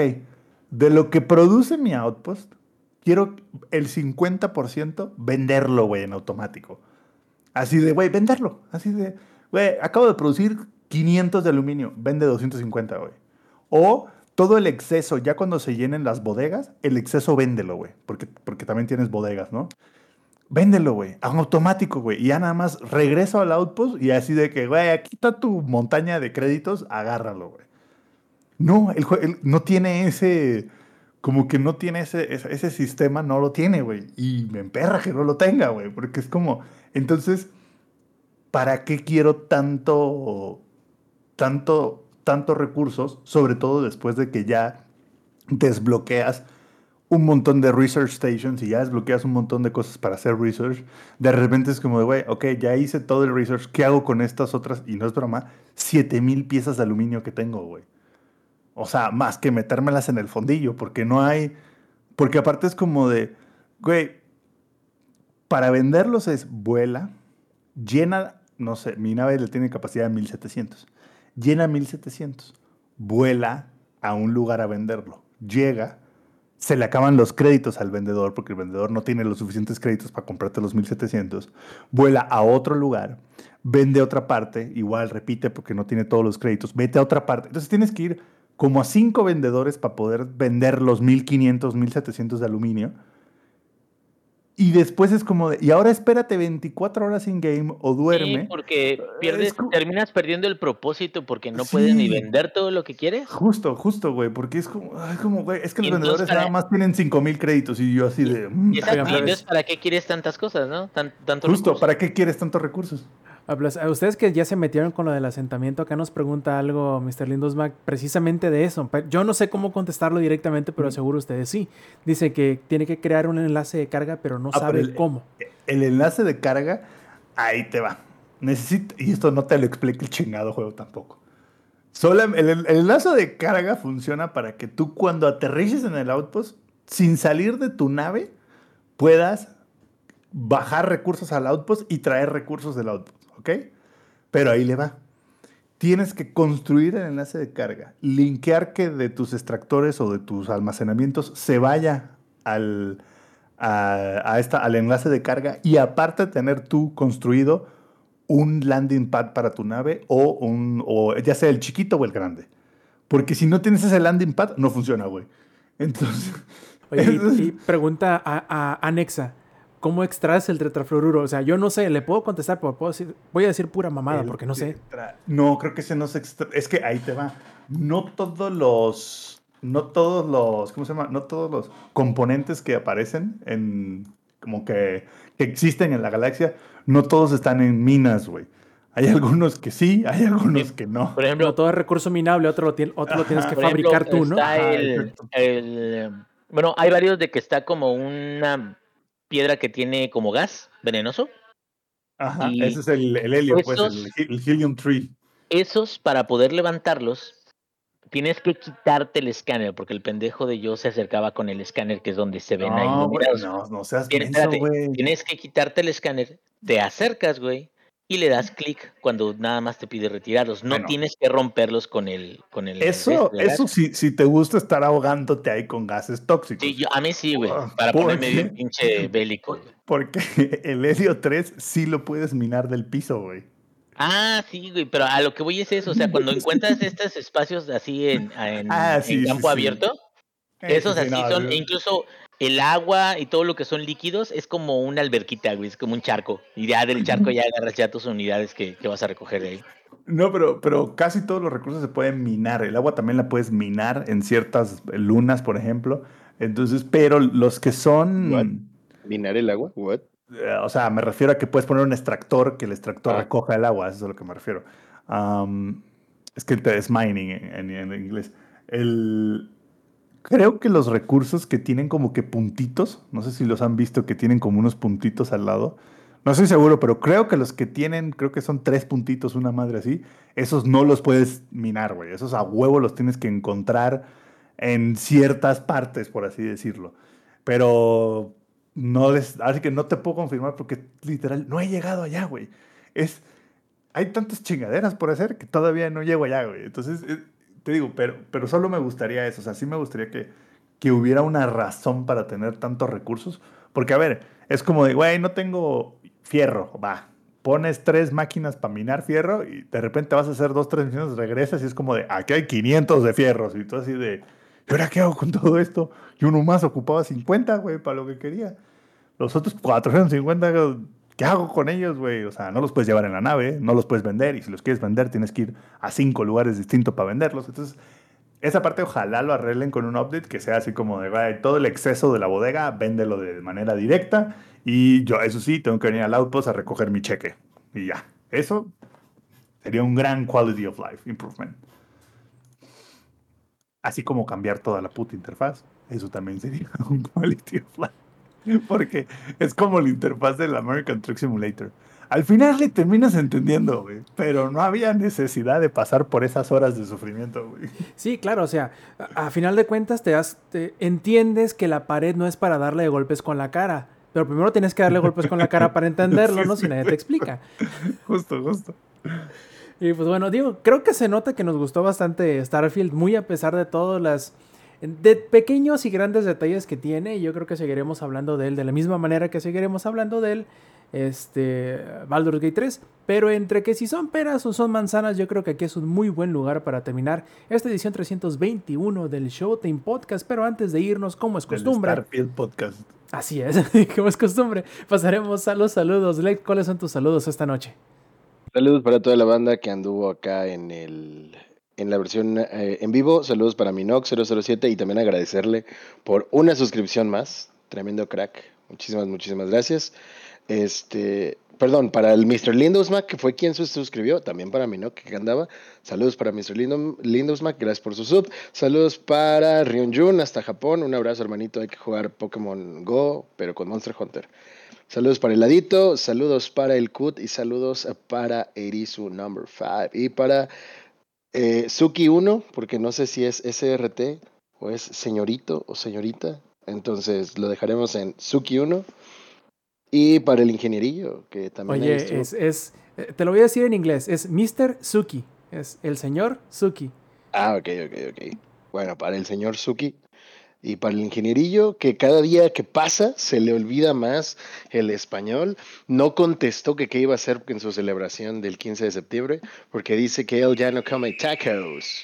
de lo que produce mi outpost, quiero el 50% venderlo, güey, en automático. Así de, güey, venderlo. Así de, güey, acabo de producir 500 de aluminio, vende 250, güey. O todo el exceso, ya cuando se llenen las bodegas, el exceso véndelo, güey. Porque también tienes bodegas, ¿no? Véndelo, güey, en automático, güey. Y ya nada más regreso al outpost y así de que, güey, aquí está tu montaña de créditos, agárralo, güey. No, no tiene ese, como que no tiene ese sistema, no lo tiene, güey. Y me emperra que no lo tenga, güey, porque es como, entonces, ¿para qué quiero tantos recursos? Sobre todo después de que ya desbloqueas un montón de research stations y ya desbloqueas un montón de cosas para hacer research. De repente es como de, güey, ok, ya hice todo el research, ¿qué hago con estas otras? Y no es broma, 7000 piezas de aluminio que tengo, güey. O sea, más que metérmelas en el fondillo, porque no hay, porque aparte es como de, güey, para venderlos es vuela, llena, no sé, mi nave le tiene capacidad de 1700. Llena 1700. Vuela a un lugar a venderlo. Llega, se le acaban los créditos al vendedor porque el vendedor no tiene los suficientes créditos para comprarte los 1700. Vuela a otro lugar, vende otra parte, igual repite porque no tiene todos los créditos, vete a otra parte. Entonces tienes que ir como a 5 vendedores para poder vender los 1500, 1700 de aluminio. Y después es como de, y ahora espérate 24 horas in-game o duerme.
Sí, porque
Es como-
terminas perdiendo el propósito porque no puedes ni
Sí,
vender todo lo que quieres.
justo, güey, porque es como, ay, güey, es que
Y
los
entonces
vendedores nada más tienen 5,000 créditos y yo así de,
exacto,
Oigan,
y
pero
entonces ¿para qué quieres tantas cosas, no? Tantos
justo,
recursos.
¿para qué quieres tantos recursos?
A ustedes que ya se metieron con lo del asentamiento, acá nos pregunta algo Mr. Lindosmack precisamente de eso. Yo no sé cómo contestarlo directamente, pero seguro ustedes sí. Dice que tiene que crear un enlace de carga, pero no
Pero
sabe cómo.
el enlace de carga, ahí te va. Necesito, y esto no te lo explica el chingado juego tampoco. El enlace de carga funciona para que tú cuando aterrices en el outpost, sin salir de tu nave, puedas bajar recursos al outpost y traer recursos del outpost, ¿ok? Pero ahí le va. Tienes que construir el enlace de carga, linkear que de tus extractores o de tus almacenamientos se vaya al enlace de carga y aparte tener tú construido un landing pad para tu nave o ya sea el chiquito o el grande. Porque si no tienes ese landing pad, no funciona, güey. Entonces,
Oye, y pregunta Anexa, ¿cómo extraes el tetrafluoruro? O sea, yo no sé, le puedo contestar, pero voy a decir pura mamada, porque no sé.
No, creo que ese no se extrae. Es que ahí te va. No todos los, ¿cómo se llama? No todos los componentes que aparecen como que existen en la galaxia, no todos están en minas, güey. Hay algunos que sí, hay algunos que no.
Por ejemplo,
Como todo es recurso minable, otro lo tienes que
por ejemplo,
fabricar tú, ¿no?
está
Ajá, exacto.
bueno, hay varios de que está como una piedra que tiene como gas venenoso.
Ajá, ese
Y
es el helio, pues,
esos,
el helium tree.
esos para poder levantarlos, tienes que quitarte el escáner, porque el pendejo de yo se acercaba con el escáner, que es donde se ven ahí
No, güey,
iluminados.
no seas menso,
Espérate,
güey.
tienes que quitarte el escáner, te acercas, güey, y le das clic cuando nada más te pide retirarlos. No
Bueno,
tienes que romperlos con el
eso,
de gas.
eso sí, si te gusta estar ahogándote ahí con gases
Sí,
tóxicos.
a mí sí, güey, para ponerme bien
Porque,
pinche bélico, güey.
porque el helio 3 sí lo puedes minar del piso, güey.
Ah, sí, güey, pero a lo que voy es eso, o sea, cuando encuentras estos espacios así
Ah,
en
sí, sí,
campo
sí.
abierto,
Sí,
esos
sí,
así
no,
son, e incluso el agua y todo lo que son líquidos es como una alberquita, güey, es como un charco, y ya del charco ya agarras ya tus unidades que vas a recoger de ahí.
no, pero casi todos los recursos se pueden minar. El agua también la puedes minar en ciertas lunas, por ejemplo. Entonces, pero los que
¿What?
son,
¿Minar el agua? ¿What?
o sea, me refiero a que puedes poner un extractor, que el extractor
Ah,
recoja el agua, eso es a lo que me refiero. Es que es mining en inglés. El, Creo que los recursos que tienen como que puntitos, no sé si los han visto que tienen como unos puntitos al lado. No estoy seguro, pero creo que los que tienen, creo que son 3 puntitos, una madre así, esos no los puedes minar, güey. Esos a huevo los tienes que encontrar en ciertas partes, por así decirlo. Pero así que no te puedo confirmar porque literal no he llegado allá, güey. Es, hay tantas chingaderas por hacer que todavía no llego allá, güey. Entonces, te digo, pero solo me gustaría eso. O sea, sí me gustaría que hubiera una razón para tener tantos recursos. Porque, a ver, es como de, güey, no tengo fierro, va. Pones 3 máquinas para minar fierro y de repente vas a hacer 2, 3 misiones, regresas y es como de, aquí hay 500 de fierros. Y tú así de, ¿y ahora qué hago con todo esto? Y uno más ocupaba 50, güey, para lo que quería. Los otros 450, ¿qué hago con ellos, güey? O sea, no los puedes llevar en la nave, no los puedes vender, y si los quieres vender tienes que ir a 5 lugares distintos para venderlos. Entonces, esa parte ojalá lo arreglen con un update que sea así como de, güey, todo el exceso de la bodega, véndelo de manera directa, y yo, eso sí, tengo que venir al outpost a recoger mi cheque. Y ya. Eso sería un gran quality of life improvement. Así como cambiar toda la puta interfaz. Eso también sería un quality of life. Porque es como la interfaz del American Truck Simulator. Al final le terminas entendiendo, güey. Pero no había necesidad de pasar por esas horas de sufrimiento, güey.
Sí, claro, o sea, a final de cuentas te entiendes que la pared no es para darle de golpes con la cara. Pero primero tienes que darle golpes con la cara para entenderlo,
Sí,
¿no? Si nadie te explica.
Justo, justo.
Y pues bueno, digo, creo que se nota que nos gustó bastante Starfield, muy a pesar de todas las de pequeños y grandes detalles que tiene. Y yo creo que seguiremos hablando de él de la misma manera que seguiremos hablando de él, Baldur's Gate 3. Pero entre que si son peras o son manzanas, yo creo que aquí es un muy buen lugar para terminar esta edición 321 del Showtime Podcast. Pero antes de irnos, como es
Del
costumbre,
Starfield Podcast.
Así es, como es costumbre. Pasaremos a los saludos. Lex, ¿cuáles son tus saludos esta noche?
Saludos para toda la banda que anduvo acá en la versión en vivo. Saludos para Minox007 y también agradecerle por una suscripción más. Tremendo crack. Muchísimas gracias. Perdón, para el Mr. Lindosmack, que fue quien se suscribió, también para Minox que andaba. Saludos para Mr. Lindosmack, gracias por su sub. Saludos para Ryunjun hasta Japón. Un abrazo, hermanito. Hay que jugar Pokémon Go, pero con Monster Hunter. Saludos para el Ladito, saludos para el Kut y saludos para Erizu number 5. Y para Suki1, porque no sé si es SRT o es señorito o señorita. Entonces lo dejaremos en Suki1. Y para el ingenierillo, que también ahí
Oye,
estuvo.
te lo voy a decir en inglés, es Mr. Suki, es el señor Suki.
Ok. Bueno, para el señor Suki. Y para el ingenierillo, que cada día que pasa se le olvida más el español, no contestó que qué iba a hacer en su celebración del 15 de septiembre, porque dice que él ya no come tacos.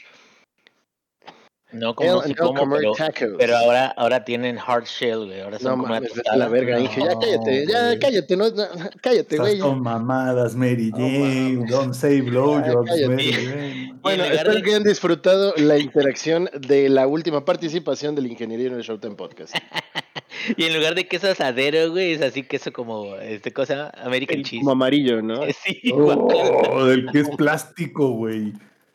No,
Él
no sé
no
cómo,
comer
pero
tacos.
ahora tienen hard shell, güey. Ahora
No
son como una
mames, vete a la
tostada.
verga, Inge.
No,
Ya
güey.
cállate, no, cállate,
Estás
güey. Ya.
con mamadas, Mary
No
Jane.
mames,
Don't say
ya
blowjobs,
cállate.
Y,
Mary Jane.
y en
Bueno,
lugar
espero
de
que hayan disfrutado la interacción de la última participación del ingeniero en el Showtime Podcast.
y en lugar de queso asadero, güey, es así queso como cosa American
El como
cheese.
amarillo, ¿no?
Sí, guacala.
Oh, del que es plástico, güey.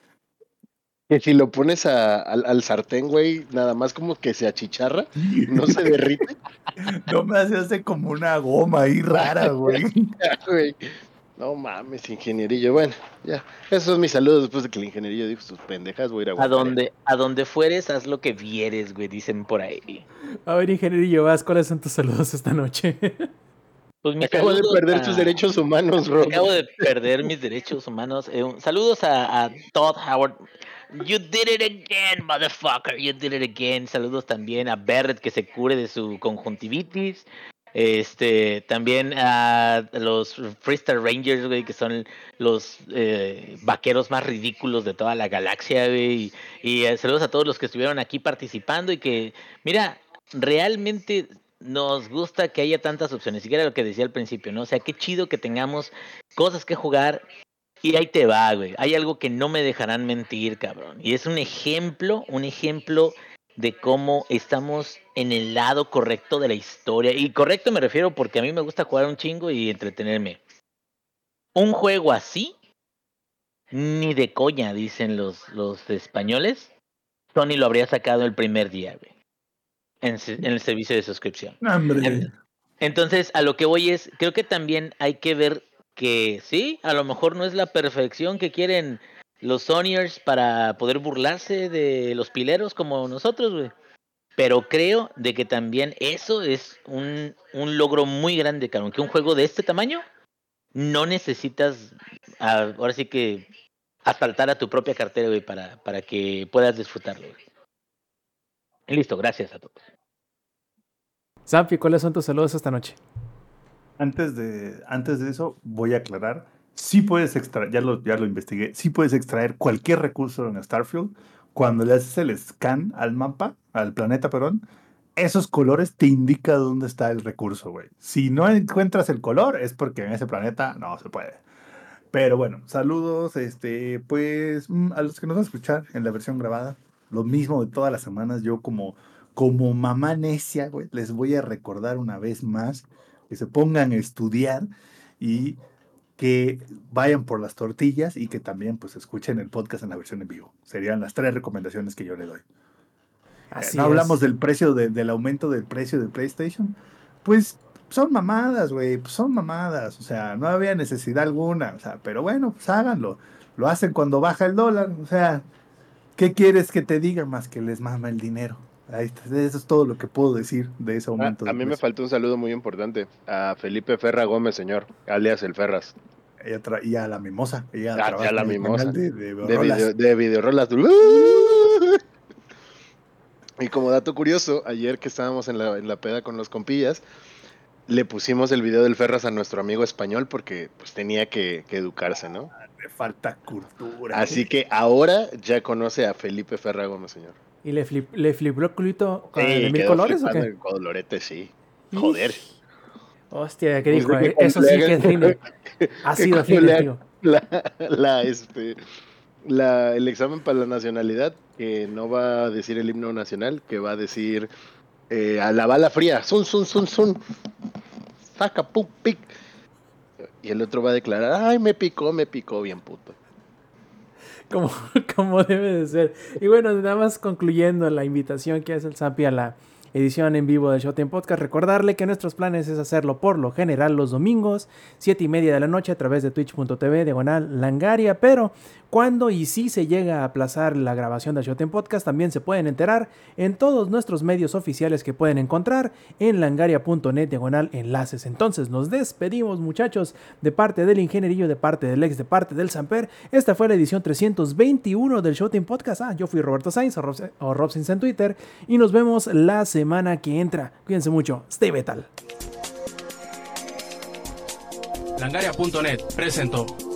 Que si lo pones al sartén, güey, nada más como que se achicharra,
Sí.
no se derrite,
No me hace como una goma ahí rara, güey.
güey. No mames, ingenierillo. Bueno, ya. Esos son mis saludos después de que el ingenierillo dijo sus pendejas. Voy a ir a guacarear.
A donde fueres, haz lo que vieres, güey, dicen por ahí.
A ver, ingenierillo, vas, ¿cuáles son tus saludos esta noche?
Pues mis
Acabo de
saludos
perder tus derechos humanos, Rob.
acabo de perder mis derechos humanos. Saludos a Todd Howard. You did it again, motherfucker. You did it again. Saludos también a Barrett que se cure de su conjuntivitis. También a los Freestar Rangers, güey, que son los vaqueros más ridículos de toda la galaxia, güey. Y saludos a todos los que estuvieron aquí participando y que, mira, realmente nos gusta que haya tantas opciones. Y era lo que decía al principio, ¿no? O sea, qué chido que tengamos cosas que jugar. Y ahí te va, güey. Hay algo que no me dejarán mentir, cabrón. Y es un ejemplo de cómo estamos en el lado correcto de la historia. Y correcto me refiero porque a mí me gusta jugar un chingo y entretenerme. Un juego así, ni de coña, dicen los españoles. Sony lo habría sacado el primer día, güey. En el servicio de suscripción.
Hombre.
Entonces, a lo que voy es, creo que también hay que ver que sí, a lo mejor no es la perfección que quieren los Sonyers para poder burlarse de los pileros como nosotros, güey. Pero creo de que también eso es un logro muy grande, cabrón. Que un juego de este tamaño no necesitas, ahora sí que, asaltar a tu propia cartera, güey, para que puedas disfrutarlo, güey. Listo, gracias a todos.
Zampi, ¿cuáles son tus saludos esta noche?
Antes de eso, voy a aclarar. Sí puedes extraer, ya lo investigué, sí puedes extraer cualquier recurso en Starfield. Cuando le haces el scan al mapa, al planeta, perdón, esos colores te indican dónde está el recurso, güey. Si no encuentras el color, es porque en ese planeta no se puede. Pero bueno, saludos, pues, a los que nos van a escuchar en la versión grabada. Lo mismo de todas las semanas, yo como mamá necia, güey, les voy a recordar una vez más que se pongan a estudiar y que vayan por las tortillas y que también, pues, escuchen el podcast en la versión en vivo. Serían las 3 recomendaciones que yo le doy. No
Así
hablamos
es.
del precio del aumento del precio de PlayStation. Pues son mamadas, güey. Pues son mamadas. O sea, no había necesidad alguna. O sea, pero bueno, pues háganlo. Lo hacen cuando baja el dólar. O sea, ¿qué quieres que te diga más que les mama el dinero? Ahí está. Eso es todo lo que puedo decir de ese aumento
A
de
mí me
precio.
faltó un saludo muy importante a Felipe Ferra Gómez, señor, alias el Ferras.
Y a la mimosa. Ella
Ah,
trabaja
a la
en el
mimosa.
canal de Rolas.
De videorolas. Y como dato curioso, ayer que estábamos en la peda con los compillas, le pusimos el video del Ferras a nuestro amigo español porque pues tenía que educarse, ¿no?
Le falta cultura.
Así que ahora ya conoce a Felipe Ferra Gómez, señor.
¿Y le flipó el culito de
Sí,
mil
quedó
colores o
flipando
qué?
el colorete, sí. Joder.
Hostia, ¿qué dijo?
Pues,
Eso sí que es cine. Ha sido cine, tío.
El examen para la nacionalidad, que no va a decir el himno nacional, que va a decir a la bala fría, sun, sun, sun, sun, saca, pum, pic. Y el otro va a declarar, ay, me picó bien puto.
Como debe de ser. Y bueno, nada más concluyendo la invitación que hace el Zampi a la edición en vivo del Showtime Podcast, recordarle que nuestros planes es hacerlo por lo general los domingos, 7:30 de la noche a través de twitch.tv/Langaria, pero cuando y si se llega a aplazar la grabación del Showtime Podcast, también se pueden enterar en todos nuestros medios oficiales que pueden encontrar en langaria.net/enlaces. Entonces nos despedimos, muchachos, de parte del Ingenierillo, de parte del Ex, de parte del Samper. Esta fue la edición 321 del Showtime Podcast. Yo fui Roberto Sainz o Rob Sainz en Twitter, y nos vemos la semana que entra. Cuídense mucho. Stay metal.
Langaria.net presentó